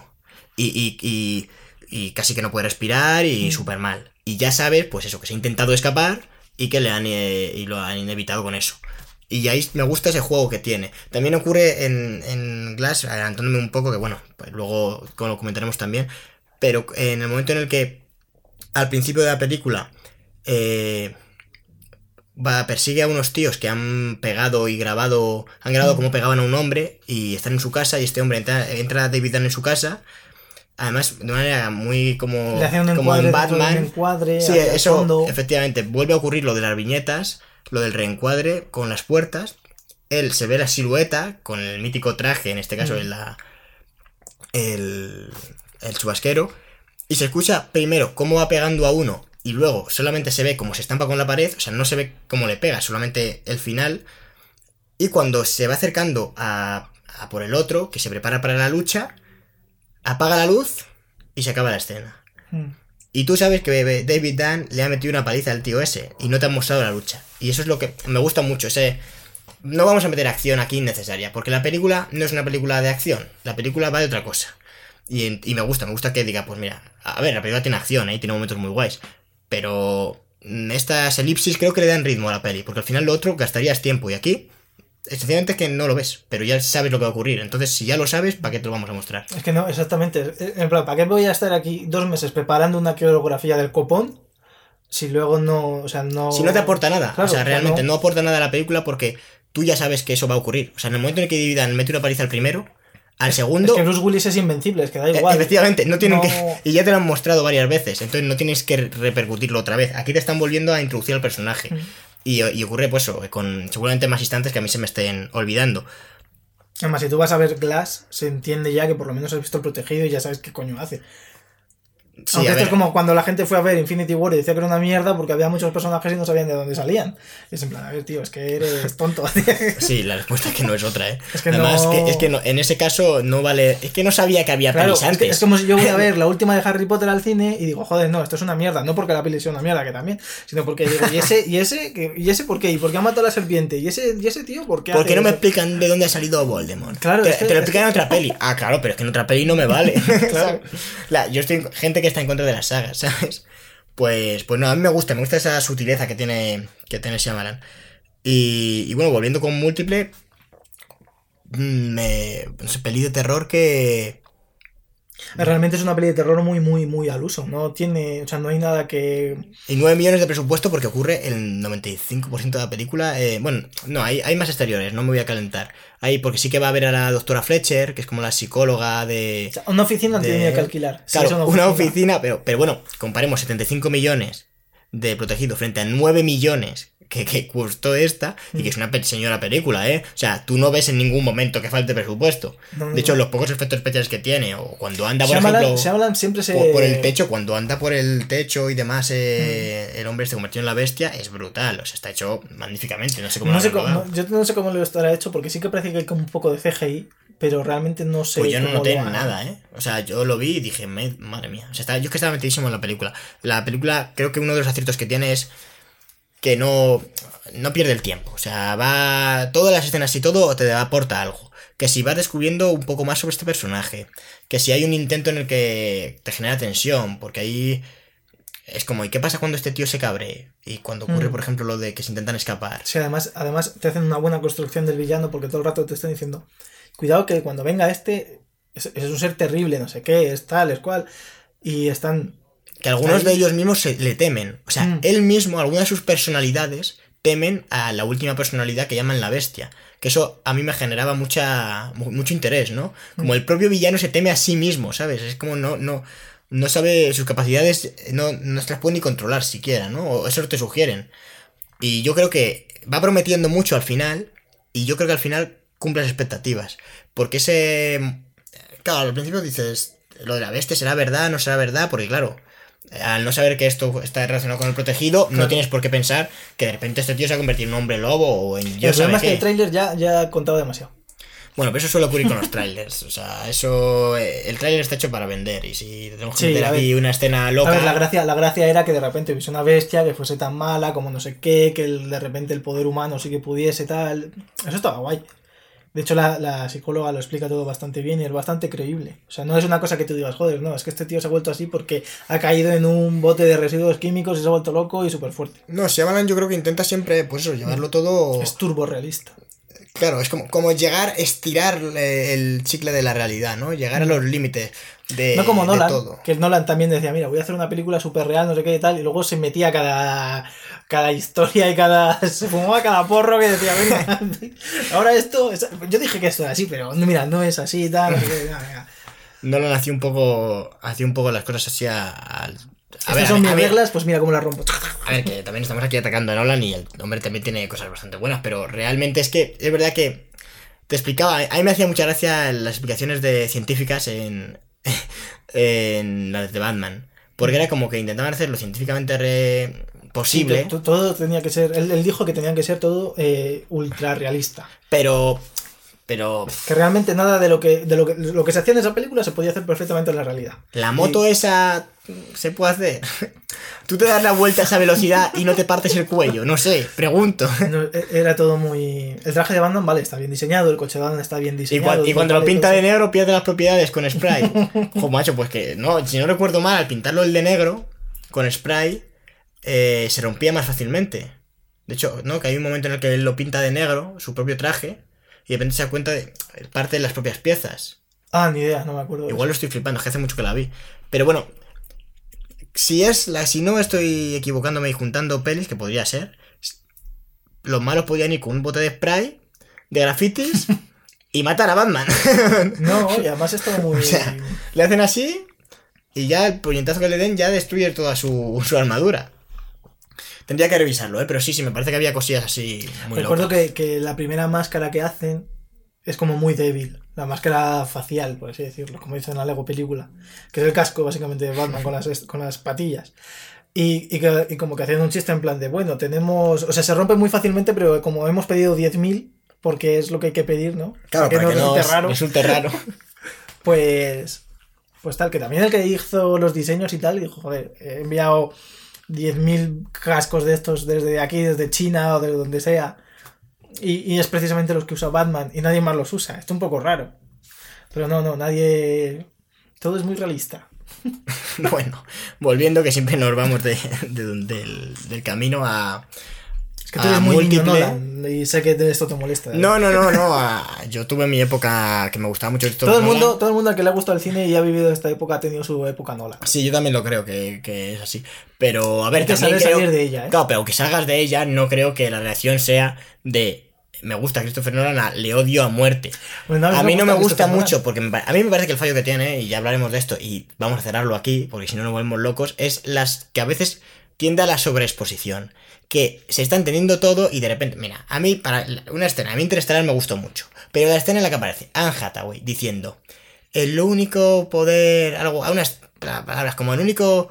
y casi que no puede respirar, y súper mal. Y ya sabes, pues eso, que se ha intentado escapar y que lo han evitado con eso. Y ahí me gusta ese juego que tiene. También ocurre en Glass, adelantándome un poco, que bueno, pues luego lo comentaremos también, pero en el momento en el que al principio de la película persigue a unos tíos que han pegado y grabado, cómo pegaban a un hombre y están en su casa y este hombre entra David Dunn en su casa. Además, de una manera muy como en Batman. Sí, eso, fondo. Efectivamente, vuelve a ocurrir lo de las viñetas, lo del reencuadre con las puertas. Él se ve la silueta con el mítico traje, en este caso el chubasquero. Y se escucha primero cómo va pegando a uno y luego solamente se ve cómo se estampa con la pared. O sea, no se ve cómo le pega, solamente el final. Y cuando se va acercando a por el otro, que se prepara para la lucha... Apaga la luz y se acaba la escena. Y tú sabes que David Dunn le ha metido una paliza al tío ese y no te han mostrado la lucha. Y eso es lo que me gusta mucho, ese no vamos a meter acción aquí innecesaria, porque la película no es una película de acción, la película va de otra cosa. Y me gusta que diga, pues mira, a ver, la película tiene acción, tiene momentos muy guays, pero estas elipsis creo que le dan ritmo a la peli, porque al final lo otro gastarías tiempo, y aquí, sencillamente es que no lo ves, pero ya sabes lo que va a ocurrir, entonces si ya lo sabes, ¿para qué te lo vamos a mostrar? Es que no, exactamente. En plan, ¿para qué voy a estar aquí 2 meses preparando una coreografía del copón si luego no, o sea, no... Si no te aporta nada, Claro, o sea, realmente no. no aporta nada a la película porque tú ya sabes que eso va a ocurrir. O sea, en el momento en el que dividan, mete una paliza al primero, al segundo... Es que Bruce Willis es invencible, es que da igual. Efectivamente, no tienen No. que... Y ya te lo han mostrado varias veces, entonces no tienes que repercutirlo otra vez. Aquí te están volviendo a introducir al personaje. Y ocurre pues eso, con seguramente más instantes que a mí se me estén olvidando. Además, si tú vas a ver Glass, se entiende ya que por lo menos has visto El Protegido y ya sabes qué coño hace. Sí, Aunque a esto ver, es como cuando la gente fue a ver Infinity War y decía que era una mierda porque había muchos personajes y no sabían de dónde salían. Y es en plan, a ver, tío, es que eres tonto. sí, la respuesta es que no es otra, ¿eh? Es que Además, no... es que no, en ese caso no vale... Es que no sabía que había Claro, pelis antes. es como si yo voy a ver la última de Harry Potter al cine y digo, joder, no, esto es una mierda. No porque la peli sea una mierda, que también, sino porque digo, ¿y ese por qué? ¿Y por qué ha matado a la serpiente? ¿Y ese tío por qué? ¿Por qué no me eso? explican de dónde ha salido Voldemort? Claro, te, es que- te lo es explican en otra peli. Ah, claro, pero es que en otra peli no me vale. Claro. Yo estoy gente que está en contra de las sagas, ¿sabes? Pues no, a mí me gusta esa sutileza que tiene Shyamalan. Y bueno, volviendo con Múltiple, no sé, peli de terror que... Realmente es una peli de terror muy, muy, muy al uso. No tiene, o sea, no hay nada que... Y 9 millones de presupuesto porque ocurre el 95% de la película. Bueno, no, hay más exteriores, no me voy a calentar. Porque sí que va a haber a la doctora Fletcher, que es como la psicóloga de... O sea, una oficina de- tenía que alquilar. Sí, Claro, es una oficina, pero bueno, comparemos 75 millones de protegido frente a 9 millones que costó esta, y que es una señora película, ¿eh? O sea, tú no ves en ningún momento que falte presupuesto. No, De hecho, no. los pocos efectos especiales que tiene, o cuando anda, por Shyamalan, ejemplo... Shyamalan siempre se... Por el techo, cuando anda por el techo y demás, el hombre se convirtió en la bestia, es brutal. O sea, está hecho magníficamente. No sé cómo No lo sé han cómo, rodado. yo no sé cómo lo estará hecho, porque sí que parece que hay como un poco de CGI, pero realmente no sé Pues yo no cómo noté lo han- nada, ¿eh? O sea, yo lo vi y dije, madre mía. O sea, yo es que estaba metidísimo en la película. La película, creo que uno de los aciertos que tiene es que no pierde el tiempo. O sea, va. Todas las escenas y todo te aporta algo. Que si vas descubriendo un poco más sobre este personaje. Que si hay un intento en el que te genera tensión. Porque ahí. Es como, ¿y qué pasa cuando este tío se cabre? Y cuando ocurre, por ejemplo, lo de que se intentan escapar. Sí, además te hacen una buena construcción del villano porque todo el rato te están diciendo, cuidado que cuando venga este es un ser terrible, no sé qué, es tal, es cual, y están... Que algunos ahí. de ellos mismos le temen. O sea, él mismo, algunas de sus personalidades, temen a la última personalidad que llaman la bestia. Que eso a mí me generaba mucho interés, ¿no? Como el propio villano se teme a sí mismo, ¿sabes? Es como no sabe sus capacidades, no se las puede ni controlar siquiera, ¿no? O eso te sugieren. Y yo creo que va prometiendo mucho al final, y yo creo que al final cumple las expectativas. Porque claro, al principio dices, lo de la bestia será verdad, no será verdad, porque claro, al no saber que esto está relacionado con el protegido, Claro. no tienes por qué pensar que de repente este tío se va a convertir en un hombre lobo o en yo El problema sabe es que qué. el tráiler ya ha contado demasiado. Bueno, pero eso suele ocurrir con los trailers. O sea, eso. El trailer está hecho para vender. Y si tenemos que Sí, meter a ver. aquí una escena loca. A ver, la gracia era que de repente hubiese una bestia que fuese tan mala como no sé qué, que de repente el poder humano sí que pudiese tal. Eso estaba guay. De hecho, la psicóloga lo explica todo bastante bien y es bastante creíble. O sea, no es una cosa que tú digas, joder, no, es que este tío se ha vuelto así porque ha caído en un bote de residuos químicos y se ha vuelto loco y súper fuerte. No, Shyamalan yo creo que intenta siempre, pues eso, llevarlo todo. Es turbo realista. Claro, es como estirar el chicle de la realidad, ¿no? Llegar a los límites de, No como de Nolan, todo. que Nolan también decía, mira, voy a hacer una película súper real, no sé qué y tal, y luego se metía cada historia y se fumaba cada porro que decía, venga, ahora esto, yo dije que esto era así, pero mira, no es así y tal, no sé qué, venga. Nolan hacía un poco las cosas así a Estas son mis reglas, pues mira cómo las rompo. A ver, que también estamos aquí atacando a Nolan y el hombre también tiene cosas bastante buenas, pero realmente es que es verdad que te explicaba, a mí me hacía mucha gracia las explicaciones científicas en las de Batman, porque era como que intentaban hacer lo científicamente posible, Sí, todo tenía que ser, él dijo que tenía que ser todo ultra realista. pero Que realmente nada de lo que se hacía en esa película se podía hacer perfectamente en la realidad. la moto esa se puede hacer. Tú te das la vuelta a esa velocidad y no te partes el cuello, no sé, pregunto. No, era todo muy... El traje de Batman, vale, está bien diseñado, el coche de Batman está bien diseñado. Y cuando lo pinta de negro pierde las propiedades con spray. Joder, macho, pues que no, si no recuerdo mal, al pintarlo el de negro con spray se rompía más fácilmente. De hecho, ¿no? Que hay un momento en el que él lo pinta de negro, su propio traje, y de repente se da cuenta de parte de las propias piezas. Ah, ni idea, no me acuerdo. Igual lo estoy flipando, es que hace mucho que la vi. Pero bueno, si no estoy equivocándome y juntando pelis, que podría ser, los malos podían ir con un bote de spray, de grafitis, y matar a Batman. No, y además está muy... O sea, le hacen así, y ya el puñetazo que le den ya destruye toda su armadura. Tendría que revisarlo, pero sí, me parece que había cosillas así muy Recuerdo locas. que la primera máscara que hacen es como muy débil. La máscara facial, por así decirlo, como dicen en la Lego película. Que es el casco, básicamente, de Batman con las patillas. Y como que hacían un chiste en plan de, bueno, tenemos... O sea, se rompe muy fácilmente, pero como hemos pedido 10.000, porque es lo que hay que pedir, ¿no? Claro, o sea, que para que no raro. resulte raro. Pues tal, que también el que hizo los diseños y tal, dijo, joder, he enviado 10.000 cascos de estos desde aquí, desde China o de donde sea, y es precisamente los que usa Batman y nadie más los usa. Esto es un poco raro. Pero no, nadie... Todo es muy realista. Bueno, volviendo, que siempre nos vamos del camino a... Es que tú eres muy niño Nolan y sé que esto te molesta. No. Yo tuve mi época que me gustaba mucho esto. Todo el mundo al que le ha gustado el cine y ha vivido esta época ha tenido su época Nolan. Sí, yo también lo creo que es así. Pero, a ver, hay que también saber creo... salir de ella, ¿eh? Claro, pero aunque salgas de ella, no creo que la reacción sea de... Me gusta Christopher Nolan, le odio a muerte. Bueno, a mí no me gusta mucho, porque a mí me parece que el fallo que tiene, y ya hablaremos de esto, y vamos a cerrarlo aquí, porque si no nos volvemos locos, es las que a veces tiende a la sobreexposición. Que se está entendiendo todo y de repente... Mira, a mí, para una escena, a mí Interestelar me gustó mucho, pero la escena en la que aparece Anne Hathaway diciendo el único poder... algo a unas palabras como lo único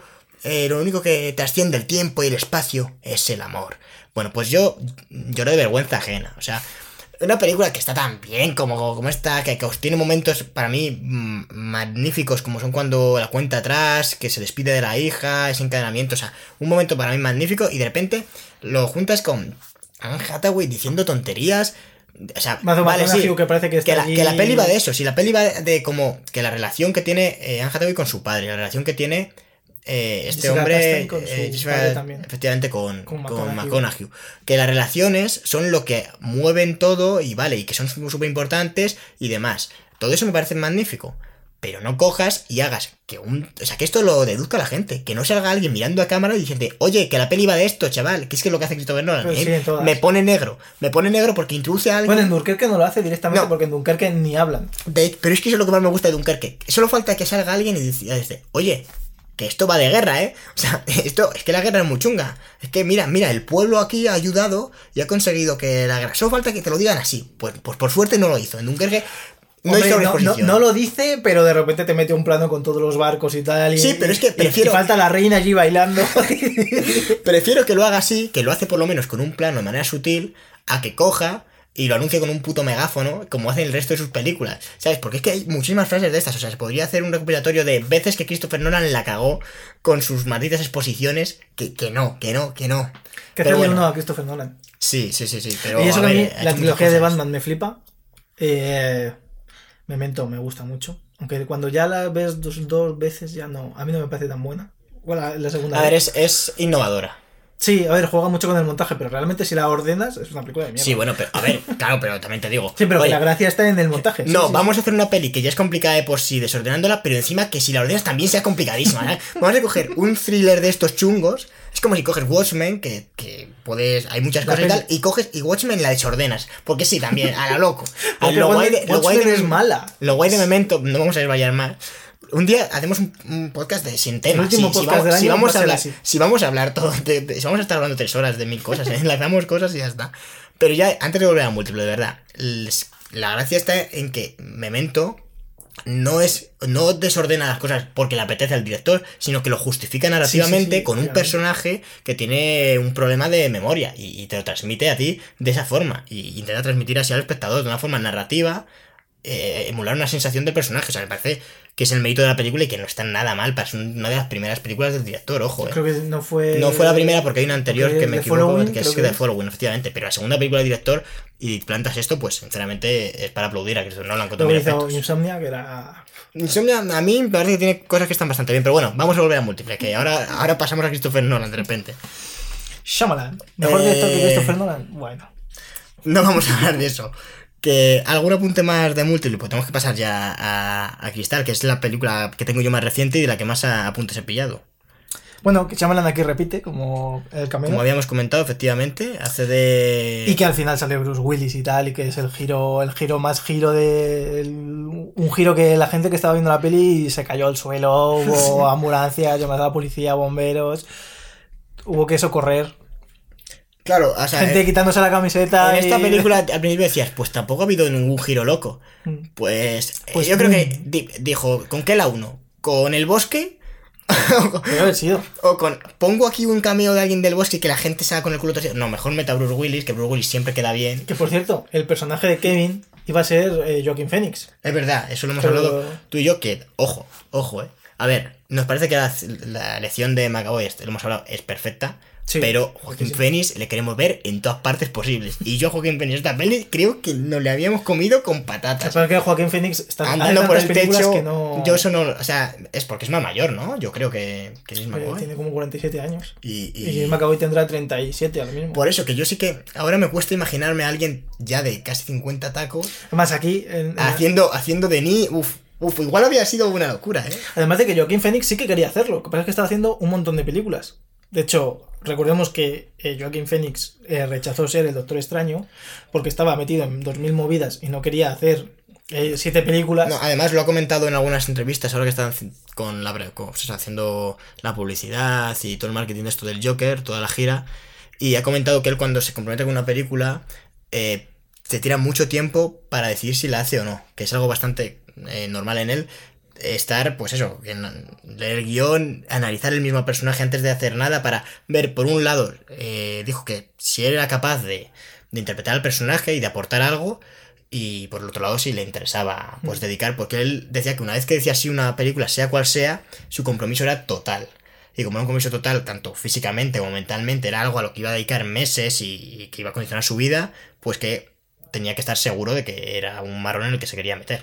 que trasciende el tiempo y el espacio es el amor. Bueno, pues yo lloré de vergüenza ajena. O sea, una película que está tan bien como esta, que tiene momentos para mí magníficos, como son cuando la cuenta atrás, que se despide de la hija, ese encadenamiento. O sea, un momento para mí magnífico y de repente lo juntas con Anne Hathaway diciendo tonterías. O sea, vale, sí, que parece que la peli va de eso. Si la peli va de como que la relación que tiene Anne Hathaway con su padre, la relación que tiene... este hombre efectivamente con McConaughey, que las relaciones son lo que mueven todo y vale, y que son súper importantes y demás. Todo eso me parece magnífico, pero no cojas y hagas que que esto lo deduzca la gente, que no salga alguien mirando a cámara y diciendo, oye, que la peli va de esto, chaval, que es que lo que hace Christopher Nolan, sí, me pone negro porque introduce a alguien. Bueno, en Dunkerque no lo hace directamente, porque en Dunkerque ni hablan. Pero es que eso es lo que más me gusta de Dunkerque, solo falta que salga alguien y dice, oye, que esto va de guerra, ¿eh? O sea, es que la guerra es muy chunga. Es que mira, el pueblo aquí ha ayudado y ha conseguido que la guerra... Solo falta que te lo digan así. Pues por suerte no lo hizo. En Dunkerque no hay sobreexposición. No lo dice, pero de repente te mete un plano con todos los barcos y tal. Y, sí, pero es que prefiero... Y falta la reina allí bailando. Prefiero que lo haga así, que lo hace por lo menos con un plano de manera sutil, a que coja... y lo anuncie con un puto megáfono, como hacen el resto de sus películas, ¿sabes? Porque es que hay muchísimas frases de estas, o sea, se podría hacer un recopilatorio de veces que Christopher Nolan la cagó con sus malditas exposiciones, que no. Que hacerle bueno. Uno a Christopher Nolan. Sí, pero y eso que a mí, la trilogía de Batman me flipa. Memento me gusta mucho, aunque cuando ya la ves dos veces ya no, a mí no me parece tan buena. Bueno, la segunda vez. Es innovadora. Sí, a ver, juega mucho con el montaje, pero realmente si la ordenas es una película de mierda. Sí, bueno, pero a ver, claro, pero también te digo. Sí, pero oye, la gracia está en el montaje. No, vamos a hacer una peli que ya es complicada de por sí, desordenándola, pero encima que si la ordenas también sea complicadísima, ¿eh? Vamos a coger un thriller de estos chungos, es como si coges Watchmen, que puedes, hay muchas cosas y tal, y coges y Watchmen la desordenas, porque sí, también, a la loco. Lo guay es mala. Lo guay de Memento, no vamos a desvayar más. Un día hacemos un podcast sin tema. El último podcast del año si vamos a hablar todo, si vamos a estar hablando 3 horas de 1000 cosas, enlazamos cosas y ya está. Pero ya, antes de volver a Múltiplo, de verdad, la gracia está en que Memento no desordena las cosas porque le apetece al director, sino que lo justifica narrativamente con un personaje que tiene un problema de memoria y te lo transmite a ti de esa forma. Y intenta transmitir así al espectador de una forma narrativa emular una sensación del personaje. O sea, me parece que es el mérito de la película y que no está nada mal para ser una de las primeras películas del director, ojo. Creo que no fue... No fue la primera porque hay una anterior que me equivoco, que es The Following, efectivamente. Pero la segunda película del director y plantas esto, pues sinceramente es para aplaudir a Christopher Nolan con Luego hizo Insomnia, que era... Insomnia a mí me parece que tiene cosas que están bastante bien. Pero bueno, vamos a volver a Múltiple, que ahora pasamos a Christopher Nolan de repente. Shyamalan. Mejor director que Christopher Nolan. Bueno. No vamos a hablar de eso. Que algún apunte más de Múltiple, pues tenemos que pasar ya a Cristal, que es la película que tengo yo más reciente y de la que más apuntes he pillado. Bueno, que Shyamalan aquí repite, como el camino. Como habíamos comentado, efectivamente, hace de... Y que al final sale Bruce Willis y tal, y que es el giro más giro de... Un giro que la gente que estaba viendo la peli se cayó al suelo, hubo ambulancias, llamadas a la policía, bomberos, hubo que socorrer. Claro, o sea, gente quitándose la camiseta. En esta película al principio decías, pues tampoco ha habido ningún giro loco. Pues yo creo que dijo, ¿con qué la uno? ¿Con el bosque? Debe haber sido. O con, pongo aquí un cameo de alguien del bosque y que la gente se haga con el culo torcido. No, mejor meta a Bruce Willis, que Bruce Willis siempre queda bien. Que por cierto, el personaje de Kevin iba a ser Joaquin Phoenix. Es verdad, eso lo hemos hablado tú y yo, que, ojo, A ver, nos parece que la elección de McAvoy, lo hemos hablado, es perfecta. Sí, pero Joaquin Phoenix le queremos ver en todas partes posibles. Y yo a Joaquin Phoenix esta peli creo que nos le habíamos comido con patatas. Es que Joaquin Phoenix está andando por el techo. Que no... Yo eso no... O sea, es porque es más mayor, ¿no? Yo creo que es McAvoy. Tiene como 47 años. Y McAvoy tendrá 37 al mismo. Por eso, que yo sí que ahora me cuesta imaginarme a alguien ya de casi 50 tacos. Además aquí... haciendo de ni... Uf, igual había sido una locura, ¿eh? Además de que Joaquin Phoenix sí que quería hacerlo. Lo que pasa es que estaba haciendo un montón de películas. De hecho, recordemos que Joaquin Phoenix rechazó ser el Doctor Extraño porque estaba metido en 2000 movidas y no quería hacer 7 películas. No, además lo ha comentado en algunas entrevistas ahora que están haciendo la publicidad y todo el marketing de esto del Joker, toda la gira, y ha comentado que él cuando se compromete con una película se tira mucho tiempo para decidir si la hace o no, que es algo bastante normal en él. Estar, pues eso, leer el guión, analizar el mismo personaje antes de hacer nada para ver, por un lado, dijo que si él era capaz de interpretar al personaje y de aportar algo, y por el otro lado si le interesaba pues dedicar, porque él decía que una vez que decía sí una película, sea cual sea, su compromiso era total. Y como era un compromiso total, tanto físicamente como mentalmente, era algo a lo que iba a dedicar meses y que iba a condicionar su vida, pues que tenía que estar seguro de que era un marrón en el que se quería meter.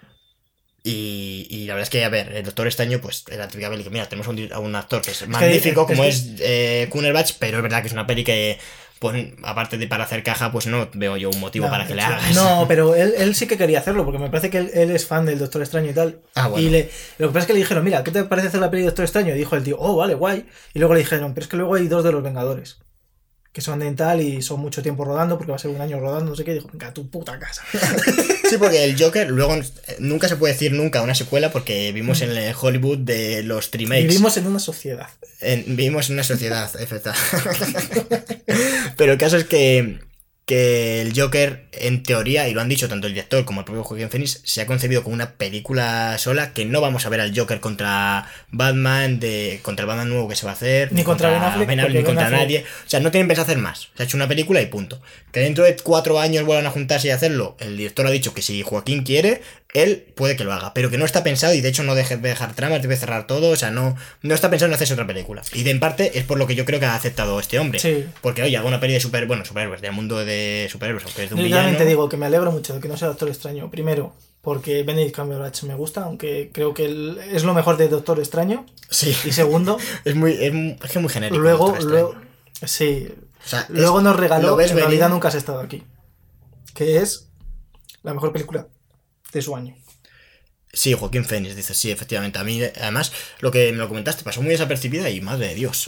Y la verdad es que, a ver, el Doctor Extraño, pues era la típica peli que, mira, tenemos a un actor que es magnífico, como es Cumberbatch, pero es verdad que es una peli que, pues, aparte de para hacer caja, pues no veo yo un motivo para que le hagas. No, pero él sí que quería hacerlo, porque me parece que él es fan del Doctor Extraño y tal. Bueno. Y lo que pasa es que le dijeron, mira, ¿qué te parece hacer la peli de Doctor Extraño? Y dijo el tío, oh, vale, guay. Y luego le dijeron, pero es que luego hay 2 de los Vengadores, que son de tal y son mucho tiempo rodando, porque va a ser un año rodando, no sé qué, y dijo, venga, a tu puta casa. Sí, porque el Joker, luego nunca se puede decir nunca una secuela, porque vimos en el Hollywood de los remakes. Vivimos en una sociedad. Vivimos en una sociedad, efectivamente. Pero el caso es que el Joker, en teoría, y lo han dicho tanto el director como el propio Joaquin Phoenix, se ha concebido como una película sola, que no vamos a ver al Joker contra Batman, contra el Batman nuevo que se va a hacer, ni contra Ben Affleck, ni contra nadie. O sea, no tienen pensado hacer más. Se ha hecho una película y punto. Que dentro de 4 años vuelvan a juntarse y hacerlo, el director ha dicho que si Joaquín quiere, él puede que lo haga, pero que no está pensado, y de hecho no debe dejar tramas, debe cerrar todo, o sea, no está pensado en hacerse otra película. Y en parte es por lo que yo creo que ha aceptado este hombre. Sí. Porque, oye, hago una peli de superhéroes, del mundo de superhéroes, aunque es de un villano. Realmente digo que me alegro mucho de que no sea Doctor Extraño. Primero, porque Benedict Cumberbatch me gusta, aunque creo que es lo mejor de Doctor Extraño. Sí. Y segundo, es muy genérico. Luego sí. O sea, luego nos regaló, en realidad nunca has estado aquí, que es la mejor película de su año. Sí, Joaquín Phoenix, dice, sí, efectivamente. A mí, además, lo que me lo comentaste, pasó muy desapercibida y madre de Dios.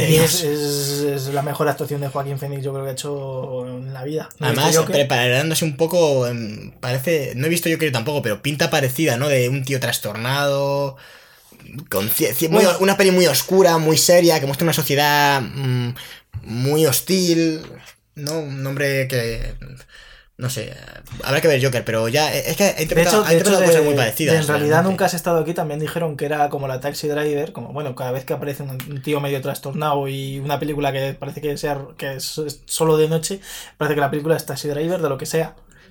Es la mejor actuación de Joaquín Phoenix, yo creo que ha hecho en la vida. Además, preparándose un poco, parece, no he visto yo creo tampoco, pero pinta parecida, ¿no? De un tío trastornado, con una peli muy oscura, muy seria, que muestra una sociedad muy hostil, ¿no? Un hombre que... No sé, habrá que ver Joker, pero ya es que ha interpretado cosas muy parecidas. En realidad nunca has estado aquí, también dijeron que era como la Taxi Driver, como bueno, cada vez que aparece un tío medio trastornado y una película que parece que es solo de noche, parece que la película es Taxi Driver de lo que sea.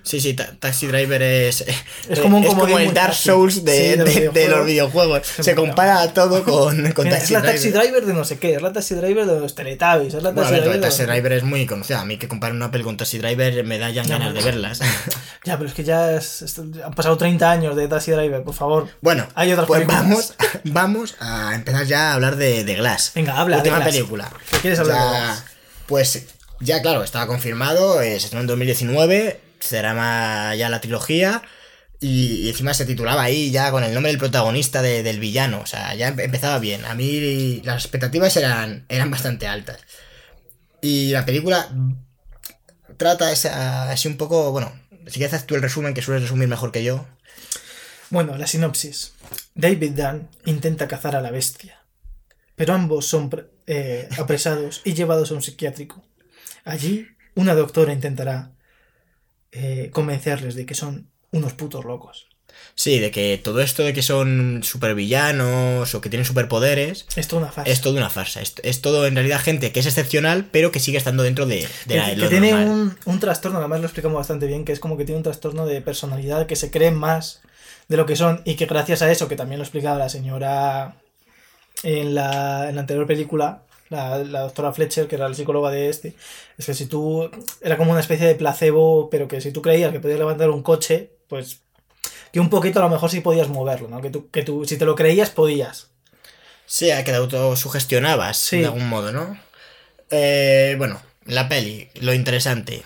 Sí, sí, Taxi Driver es como un es como comodín el muy Dark fácil. Souls Sí, de los videojuegos. Se compara todo con Mira, es Taxi la Taxi Driver. Driver de no sé qué, es la Taxi Driver de los Teletubbies, es la Bueno, a Taxi ver, Driver de Taxi no sé qué. Driver es muy conocida. A mí que comparen una peli con Taxi Driver me da ya Ya, ganas de bueno. verlas. Ya, pero es que ya han pasado 30 años de Taxi Driver, por favor. Bueno, Hay otras pues películas. vamos a empezar ya a hablar de Glass. Venga, habla de Última Glass. película. ¿Qué quieres hablar de Ya, Glass? pues ya claro, estaba confirmado, se estrenó en 2019, será ya la trilogía y encima se titulaba ahí ya con el nombre del protagonista del villano, o sea, ya empezaba bien. A mí las expectativas eran bastante altas. Y la película trata así un poco, bueno, si quieres hacer tú el resumen, que sueles resumir mejor que yo. Bueno, la sinopsis. David Dunn intenta cazar a la bestia, pero ambos son apresados y llevados a un psiquiátrico. Allí, una doctora intentará convencerles de que son unos putos locos. Sí, de que todo esto de que son supervillanos o que tienen superpoderes Es toda una farsa. es todo una farsa. Es todo en realidad gente que es excepcional, pero que sigue estando dentro de que lo tiene normal. un trastorno, además lo explicamos bastante bien, que es como que tiene un trastorno de personalidad, que se creen más de lo que son y que gracias a eso, que también lo explicaba la señora en la anterior película, la doctora Fletcher, que era la psicóloga de este, es que si tú, era como una especie de placebo, pero que si tú creías que podías levantar un coche, pues que un poquito a lo mejor sí podías moverlo, ¿no? Que tú si te lo creías, podías. Sí, a que te autosugestionabas Sí. de algún modo, ¿no? Bueno, la peli, lo interesante.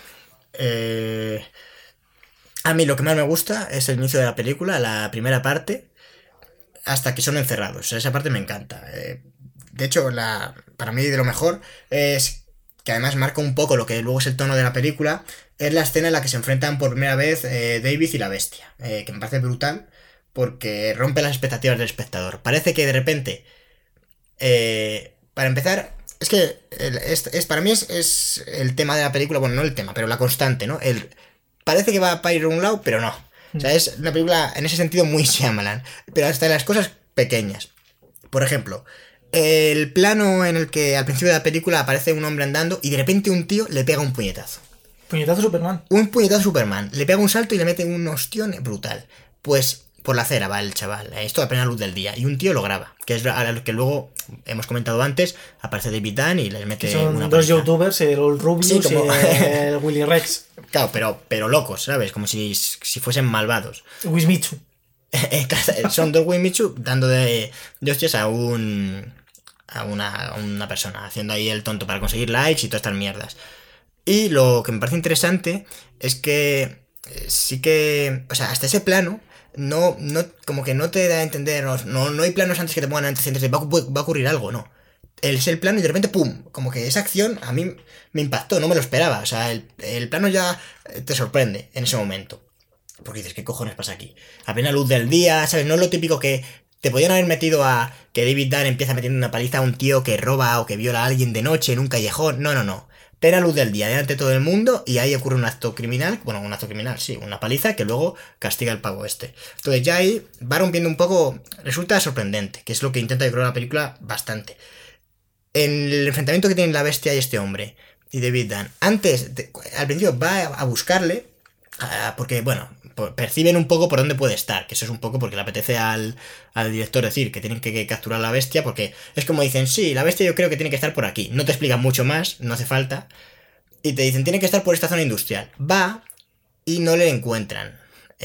A mí lo que más me gusta es el inicio de la película, la primera parte, hasta que son encerrados. Esa parte me encanta. De hecho, para mí de lo mejor es que además marca un poco lo que luego es el tono de la película, es la escena en la que se enfrentan por primera vez David y la bestia, que me parece brutal porque rompe las expectativas del espectador. Parece que de repente, para empezar, es que para mí es el tema de la película, bueno, no el tema, pero la constante, ¿no? Parece que va para ir a un lado, pero no. O sea, es una película en ese sentido muy Shyamalan, pero hasta en las cosas pequeñas. Por ejemplo, el plano en el que al principio de la película aparece un hombre andando y de repente un tío le pega un puñetazo. Puñetazo Superman. Un puñetazo a Superman. Le pega un salto y le mete un ostión brutal. Pues por la acera va el chaval. Esto a plena luz del día. Y un tío lo graba. Que es a lo que luego hemos comentado antes. Aparece David Dunn y les mete Son una dos paliza. youtubers, el Rubius Sí, como- y el Willy Rex. Claro, pero locos, ¿sabes? Como si fuesen malvados. Wismichu. Son dos Wimichu dando de hostias a una persona, haciendo ahí el tonto para conseguir likes y todas estas mierdas. Y lo que me parece interesante es que sí que, o sea, hasta ese plano no como que no te da a entender, no hay planos antes que te pongan antecedentes de va a ocurrir algo, no. Es el plano y de repente ¡pum! Como que esa acción a mí me impactó, no me lo esperaba. O sea, el plano ya te sorprende en ese momento. Porque dices, ¿qué cojones pasa aquí? A plena luz del día, ¿sabes? No es lo típico que te podían haber metido a que David Dunn empieza metiendo una paliza a un tío que roba o que viola a alguien de noche en un callejón. No. Plena luz del día, delante de todo el mundo, y ahí ocurre un acto criminal. Bueno, un acto criminal, sí, una paliza que luego castiga el pago este. Entonces ya ahí va rompiendo un poco. Resulta sorprendente, que es lo que intenta yo creo la película bastante. En el enfrentamiento que tienen la bestia y este hombre y David Dunn, al principio va a buscarle, porque, bueno, perciben un poco por dónde puede estar, que eso es un poco porque le apetece al director decir que tienen que capturar a la bestia, porque es como dicen, sí, la bestia yo creo que tiene que estar por aquí, no te explican mucho más, no hace falta, y te dicen, tiene que estar por esta zona industrial. Va y no le encuentran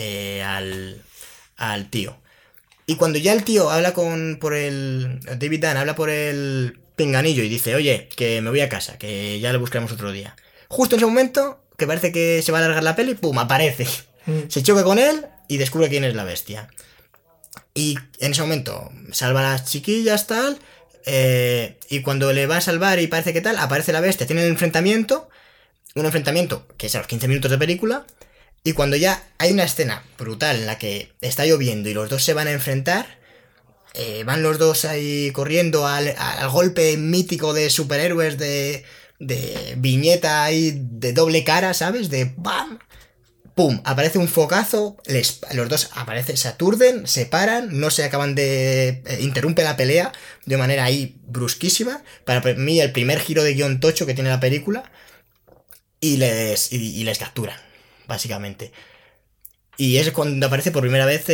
al tío. Y cuando ya el tío habla David Dunn habla por el pinganillo y dice, oye, que me voy a casa, que ya lo buscaremos otro día. Justo en ese momento, que parece que se va a alargar la peli, ¡pum! Aparece. Se choca con él y descubre quién es la bestia. Y en ese momento salva a las chiquillas, tal. Y cuando le va a salvar y parece que tal, aparece la bestia, tiene el enfrentamiento. Un enfrentamiento que es a los 15 minutos de película. Y cuando ya hay una escena brutal en la que está lloviendo y los dos se van a enfrentar, van los dos ahí corriendo al golpe mítico de superhéroes de viñeta ahí de doble cara, ¿sabes? De ¡bam! ¡Pum! Aparece un focazo, los dos se aturden, se paran, no se acaban de... interrumpe la pelea de manera ahí brusquísima. Para mí el primer giro de guión tocho que tiene la película y les capturan. básicamente. Y es cuando aparece por primera vez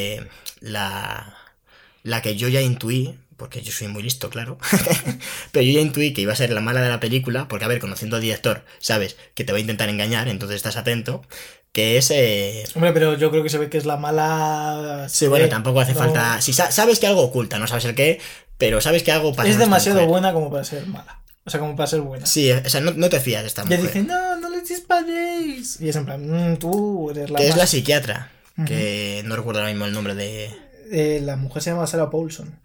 la que yo ya intuí, porque yo soy muy listo, claro, pero yo ya intuí que iba a ser la mala de la película, porque a ver, conociendo al director, sabes que te va a intentar engañar, entonces estás atento, que es... Hombre, pero yo creo que se ve que es la mala... Sí, bueno, tampoco hace falta... Si sabes que algo oculta, no sabes el qué, pero sabes que algo pasa. Es demasiado buena como para ser mala. O sea, como para ser buena. Sí, o sea, no te fías de esta mujer. Ya dicen, no les disparéis. Y es en plan, tú eres la que más... es la psiquiatra, que no recuerdo ahora mismo el nombre de... la mujer se llama Sarah Paulson.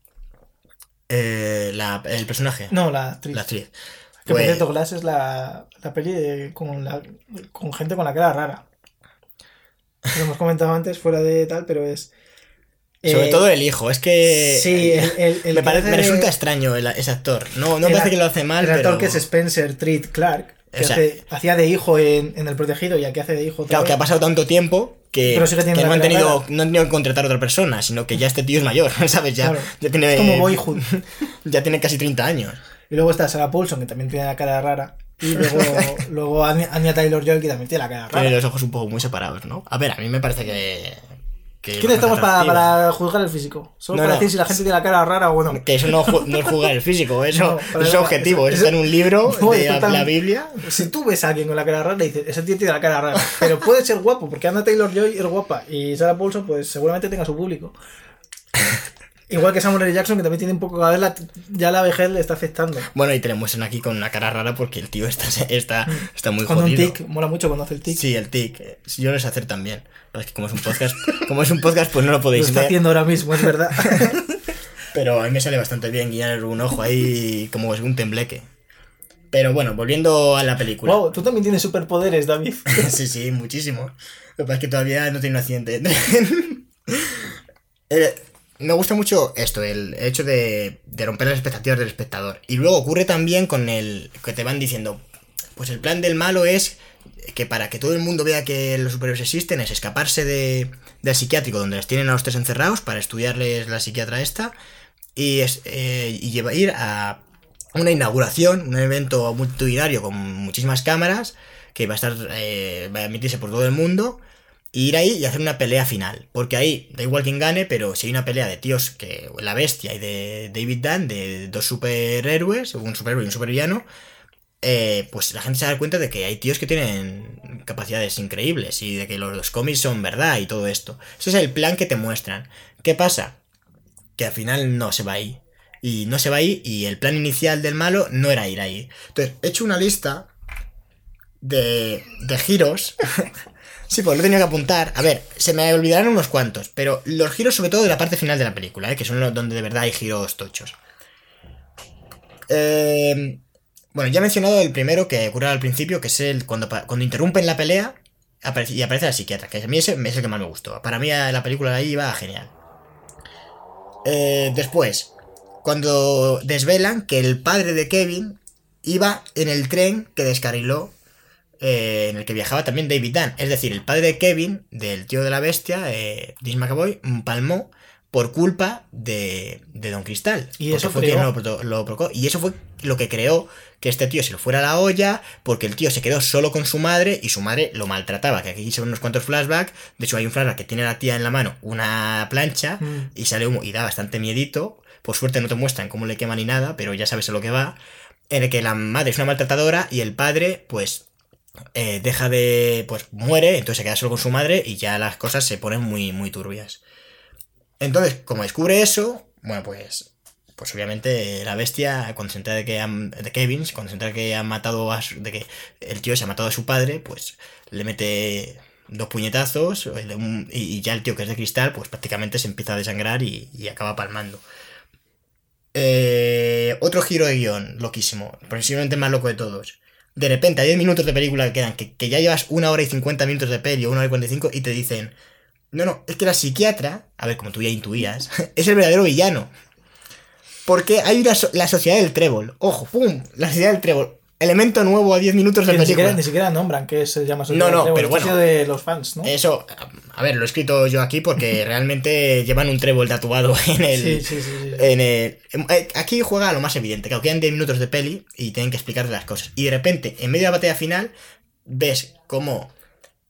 El personaje. No, la actriz. La actriz. Que por cierto, Glass es la peli con gente con la cara rara. Lo hemos comentado antes fuera de tal, pero es... Sobre todo el hijo, es que... Sí, me resulta extraño ese actor. No parece que lo hace mal, el actor pero... que es Spencer Treat Clark, que hacía de hijo en El Protegido y aquí hace de hijo... Claro, que ha pasado tanto tiempo que no han tenido que contratar a otra persona, sino que ya este tío es mayor, ¿sabes? Ya tiene... Es como Boyhood. Ya tiene casi 30 años. Y luego está Sarah Paulson, que también tiene la cara rara. Y luego Anya Taylor-Joy, que también tiene la cara rara. Tiene los ojos un poco muy separados, ¿no? A ver, a mí me parece que ¿quién estamos para juzgar el físico? Solo para decir si la gente tiene la cara rara o no. Que eso no es juzgar el físico, eso es objetivo. Eso está en un libro de la Biblia. Si tú ves a alguien con la cara rara y dices, ese tío tiene la cara rara, pero puede ser guapo, porque Anya Taylor-Joy es guapa y Sarah Paulson, pues seguramente tenga su público. Igual que Samuel L. Jackson, que también tiene un poco, a ver, ya la vejez le está afectando. Bueno, y te lo muestran aquí con una cara rara porque el tío está muy con jodido. Un tic, mola mucho cuando hace el tic. Sí, el tic. Yo lo sé hacer también. Pero es que como es un podcast, pues no lo podéis ver. Lo está haciendo ahora mismo, es verdad. Pero a mí me sale bastante bien guiar un ojo ahí como es un tembleque. Pero bueno, volviendo a la película. Wow, tú también tienes superpoderes, David. Sí, muchísimo. Lo que pasa es que todavía no tiene un accidente. Me gusta mucho esto, el hecho de romper las expectativas del espectador. Y luego ocurre también con el que te van diciendo, pues el plan del malo es que para que todo el mundo vea que los superhéroes existen es escaparse del psiquiátrico donde les tienen a los tres encerrados para estudiarles la psiquiatra esta y ir a una inauguración, un evento multitudinario con muchísimas cámaras que va a emitirse por todo el mundo. Y ir ahí y hacer una pelea final. Porque ahí da igual quién gane, pero si hay una pelea de tíos que la bestia y de David Dunn, de dos superhéroes, un superhéroe y un supervillano, pues la gente se da cuenta de que hay tíos que tienen capacidades increíbles y de que los cómics son verdad y todo esto. Ese es el plan que te muestran. ¿Qué pasa? Que al final no se va ahí. Y no se va ahí y el plan inicial del malo no era ir ahí. Entonces, he hecho una lista de giros... Sí, pues lo he tenido que apuntar. A ver, se me olvidarán unos cuantos, pero los giros sobre todo de la parte final de la película, que son donde de verdad hay giros tochos. Bueno, ya he mencionado el primero que ocurre al principio, que es cuando interrumpen la pelea y aparece la psiquiatra, que a mí ese es el que más me gustó. Para mí la película de ahí iba genial. Después, cuando desvelan que el padre de Kevin iba en el tren que descarriló en el que viajaba también David Dunn. Es decir, el padre de Kevin, del tío de la bestia, James McAvoy, palmó por culpa de Don Cristal. Y eso fue quien lo provocó. Y eso fue lo que creó que este tío se lo fuera a la olla, porque el tío se quedó solo con su madre y su madre lo maltrataba. Que aquí se ven unos cuantos flashbacks. De hecho, hay un flashback que tiene la tía en la mano una plancha y sale humo y da bastante miedito. Por suerte no te muestran cómo le quema ni nada, pero ya sabes a lo que va. En el que la madre es una maltratadora y el padre, pues... muere, entonces se queda solo con su madre y ya las cosas se ponen muy, muy turbias. Entonces, como descubre eso, bueno, pues obviamente la bestia, cuando se entera de Kevin, cuando se entera que de que el tío se ha matado a su padre, pues le mete 2 puñetazos y ya el tío que es de cristal, pues prácticamente se empieza a desangrar y acaba palmando. Otro giro de guión, loquísimo, posiblemente más loco de todos. De repente, a 10 minutos de película que quedan, que ya llevas 1 hora y 50 minutos de peli o 1 hora y 45 y te dicen, no, es que la psiquiatra, a ver, como tú ya intuías, es el verdadero villano. Porque hay la sociedad del trébol. Ojo, ¡pum! La sociedad del trébol. Elemento nuevo a 10 minutos de película. Ni siquiera nombran que se llama sociedad del trébol. No, pero bueno. De los fans, ¿no? Eso, a ver, lo he escrito yo aquí porque realmente llevan un trébol tatuado en el... Sí. Aquí juega a lo más evidente, que quedan 10 minutos de peli y tienen que explicarte las cosas. Y de repente, en medio de la batalla final, ves cómo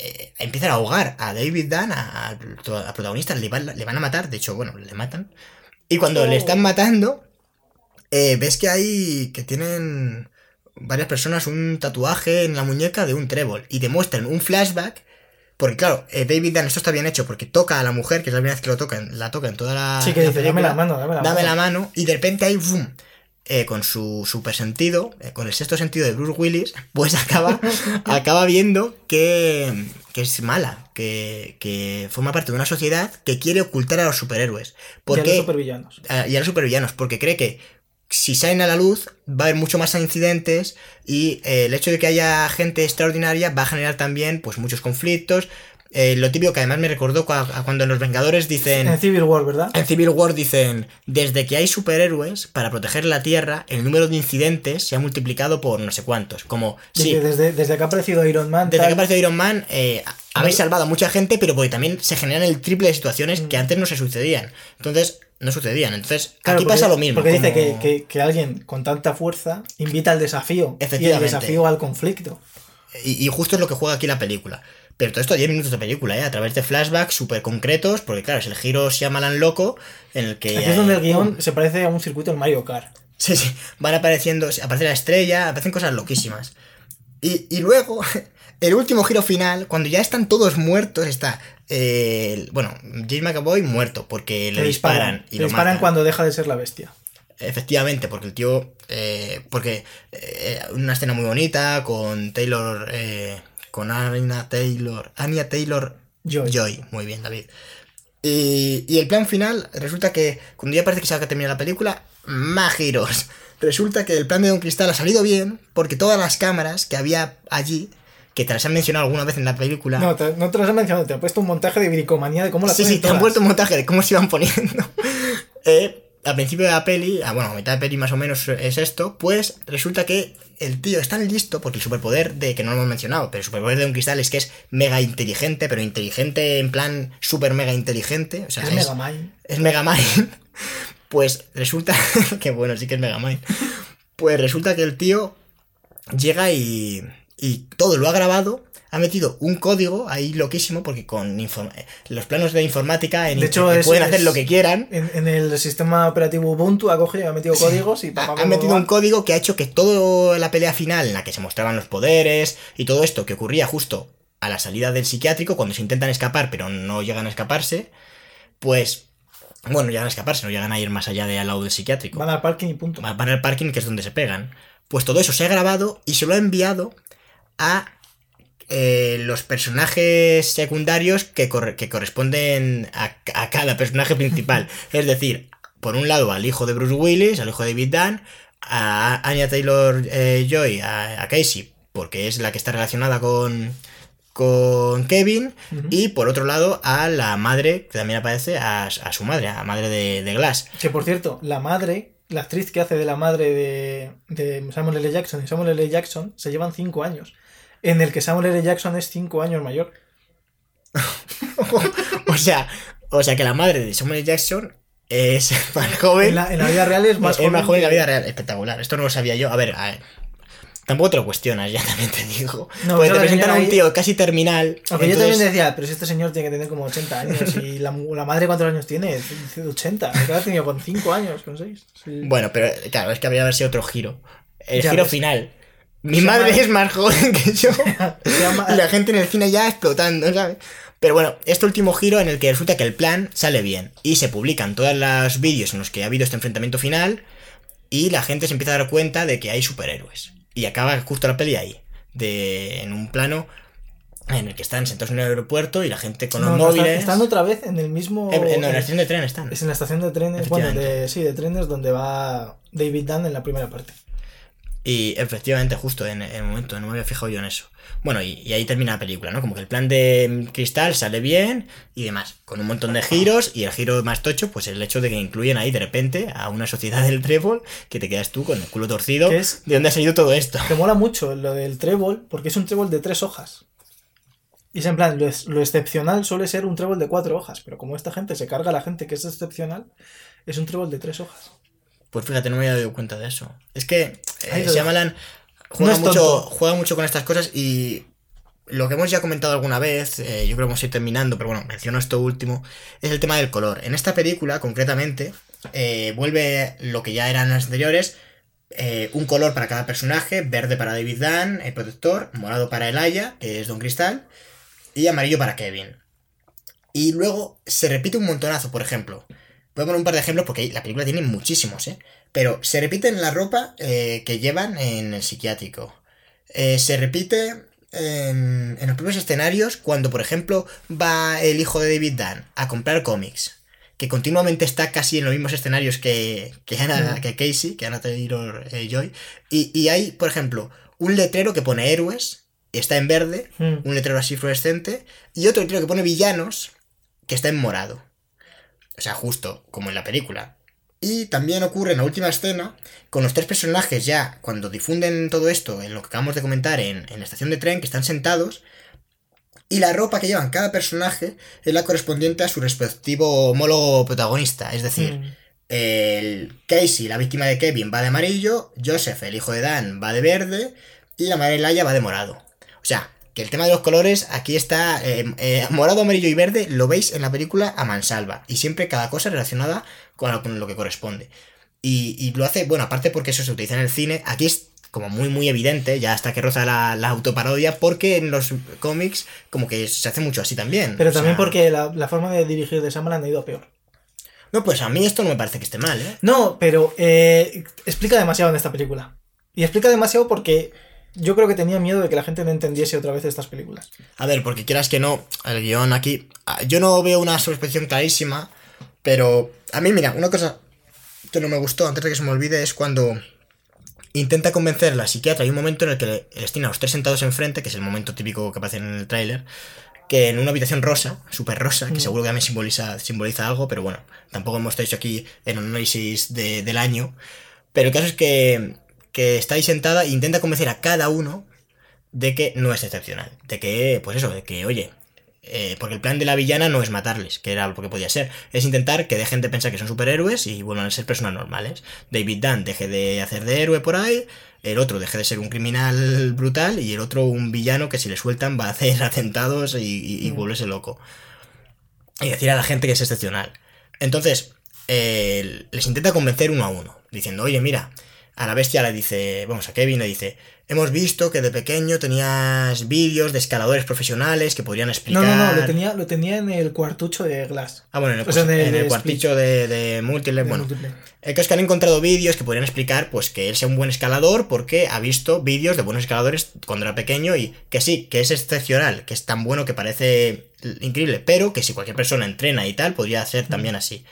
empiezan a ahogar a David Dunn, a protagonista, le van a matar, de hecho, bueno, le matan. Y cuando le están matando, ves que tienen varias personas un tatuaje en la muñeca de un trébol. Y te muestran un flashback. Porque claro, David Dunn, esto está bien hecho porque toca a la mujer, que es la primera vez que la toca en toda la. Sí, que dice, dame la mano. Dame la mano. Y de repente ahí, ¡boom! Con su super sentido, con el sexto sentido de Bruce Willis, pues acaba viendo que es mala, que forma parte de una sociedad que quiere ocultar a los superhéroes. Y a los supervillanos. Y a los supervillanos, porque cree que si salen a la luz va a haber mucho más incidentes y el hecho de que haya gente extraordinaria va a generar también pues muchos conflictos. Lo típico que además me recordó a cuando en Los Vengadores dicen... En Civil War, ¿verdad? En Civil War dicen, desde que hay superhéroes para proteger la Tierra, el número de incidentes se ha multiplicado por no sé cuántos. Como, sí, desde que ha aparecido Iron Man... Desde que ha aparecido Iron Man, habéis salvado a mucha gente, pero porque también se generan el triple de situaciones que antes no se sucedían. Entonces, Entonces, claro, aquí pasa lo mismo. Porque dice que alguien con tanta fuerza invita al desafío. Efectivamente. Y el desafío al conflicto. Y justo es lo que juega aquí la película. Pero todo esto 10 minutos de película, a través de flashbacks súper concretos, porque claro, es el giro Shyamalan loco, en el que... Aquí es donde el guión se parece a un circuito en Mario Kart. Sí, van apareciendo, aparece la estrella, aparecen cosas loquísimas. Y luego, el último giro final, cuando ya están todos muertos, está... James McAvoy muerto, porque le disparan y le disparan cuando deja de ser la bestia. Efectivamente, porque el tío... una escena muy bonita con Taylor... con Anya Taylor Joy. Muy bien, David. Y el plan final, resulta que cuando ya parece que se va a terminar la película, más giros. Resulta que el plan de Don Cristal ha salido bien porque todas las cámaras que había allí, que te las han mencionado alguna vez en la película... No te las han mencionado, te han puesto un montaje de bricomanía de cómo las Sí, te han puesto un montaje de cómo se iban poniendo. Al principio de la peli, a mitad de peli más o menos es esto, pues resulta que el tío es tan listo, porque el superpoder que no lo hemos mencionado, pero el superpoder de un cristal es que es mega inteligente, pero inteligente en plan super mega inteligente. O sea, es Megamind. Es Megamind. Pues resulta que bueno, sí que es Megamind. Pues resulta que el tío llega y todo lo ha grabado. Ha metido un código ahí loquísimo, porque con los planos de informática de hecho, pueden hacer lo que quieran. En el sistema operativo Ubuntu ha cogido y ha metido códigos y... Ha metido un código que ha hecho que toda la pelea final, en la que se mostraban los poderes y todo esto, que ocurría justo a la salida del psiquiátrico, cuando se intentan escapar pero no llegan a escaparse, pues... Bueno, llegan a escaparse, no llegan a ir más allá de al lado del psiquiátrico. Van al parking y punto. Van al parking, que es donde se pegan. Pues todo eso se ha grabado y se lo ha enviado a... los personajes secundarios que corresponden a cada personaje principal. Es decir, por un lado al hijo de Bruce Willis, al hijo de David Dunn, a Anya Taylor Joy, a Casey, porque es la que está relacionada con Kevin, y por otro lado a la madre, que también aparece, a su madre, a la madre de Glass. Que por cierto, la madre, la actriz que hace de la madre de Samuel L. Jackson y Samuel L. Jackson se llevan 5 años. En el que Samuel L. Jackson es 5 años mayor. o sea que la madre de Samuel L. Jackson es más joven. En la vida real es más joven. Es más joven en la vida real. Espectacular. Esto no lo sabía yo. A ver. Tampoco te lo cuestionas, ya también te digo. No, porque te presentan a un tío casi terminal. Aunque yo también decía, pero si este señor tiene que tener como 80 años. Y la madre, ¿cuántos años tiene? 80. Creo que ha tenido con 5 años, con 6. Sí. Bueno, pero claro, es que habría haber sido otro giro. El giro final. Mi madre es más joven que yo. Y la gente en el cine ya explotando, ¿sabes? Pero bueno, este último giro en el que resulta que el plan sale bien. Y se publican todos los vídeos en los que ha habido este enfrentamiento final. Y la gente se empieza a dar cuenta de que hay superhéroes. Y acaba justo la peli ahí. En un plano en el que están sentados en el aeropuerto y la gente con los móviles. Están otra vez en el mismo... En la estación de tren están. Es en la estación de trenes. Bueno, de trenes donde va David Dunn en la primera parte. Y efectivamente, justo en el momento, no me había fijado yo en eso. Bueno, y ahí termina la película, ¿no? Como que el plan de Cristal sale bien y demás, con un montón de giros, y el giro más tocho, pues el hecho de que incluyen ahí de repente a una sociedad del trébol, que te quedas tú con el culo torcido. ¿De dónde ha salido todo esto? Te mola mucho lo del trébol, porque es un trébol de 3 hojas. Y es en plan, lo excepcional suele ser un trébol de 4 hojas, pero como esta gente se carga a la gente que es excepcional, es un trébol de 3 hojas. Pues fíjate, no me había dado cuenta de eso. Es que Shyamalan juega mucho con estas cosas y lo que hemos ya comentado alguna vez, yo creo que vamos a ir terminando, pero bueno, menciono esto último, es el tema del color. En esta película, concretamente, vuelve lo que ya eran las anteriores, un color para cada personaje, verde para David Dunn, el protector, morado para Elijah, que es Don Cristal, y amarillo para Kevin. Y luego se repite un montonazo, por ejemplo. Voy a poner un par de ejemplos porque la película tiene muchísimos, pero se repite en la ropa que llevan en el psiquiátrico. Se repite en los propios escenarios cuando, por ejemplo, va el hijo de David Dunn a comprar cómics, que continuamente está casi en los mismos escenarios que Casey, que Anna Taylor-Joy, y hay, por ejemplo, un letrero que pone héroes, está en verde, un letrero así fluorescente, y otro letrero que pone villanos, que está en morado. O sea, justo como en la película. Y también ocurre en la última escena, con los tres personajes ya, cuando difunden todo esto, en lo que acabamos de comentar en la estación de tren, que están sentados, y la ropa que llevan cada personaje es la correspondiente a su respectivo homólogo protagonista. Es decir, el Casey, la víctima de Kevin, va de amarillo, Joseph, el hijo de Dan, va de verde, y la madre Elijah va de morado. O sea, que el tema de los colores aquí está morado, amarillo y verde, lo veis en la película a mansalva, y siempre cada cosa relacionada con lo que corresponde. Y lo hace, bueno, aparte porque eso se utiliza en el cine, aquí es como muy muy evidente, ya hasta que roza la autoparodia, porque en los cómics como que se hace mucho así también. Pero también porque la forma de dirigir de Shyamalan ha ido a peor. No, pues a mí esto no me parece que esté mal, No, pero explica demasiado en esta película. Y explica demasiado porque yo creo que tenía miedo de que la gente no entendiese otra vez estas películas. A ver, porque quieras que no, el guión aquí, yo no veo una sobreexposición clarísima, pero a mí, mira, una cosa que no me gustó, antes de que se me olvide, es cuando intenta convencer a la psiquiatra. Hay un momento en el que les tiene a los tres sentados enfrente, que es el momento típico que aparece en el tráiler, que en una habitación rosa, súper rosa, que seguro que también simboliza algo, pero bueno, tampoco hemos hecho aquí el análisis del año. Pero el caso es que está ahí sentada e intenta convencer a cada uno de que no es excepcional. De que, pues eso, de que, oye, porque el plan de la villana no es matarles, que era lo que podía ser, es intentar que dejen de pensar que son superhéroes y vuelvan a ser personas normales. David Dunn deje de hacer de héroe por ahí, el otro deje de ser un criminal brutal y el otro un villano que si le sueltan va a hacer atentados y volverse loco. Y decir a la gente que es excepcional. Entonces, les intenta convencer uno a uno, diciendo, oye, mira, a la bestia le dice, vamos, a Kevin le dice, hemos visto que de pequeño tenías vídeos de escaladores profesionales que podrían explicar... No, lo tenía en el cuartucho de Glass. Ah, bueno, en el cuartucho de Multiple. Bueno, el que es que han encontrado vídeos que podrían explicar pues que él sea un buen escalador porque ha visto vídeos de buenos escaladores cuando era pequeño y que sí, que es excepcional, que es tan bueno que parece increíble, pero que si cualquier persona entrena y tal, podría ser también así.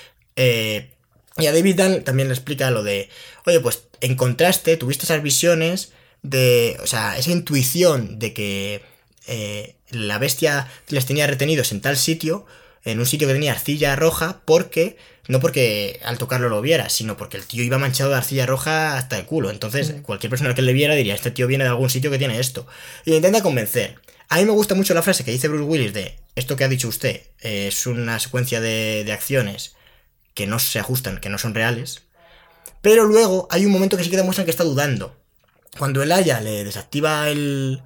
Y a David Dunn también le explica lo de, oye, pues encontraste, tuviste esas visiones de, o sea, esa intuición de que la bestia les tenía retenidos en tal sitio, en un sitio que tenía arcilla roja, no porque al tocarlo lo viera, sino porque el tío iba manchado de arcilla roja hasta el culo. Entonces, cualquier persona que le viera diría, este tío viene de algún sitio que tiene esto. Y lo intenta convencer. A mí me gusta mucho la frase que dice Bruce Willis de, esto que ha dicho usted es una secuencia de acciones que no se ajustan, que no son reales. Pero luego hay un momento que sí que demuestran que está dudando. Cuando Elijah le desactiva el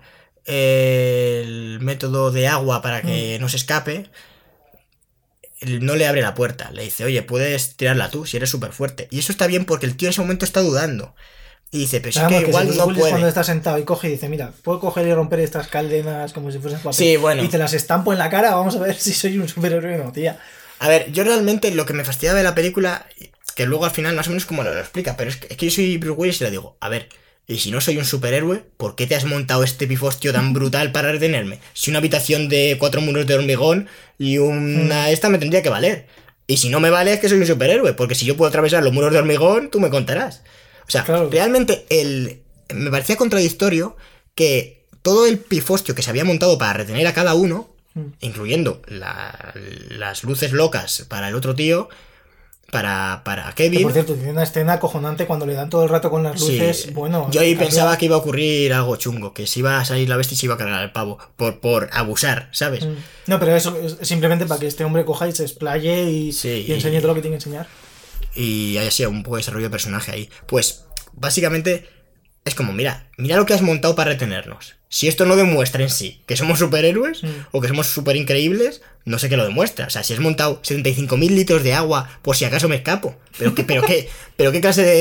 método de agua para que no se escape, no le abre la puerta. Le dice, oye, puedes tirarla tú si eres súper fuerte. Y eso está bien porque el tío en ese momento está dudando. Y dice, pero es que igual no puede. Cuando está sentado y coge y dice, mira, puedo coger y romper estas cadenas como si fuesen papel. Sí, bueno. Y te las estampo en la cara, vamos a ver si soy un superhéroe o no, tía. A ver, yo realmente lo que me fastidiaba de la película, que luego al final más o menos como lo explica, pero es que yo soy Bruce Willis y le digo, a ver, y si no soy un superhéroe, ¿por qué te has montado este pifostio tan brutal para retenerme? Si una habitación de 4 muros de hormigón y una esta me tendría que valer. Y si no me vale es que soy un superhéroe, porque si yo puedo atravesar los muros de hormigón, tú me contarás. O sea, claro. Realmente me parecía contradictorio que todo el pifostio que se había montado para retener a cada uno, incluyendo las luces locas para el otro tío, para Kevin. Que por cierto, tiene una escena acojonante cuando le dan todo el rato con las luces. Sí, bueno, yo ahí pensaba que iba a ocurrir algo chungo, que se iba a salir la bestia y se iba a cargar el pavo por abusar, ¿sabes? No, pero eso es simplemente para que este hombre coja y se explaye y enseñe todo lo que tiene que enseñar. Y haya sido un poco de desarrollo de personaje ahí. Pues básicamente es como, mira lo que has montado para retenernos. Si esto no demuestra en sí que somos superhéroes o que somos súper increíbles, no sé qué lo demuestra. O sea, si has montado 75.000 litros de agua por si acaso me escapo. ¿Pero qué clase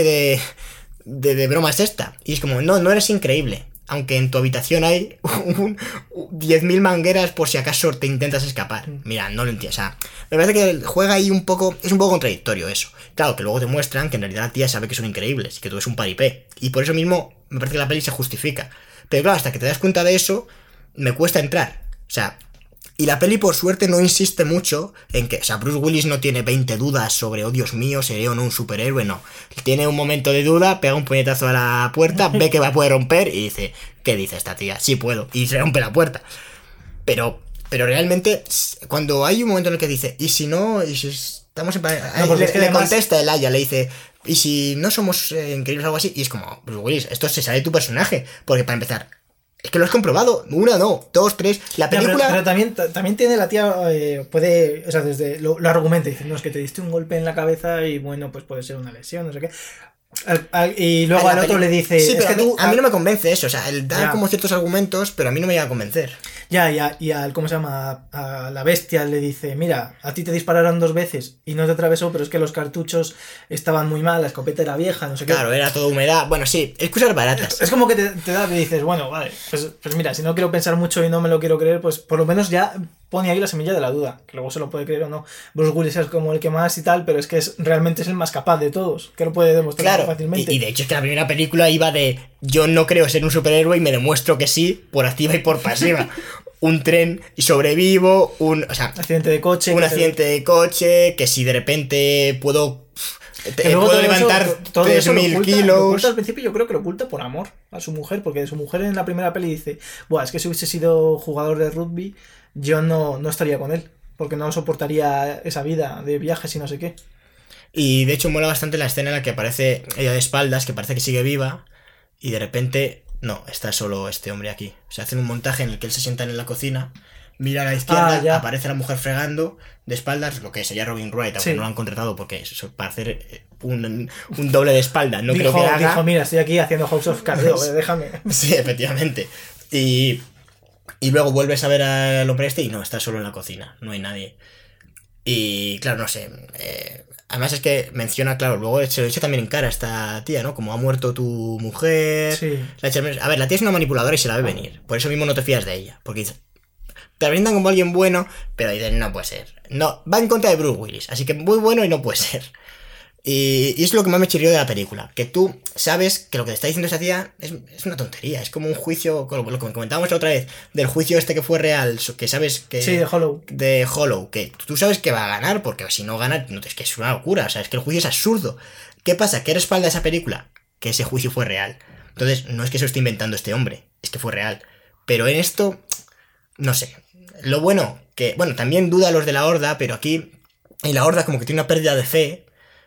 de broma es esta? Y es como, no eres increíble. Aunque en tu habitación hay 10.000 mangueras por si acaso te intentas escapar. Mira, no lo entiendo. O sea, me parece que juega ahí un poco... Es un poco contradictorio eso. Claro, que luego te muestran que en realidad la tía sabe que son increíbles y que tú eres un paripé. Y por eso mismo me parece que la peli se justifica. Pero claro, hasta que te das cuenta de eso, me cuesta entrar. O sea... Y la peli, por suerte, no insiste mucho en que... O sea, Bruce Willis no tiene 20 dudas sobre, oh Dios mío, ¿seré o no un superhéroe? No. Tiene un momento de duda, pega un puñetazo a la puerta, ve que va a poder romper y dice, ¿qué dice esta tía? Sí puedo. Y se rompe la puerta. Pero realmente, cuando hay un momento en el que dice, ¿y si no? ¿Y si estamos en... No, es que le además... contesta el Aya, le dice... ¿Y si no somos increíbles o algo así? Y es como, Bruce Willis, esto se sale de tu personaje. Porque para empezar... Es que lo has comprobado. 1, 2, 2, 3. La película... Pero también tiene la tía... puede... O sea, desde lo argumenta. Dice, no, es que te diste un golpe en la cabeza y bueno, pues puede ser una lesión, no sé qué. Y luego al otro le dice... Sí, pero es que a mí no me convence eso. O sea, él da como ciertos argumentos, pero a mí no me llega a convencer. Y al... ¿Cómo se llama? A la bestia le dice, mira, a ti te dispararon 2 veces y no te atravesó, pero es que los cartuchos estaban muy mal, la escopeta era vieja, no sé qué. Claro, era todo humedad. Bueno, sí, excusas baratas. Es como que te da y dices, bueno, vale, pues mira, si no quiero pensar mucho y no me lo quiero creer, pues por lo menos ya pone ahí la semilla de la duda, que luego se lo puede creer o no. Bruce Willis es como el que más y tal, pero es que realmente es el más capaz de todos, que lo puede demostrar fácilmente. Y de hecho es que la primera película iba de yo no creo ser un superhéroe y me demuestro que sí, por activa y por pasiva. Un tren y sobrevivo, accidente de coche. Un accidente de coche, que si de repente puedo levantar 3.000 kilos. Al principio yo creo que lo oculta por amor a su mujer, porque su mujer en la primera peli dice, buah, es que si hubiese sido jugador de rugby, yo no estaría con él, porque no soportaría esa vida de viajes y no sé qué. Y de hecho mola bastante la escena en la que aparece ella de espaldas, que parece que sigue viva, y de repente, no, está solo este hombre aquí. O sea, hacen un montaje en el que él se sienta en la cocina, mira a la izquierda, aparece la mujer fregando de espaldas, lo que sería Robin Wright, aunque no lo han contratado porque eso, para hacer un doble de espalda no creo que haga. Dijo, mira, estoy aquí haciendo House of Cards, déjame. Sí, efectivamente. Y luego vuelves a ver al hombre este y no, está solo en la cocina, no hay nadie. Y claro, no sé, además es que menciona, claro, luego se lo dice también en cara a esta tía, ¿no? Como ha muerto tu mujer. Sí. A ver, la tía es una manipuladora y se la ve venir, por eso mismo no te fías de ella, porque dice... Te presentan como alguien bueno, pero dicen, no puede ser. No, va en contra de Bruce Willis, así que muy bueno y no puede ser. Y es lo que más me chirrió de la película, que tú sabes que lo que te está diciendo esa tía es una tontería, es como un juicio, lo que comentábamos la otra vez, del juicio este que fue real, que sabes que... Sí, de Hollow. De Hollow, que tú sabes que va a ganar, porque si no gana, es que es una locura, o sea, es que el juicio es absurdo. ¿Qué pasa? ¿Qué respalda esa película? Que ese juicio fue real. Entonces, no es que se lo esté inventando este hombre, es que fue real. Pero en esto, no sé... Lo bueno, que, bueno, también duda los de la Horda, pero aquí en la Horda como que tiene una pérdida de fe,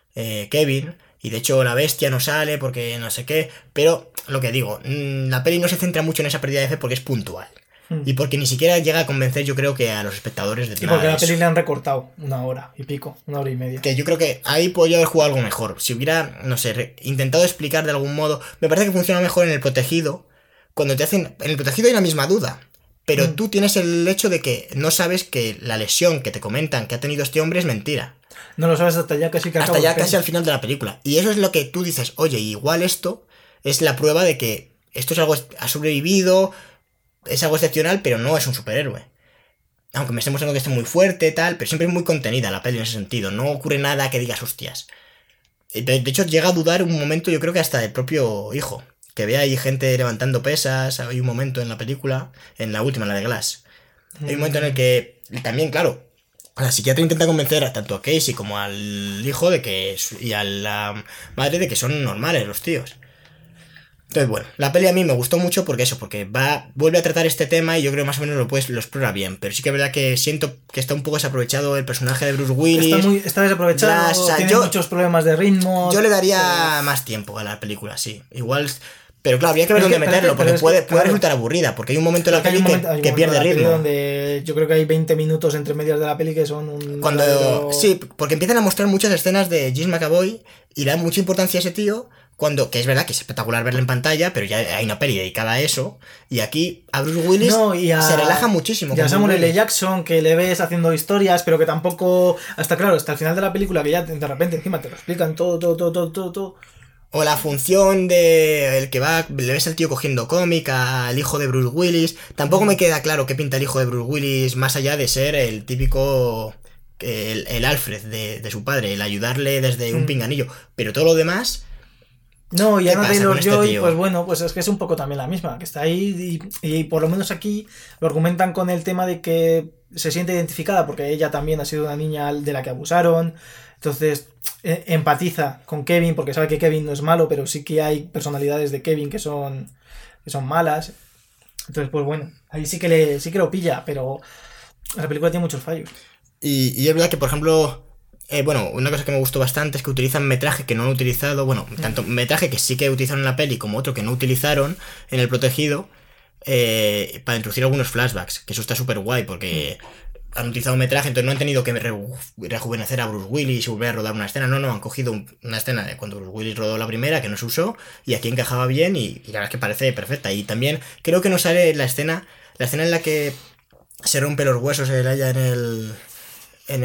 Kevin, y de hecho la bestia no sale porque no sé qué, pero lo que digo, la peli no se centra mucho en esa pérdida de fe porque es puntual. Y porque ni siquiera llega a convencer, yo creo, que a los espectadores de nada. Y porque la peli le han recortado 1 hora y pico, 1 hora y media. Que yo creo que ahí podría haber jugado algo mejor. Si hubiera, no sé, intentado explicar de algún modo, me parece que funciona mejor en El Protegido, cuando te hacen... En El Protegido hay la misma duda. Pero tú tienes el hecho de que no sabes que la lesión que te comentan que ha tenido este hombre es mentira. No lo sabes hasta ya casi al final de la película. Y eso es lo que tú dices, oye, igual esto es la prueba de que esto es algo, ha sobrevivido, es algo excepcional, pero no es un superhéroe. Aunque me esté mostrando que esté muy fuerte, tal, pero siempre es muy contenida la peli en ese sentido. No ocurre nada que digas, hostias. De hecho, llega a dudar un momento, yo creo que hasta del propio hijo. Que ve ahí gente levantando pesas, hay un momento en la película, en la última, la de Glass. Hay un momento en el que también, claro, la psiquiatra intenta convencer tanto a Casey como al hijo de que y a la madre de que son normales los tíos. Entonces, bueno, la peli a mí me gustó mucho porque vuelve a tratar este tema y yo creo que más o menos lo explora bien. Pero sí que es verdad que siento que está un poco desaprovechado el personaje de Bruce Willis. Está desaprovechado, tiene muchos problemas de ritmo. Yo le daría más tiempo a la película, sí. Igual... Pero claro, habría que ver dónde meterlo, porque puede resultar aburrida, porque hay un momento en la peli que pierde ritmo. Donde yo creo que hay 20 minutos entre medias de la peli que son Sí, porque empiezan a mostrar muchas escenas de James McAvoy y le dan mucha importancia a ese tío que es verdad que es espectacular verla en pantalla, pero ya hay una peli dedicada a eso, y aquí a Bruce Willis se relaja muchísimo. Y a Samuel L. Jackson, que le ves haciendo historias, pero que tampoco, hasta el final de la película, que ya de repente encima te lo explican todo. O la función de el que va, le ves al tío cogiendo cómic, al hijo de Bruce Willis. Tampoco me queda claro qué pinta el hijo de Bruce Willis, más allá de ser el típico, el Alfred de su padre, el ayudarle desde un pinganillo. Pero todo lo demás... No, y Anna Taylor-Joy, pues bueno, pues es que es un poco también la misma, que está ahí y por lo menos aquí lo argumentan con el tema de que se siente identificada porque ella también ha sido una niña de la que abusaron, entonces empatiza con Kevin porque sabe que Kevin no es malo, pero sí que hay personalidades de Kevin que son malas, entonces pues bueno, ahí sí que lo pilla, pero la película tiene muchos fallos. Y es verdad que, por ejemplo... bueno, una cosa que me gustó bastante es que utilizan metraje que no han utilizado, bueno, tanto metraje que sí que utilizaron en la peli como otro que no utilizaron en El Protegido, para introducir algunos flashbacks, que eso está súper guay porque han utilizado metraje, entonces no han tenido que rejuvenecer a Bruce Willis y volver a rodar una escena, no, han cogido una escena de cuando Bruce Willis rodó la primera, que no se usó, y aquí encajaba bien y la verdad es que parece perfecta. Y también creo que no sale la escena en la que se rompe los huesos ella en el... ¿En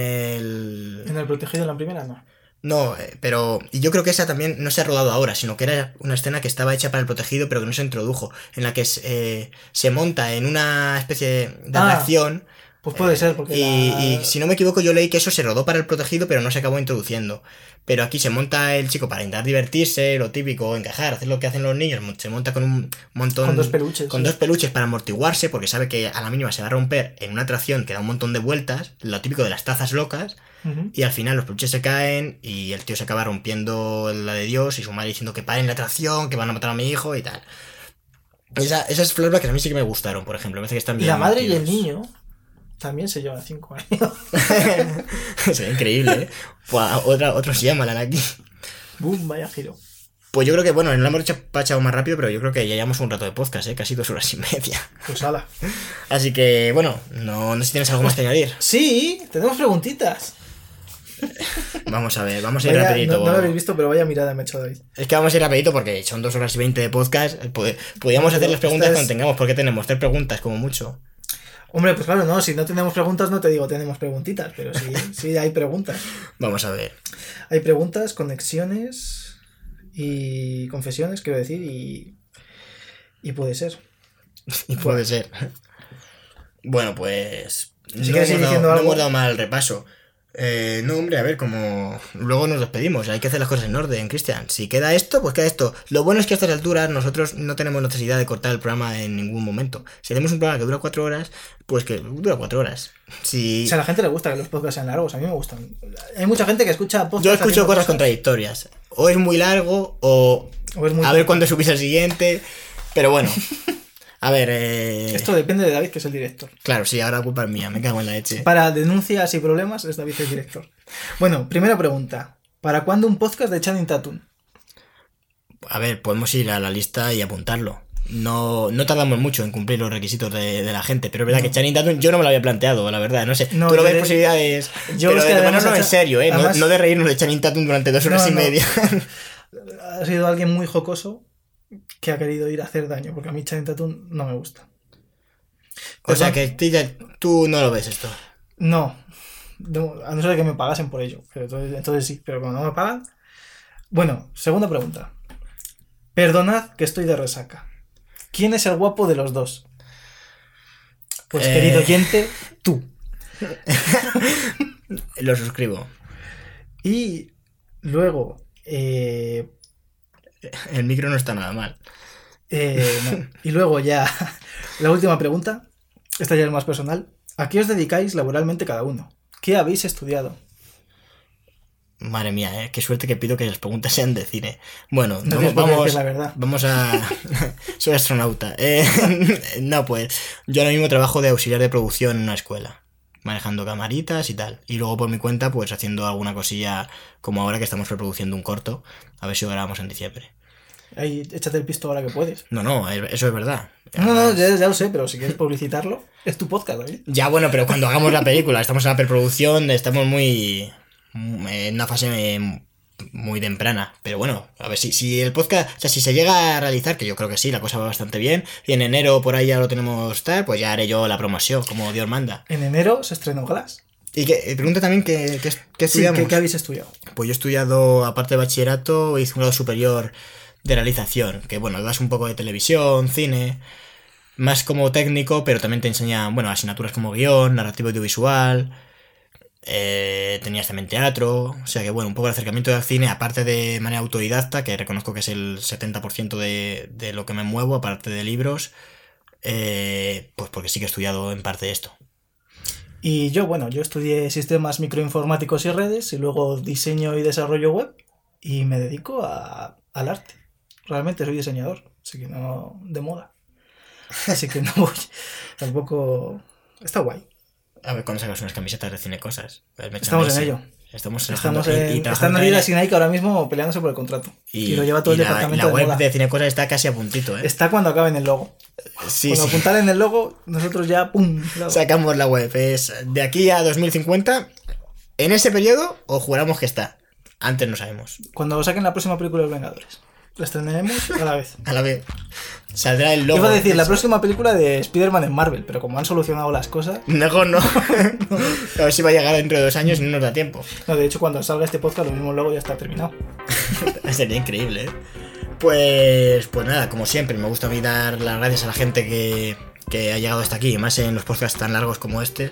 El Protegido en la primera? No. No, pero yo creo que esa también no se ha rodado ahora, sino que era una escena que estaba hecha para El Protegido, pero que no se introdujo, en la que se monta en una especie de atracción. Pues puede ser, porque y si no me equivoco, yo leí que eso se rodó para El Protegido, pero no se acabó introduciendo. Pero aquí se monta el chico para intentar divertirse, lo típico, encajar, hacer lo que hacen los niños, se monta con un montón... Con dos peluches. Con dos peluches para amortiguarse, porque sabe que a la mínima se va a romper en una atracción que da un montón de vueltas, lo típico de las tazas locas, y al final los peluches se caen y el tío se acaba rompiendo la de Dios y su madre diciendo que paren la atracción, que van a matar a mi hijo y tal. Esas flashbacks que a mí sí que me gustaron, por ejemplo. Me parece que están bien. Y la madre y el niño... También se llevan 5 años. Sería increíble, ¿eh? Pues otro Shyamalan aquí. Boom, vaya giro. Pues yo creo que, bueno, no lo hemos echado más rápido, pero yo creo que ya llevamos un rato de podcast, casi 2 horas y media. Pues ala. Así que, bueno, no sé si tienes algo más que añadir. Sí, tenemos preguntitas. Vamos a ver, vamos a ir rapidito. No lo habéis visto, pero vaya mirada me ha echado ahí. Es que vamos a ir rapidito porque son 2 horas y 20 de podcast. Podríamos hacer las preguntas cuando tengamos, porque tenemos 3 preguntas como mucho. Hombre, pues claro, no, si no tenemos preguntas no te digo tenemos preguntitas, pero sí hay preguntas. Vamos a ver. Hay preguntas, conexiones y confesiones, quiero decir, y puede ser. Y puede ser. Bueno, pues... Si quieres ir diciendo algo... No hemos dado mal el repaso. No, hombre, a ver, como luego nos despedimos, hay que hacer las cosas en orden, Cristian. Si queda esto, pues queda esto. Lo bueno es que a estas alturas nosotros no tenemos necesidad de cortar el programa en ningún momento. Si hacemos un programa que dura 4 horas, pues que dura 4 horas. Si... O sea, a la gente le gusta que los podcasts sean largos, a mí me gustan. Hay mucha gente que escucha podcasts. Yo escucho cosas contradictorias. O es muy largo, o es muy... A ver cuándo subís el siguiente. Pero bueno... A ver, Esto depende de David, que es el director. Claro, sí, ahora culpa es mía, me cago en la leche. Para denuncias y problemas es David el director. Bueno, primera pregunta. ¿Para cuándo un podcast de Channing Tatum? A ver, podemos ir a la lista y apuntarlo. No tardamos mucho en cumplir los requisitos de la gente, pero es verdad que Channing Tatum yo no me lo había planteado, la verdad, no sé. Tú lo ves posibilidades, pero de tomarnos en serio, además, no de reírnos de Channing Tatum durante 2 horas y media. Ha sido alguien muy jocoso que ha querido ir a hacer daño, porque a mí Channing Tatum no me gusta. O sea que tú no lo ves esto. No, a no ser que me pagasen por ello, pero entonces sí, pero cuando no me pagan... Bueno, segunda pregunta. Perdonad que estoy de resaca. ¿Quién es el guapo de los dos? Pues querido oyente, tú. Lo suscribo. Y luego... El micro no está nada mal. No. Y luego ya, la última pregunta. Esta ya es más personal. ¿A qué os dedicáis laboralmente cada uno? ¿Qué habéis estudiado? Madre mía, qué suerte que pido que las preguntas sean de cine. Bueno, no vamos, la verdad. Vamos a... Soy astronauta. No, pues yo ahora mismo trabajo de auxiliar de producción en una escuela, manejando camaritas y tal. Y luego por mi cuenta, pues haciendo alguna cosilla, como ahora que estamos reproduciendo un corto. A ver si lo grabamos en diciembre. Ahí, échate el pisto ahora que puedes. No, eso es verdad. No, ya lo sé, pero si quieres publicitarlo, es tu podcast, David. Ya, bueno, pero cuando hagamos la película, estamos en la preproducción, estamos muy... en una fase muy temprana. Pero bueno, a ver si el podcast, o sea, si se llega a realizar, que yo creo que sí, la cosa va bastante bien, y en enero por ahí ya lo tenemos tal, pues ya haré yo la promoción, como Dios manda. En enero se estrenó Glass. Y pregunta también qué estudiamos. Sí, ¿qué habéis estudiado? Pues yo he estudiado, aparte de bachillerato, hice un grado superior de realización, que bueno, das un poco de televisión, cine, más como técnico, pero también te enseña, bueno, asignaturas como guión, narrativo audiovisual, tenías también teatro, o sea que bueno, un poco el acercamiento al cine, aparte de manera autodidacta, que reconozco que es el 70% de lo que me muevo, aparte de libros, pues porque sí que he estudiado en parte esto. Y yo estudié sistemas microinformáticos y redes y luego diseño y desarrollo web y me dedico al arte. Realmente soy diseñador, así que no de moda. Así que no voy. Tampoco... Está guay. A ver cuando sacas unas camisetas de Cine Cosas. Estamos en ello. Estamos en... Está Navidad Sinaica ahora mismo peleándose por el contrato. Y lo lleva todo el departamento la web de moda. de Cine Cosas está casi a puntito, ¿eh? Está cuando acaben el logo. Sí, cuando apuntar en el logo, nosotros ya ¡pum! Logo. Sacamos la web. Es de aquí a 2050. En ese periodo, o juramos que está. Antes no sabemos. Cuando saquen la próxima película de los Vengadores. La estrenaremos a la vez. A la vez. Saldrá el logo. Iba a decir la próxima película de Spider-Man en Marvel, pero como han solucionado las cosas... Mejor no. A ver si va a llegar dentro de 2 años y no nos da tiempo. No, de hecho, cuando salga este podcast, lo mismo logo ya está terminado. Sería increíble, ¿eh? Pues nada, como siempre, me gusta a mí dar las gracias a la gente que ha llegado hasta aquí, más en los podcasts tan largos como este.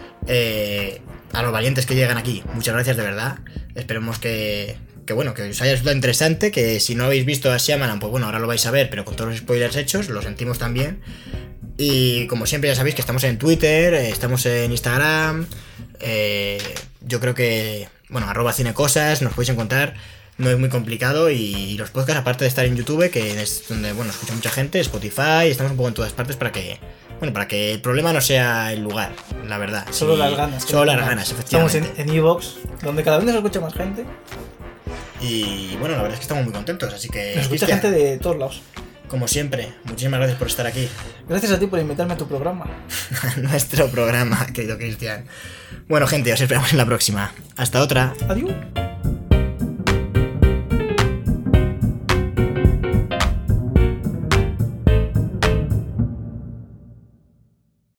A los valientes que llegan aquí, muchas gracias de verdad. Esperemos que os haya resultado interesante, que si no habéis visto a Shyamalan, pues bueno, ahora lo vais a ver, pero con todos los spoilers hechos, lo sentimos también. Y como siempre ya sabéis que estamos en Twitter, estamos en Instagram, yo creo que, bueno, @cinecosas, nos podéis encontrar, no es muy complicado, y los podcasts, aparte de estar en YouTube, que es donde, bueno, escucha mucha gente, Spotify, estamos un poco en todas partes para que el problema no sea el lugar, la verdad. Solo las ganas. Solo las ganas, efectivamente. Estamos en Evox, donde cada vez nos escucha más gente. Y bueno, la verdad es que estamos muy contentos, así que... Nos escucha gente de todos lados. Como siempre, muchísimas gracias por estar aquí. Gracias a ti por invitarme a tu programa. Nuestro programa, querido Cristian. Bueno, gente, os esperamos en la próxima. Hasta otra. Adiós.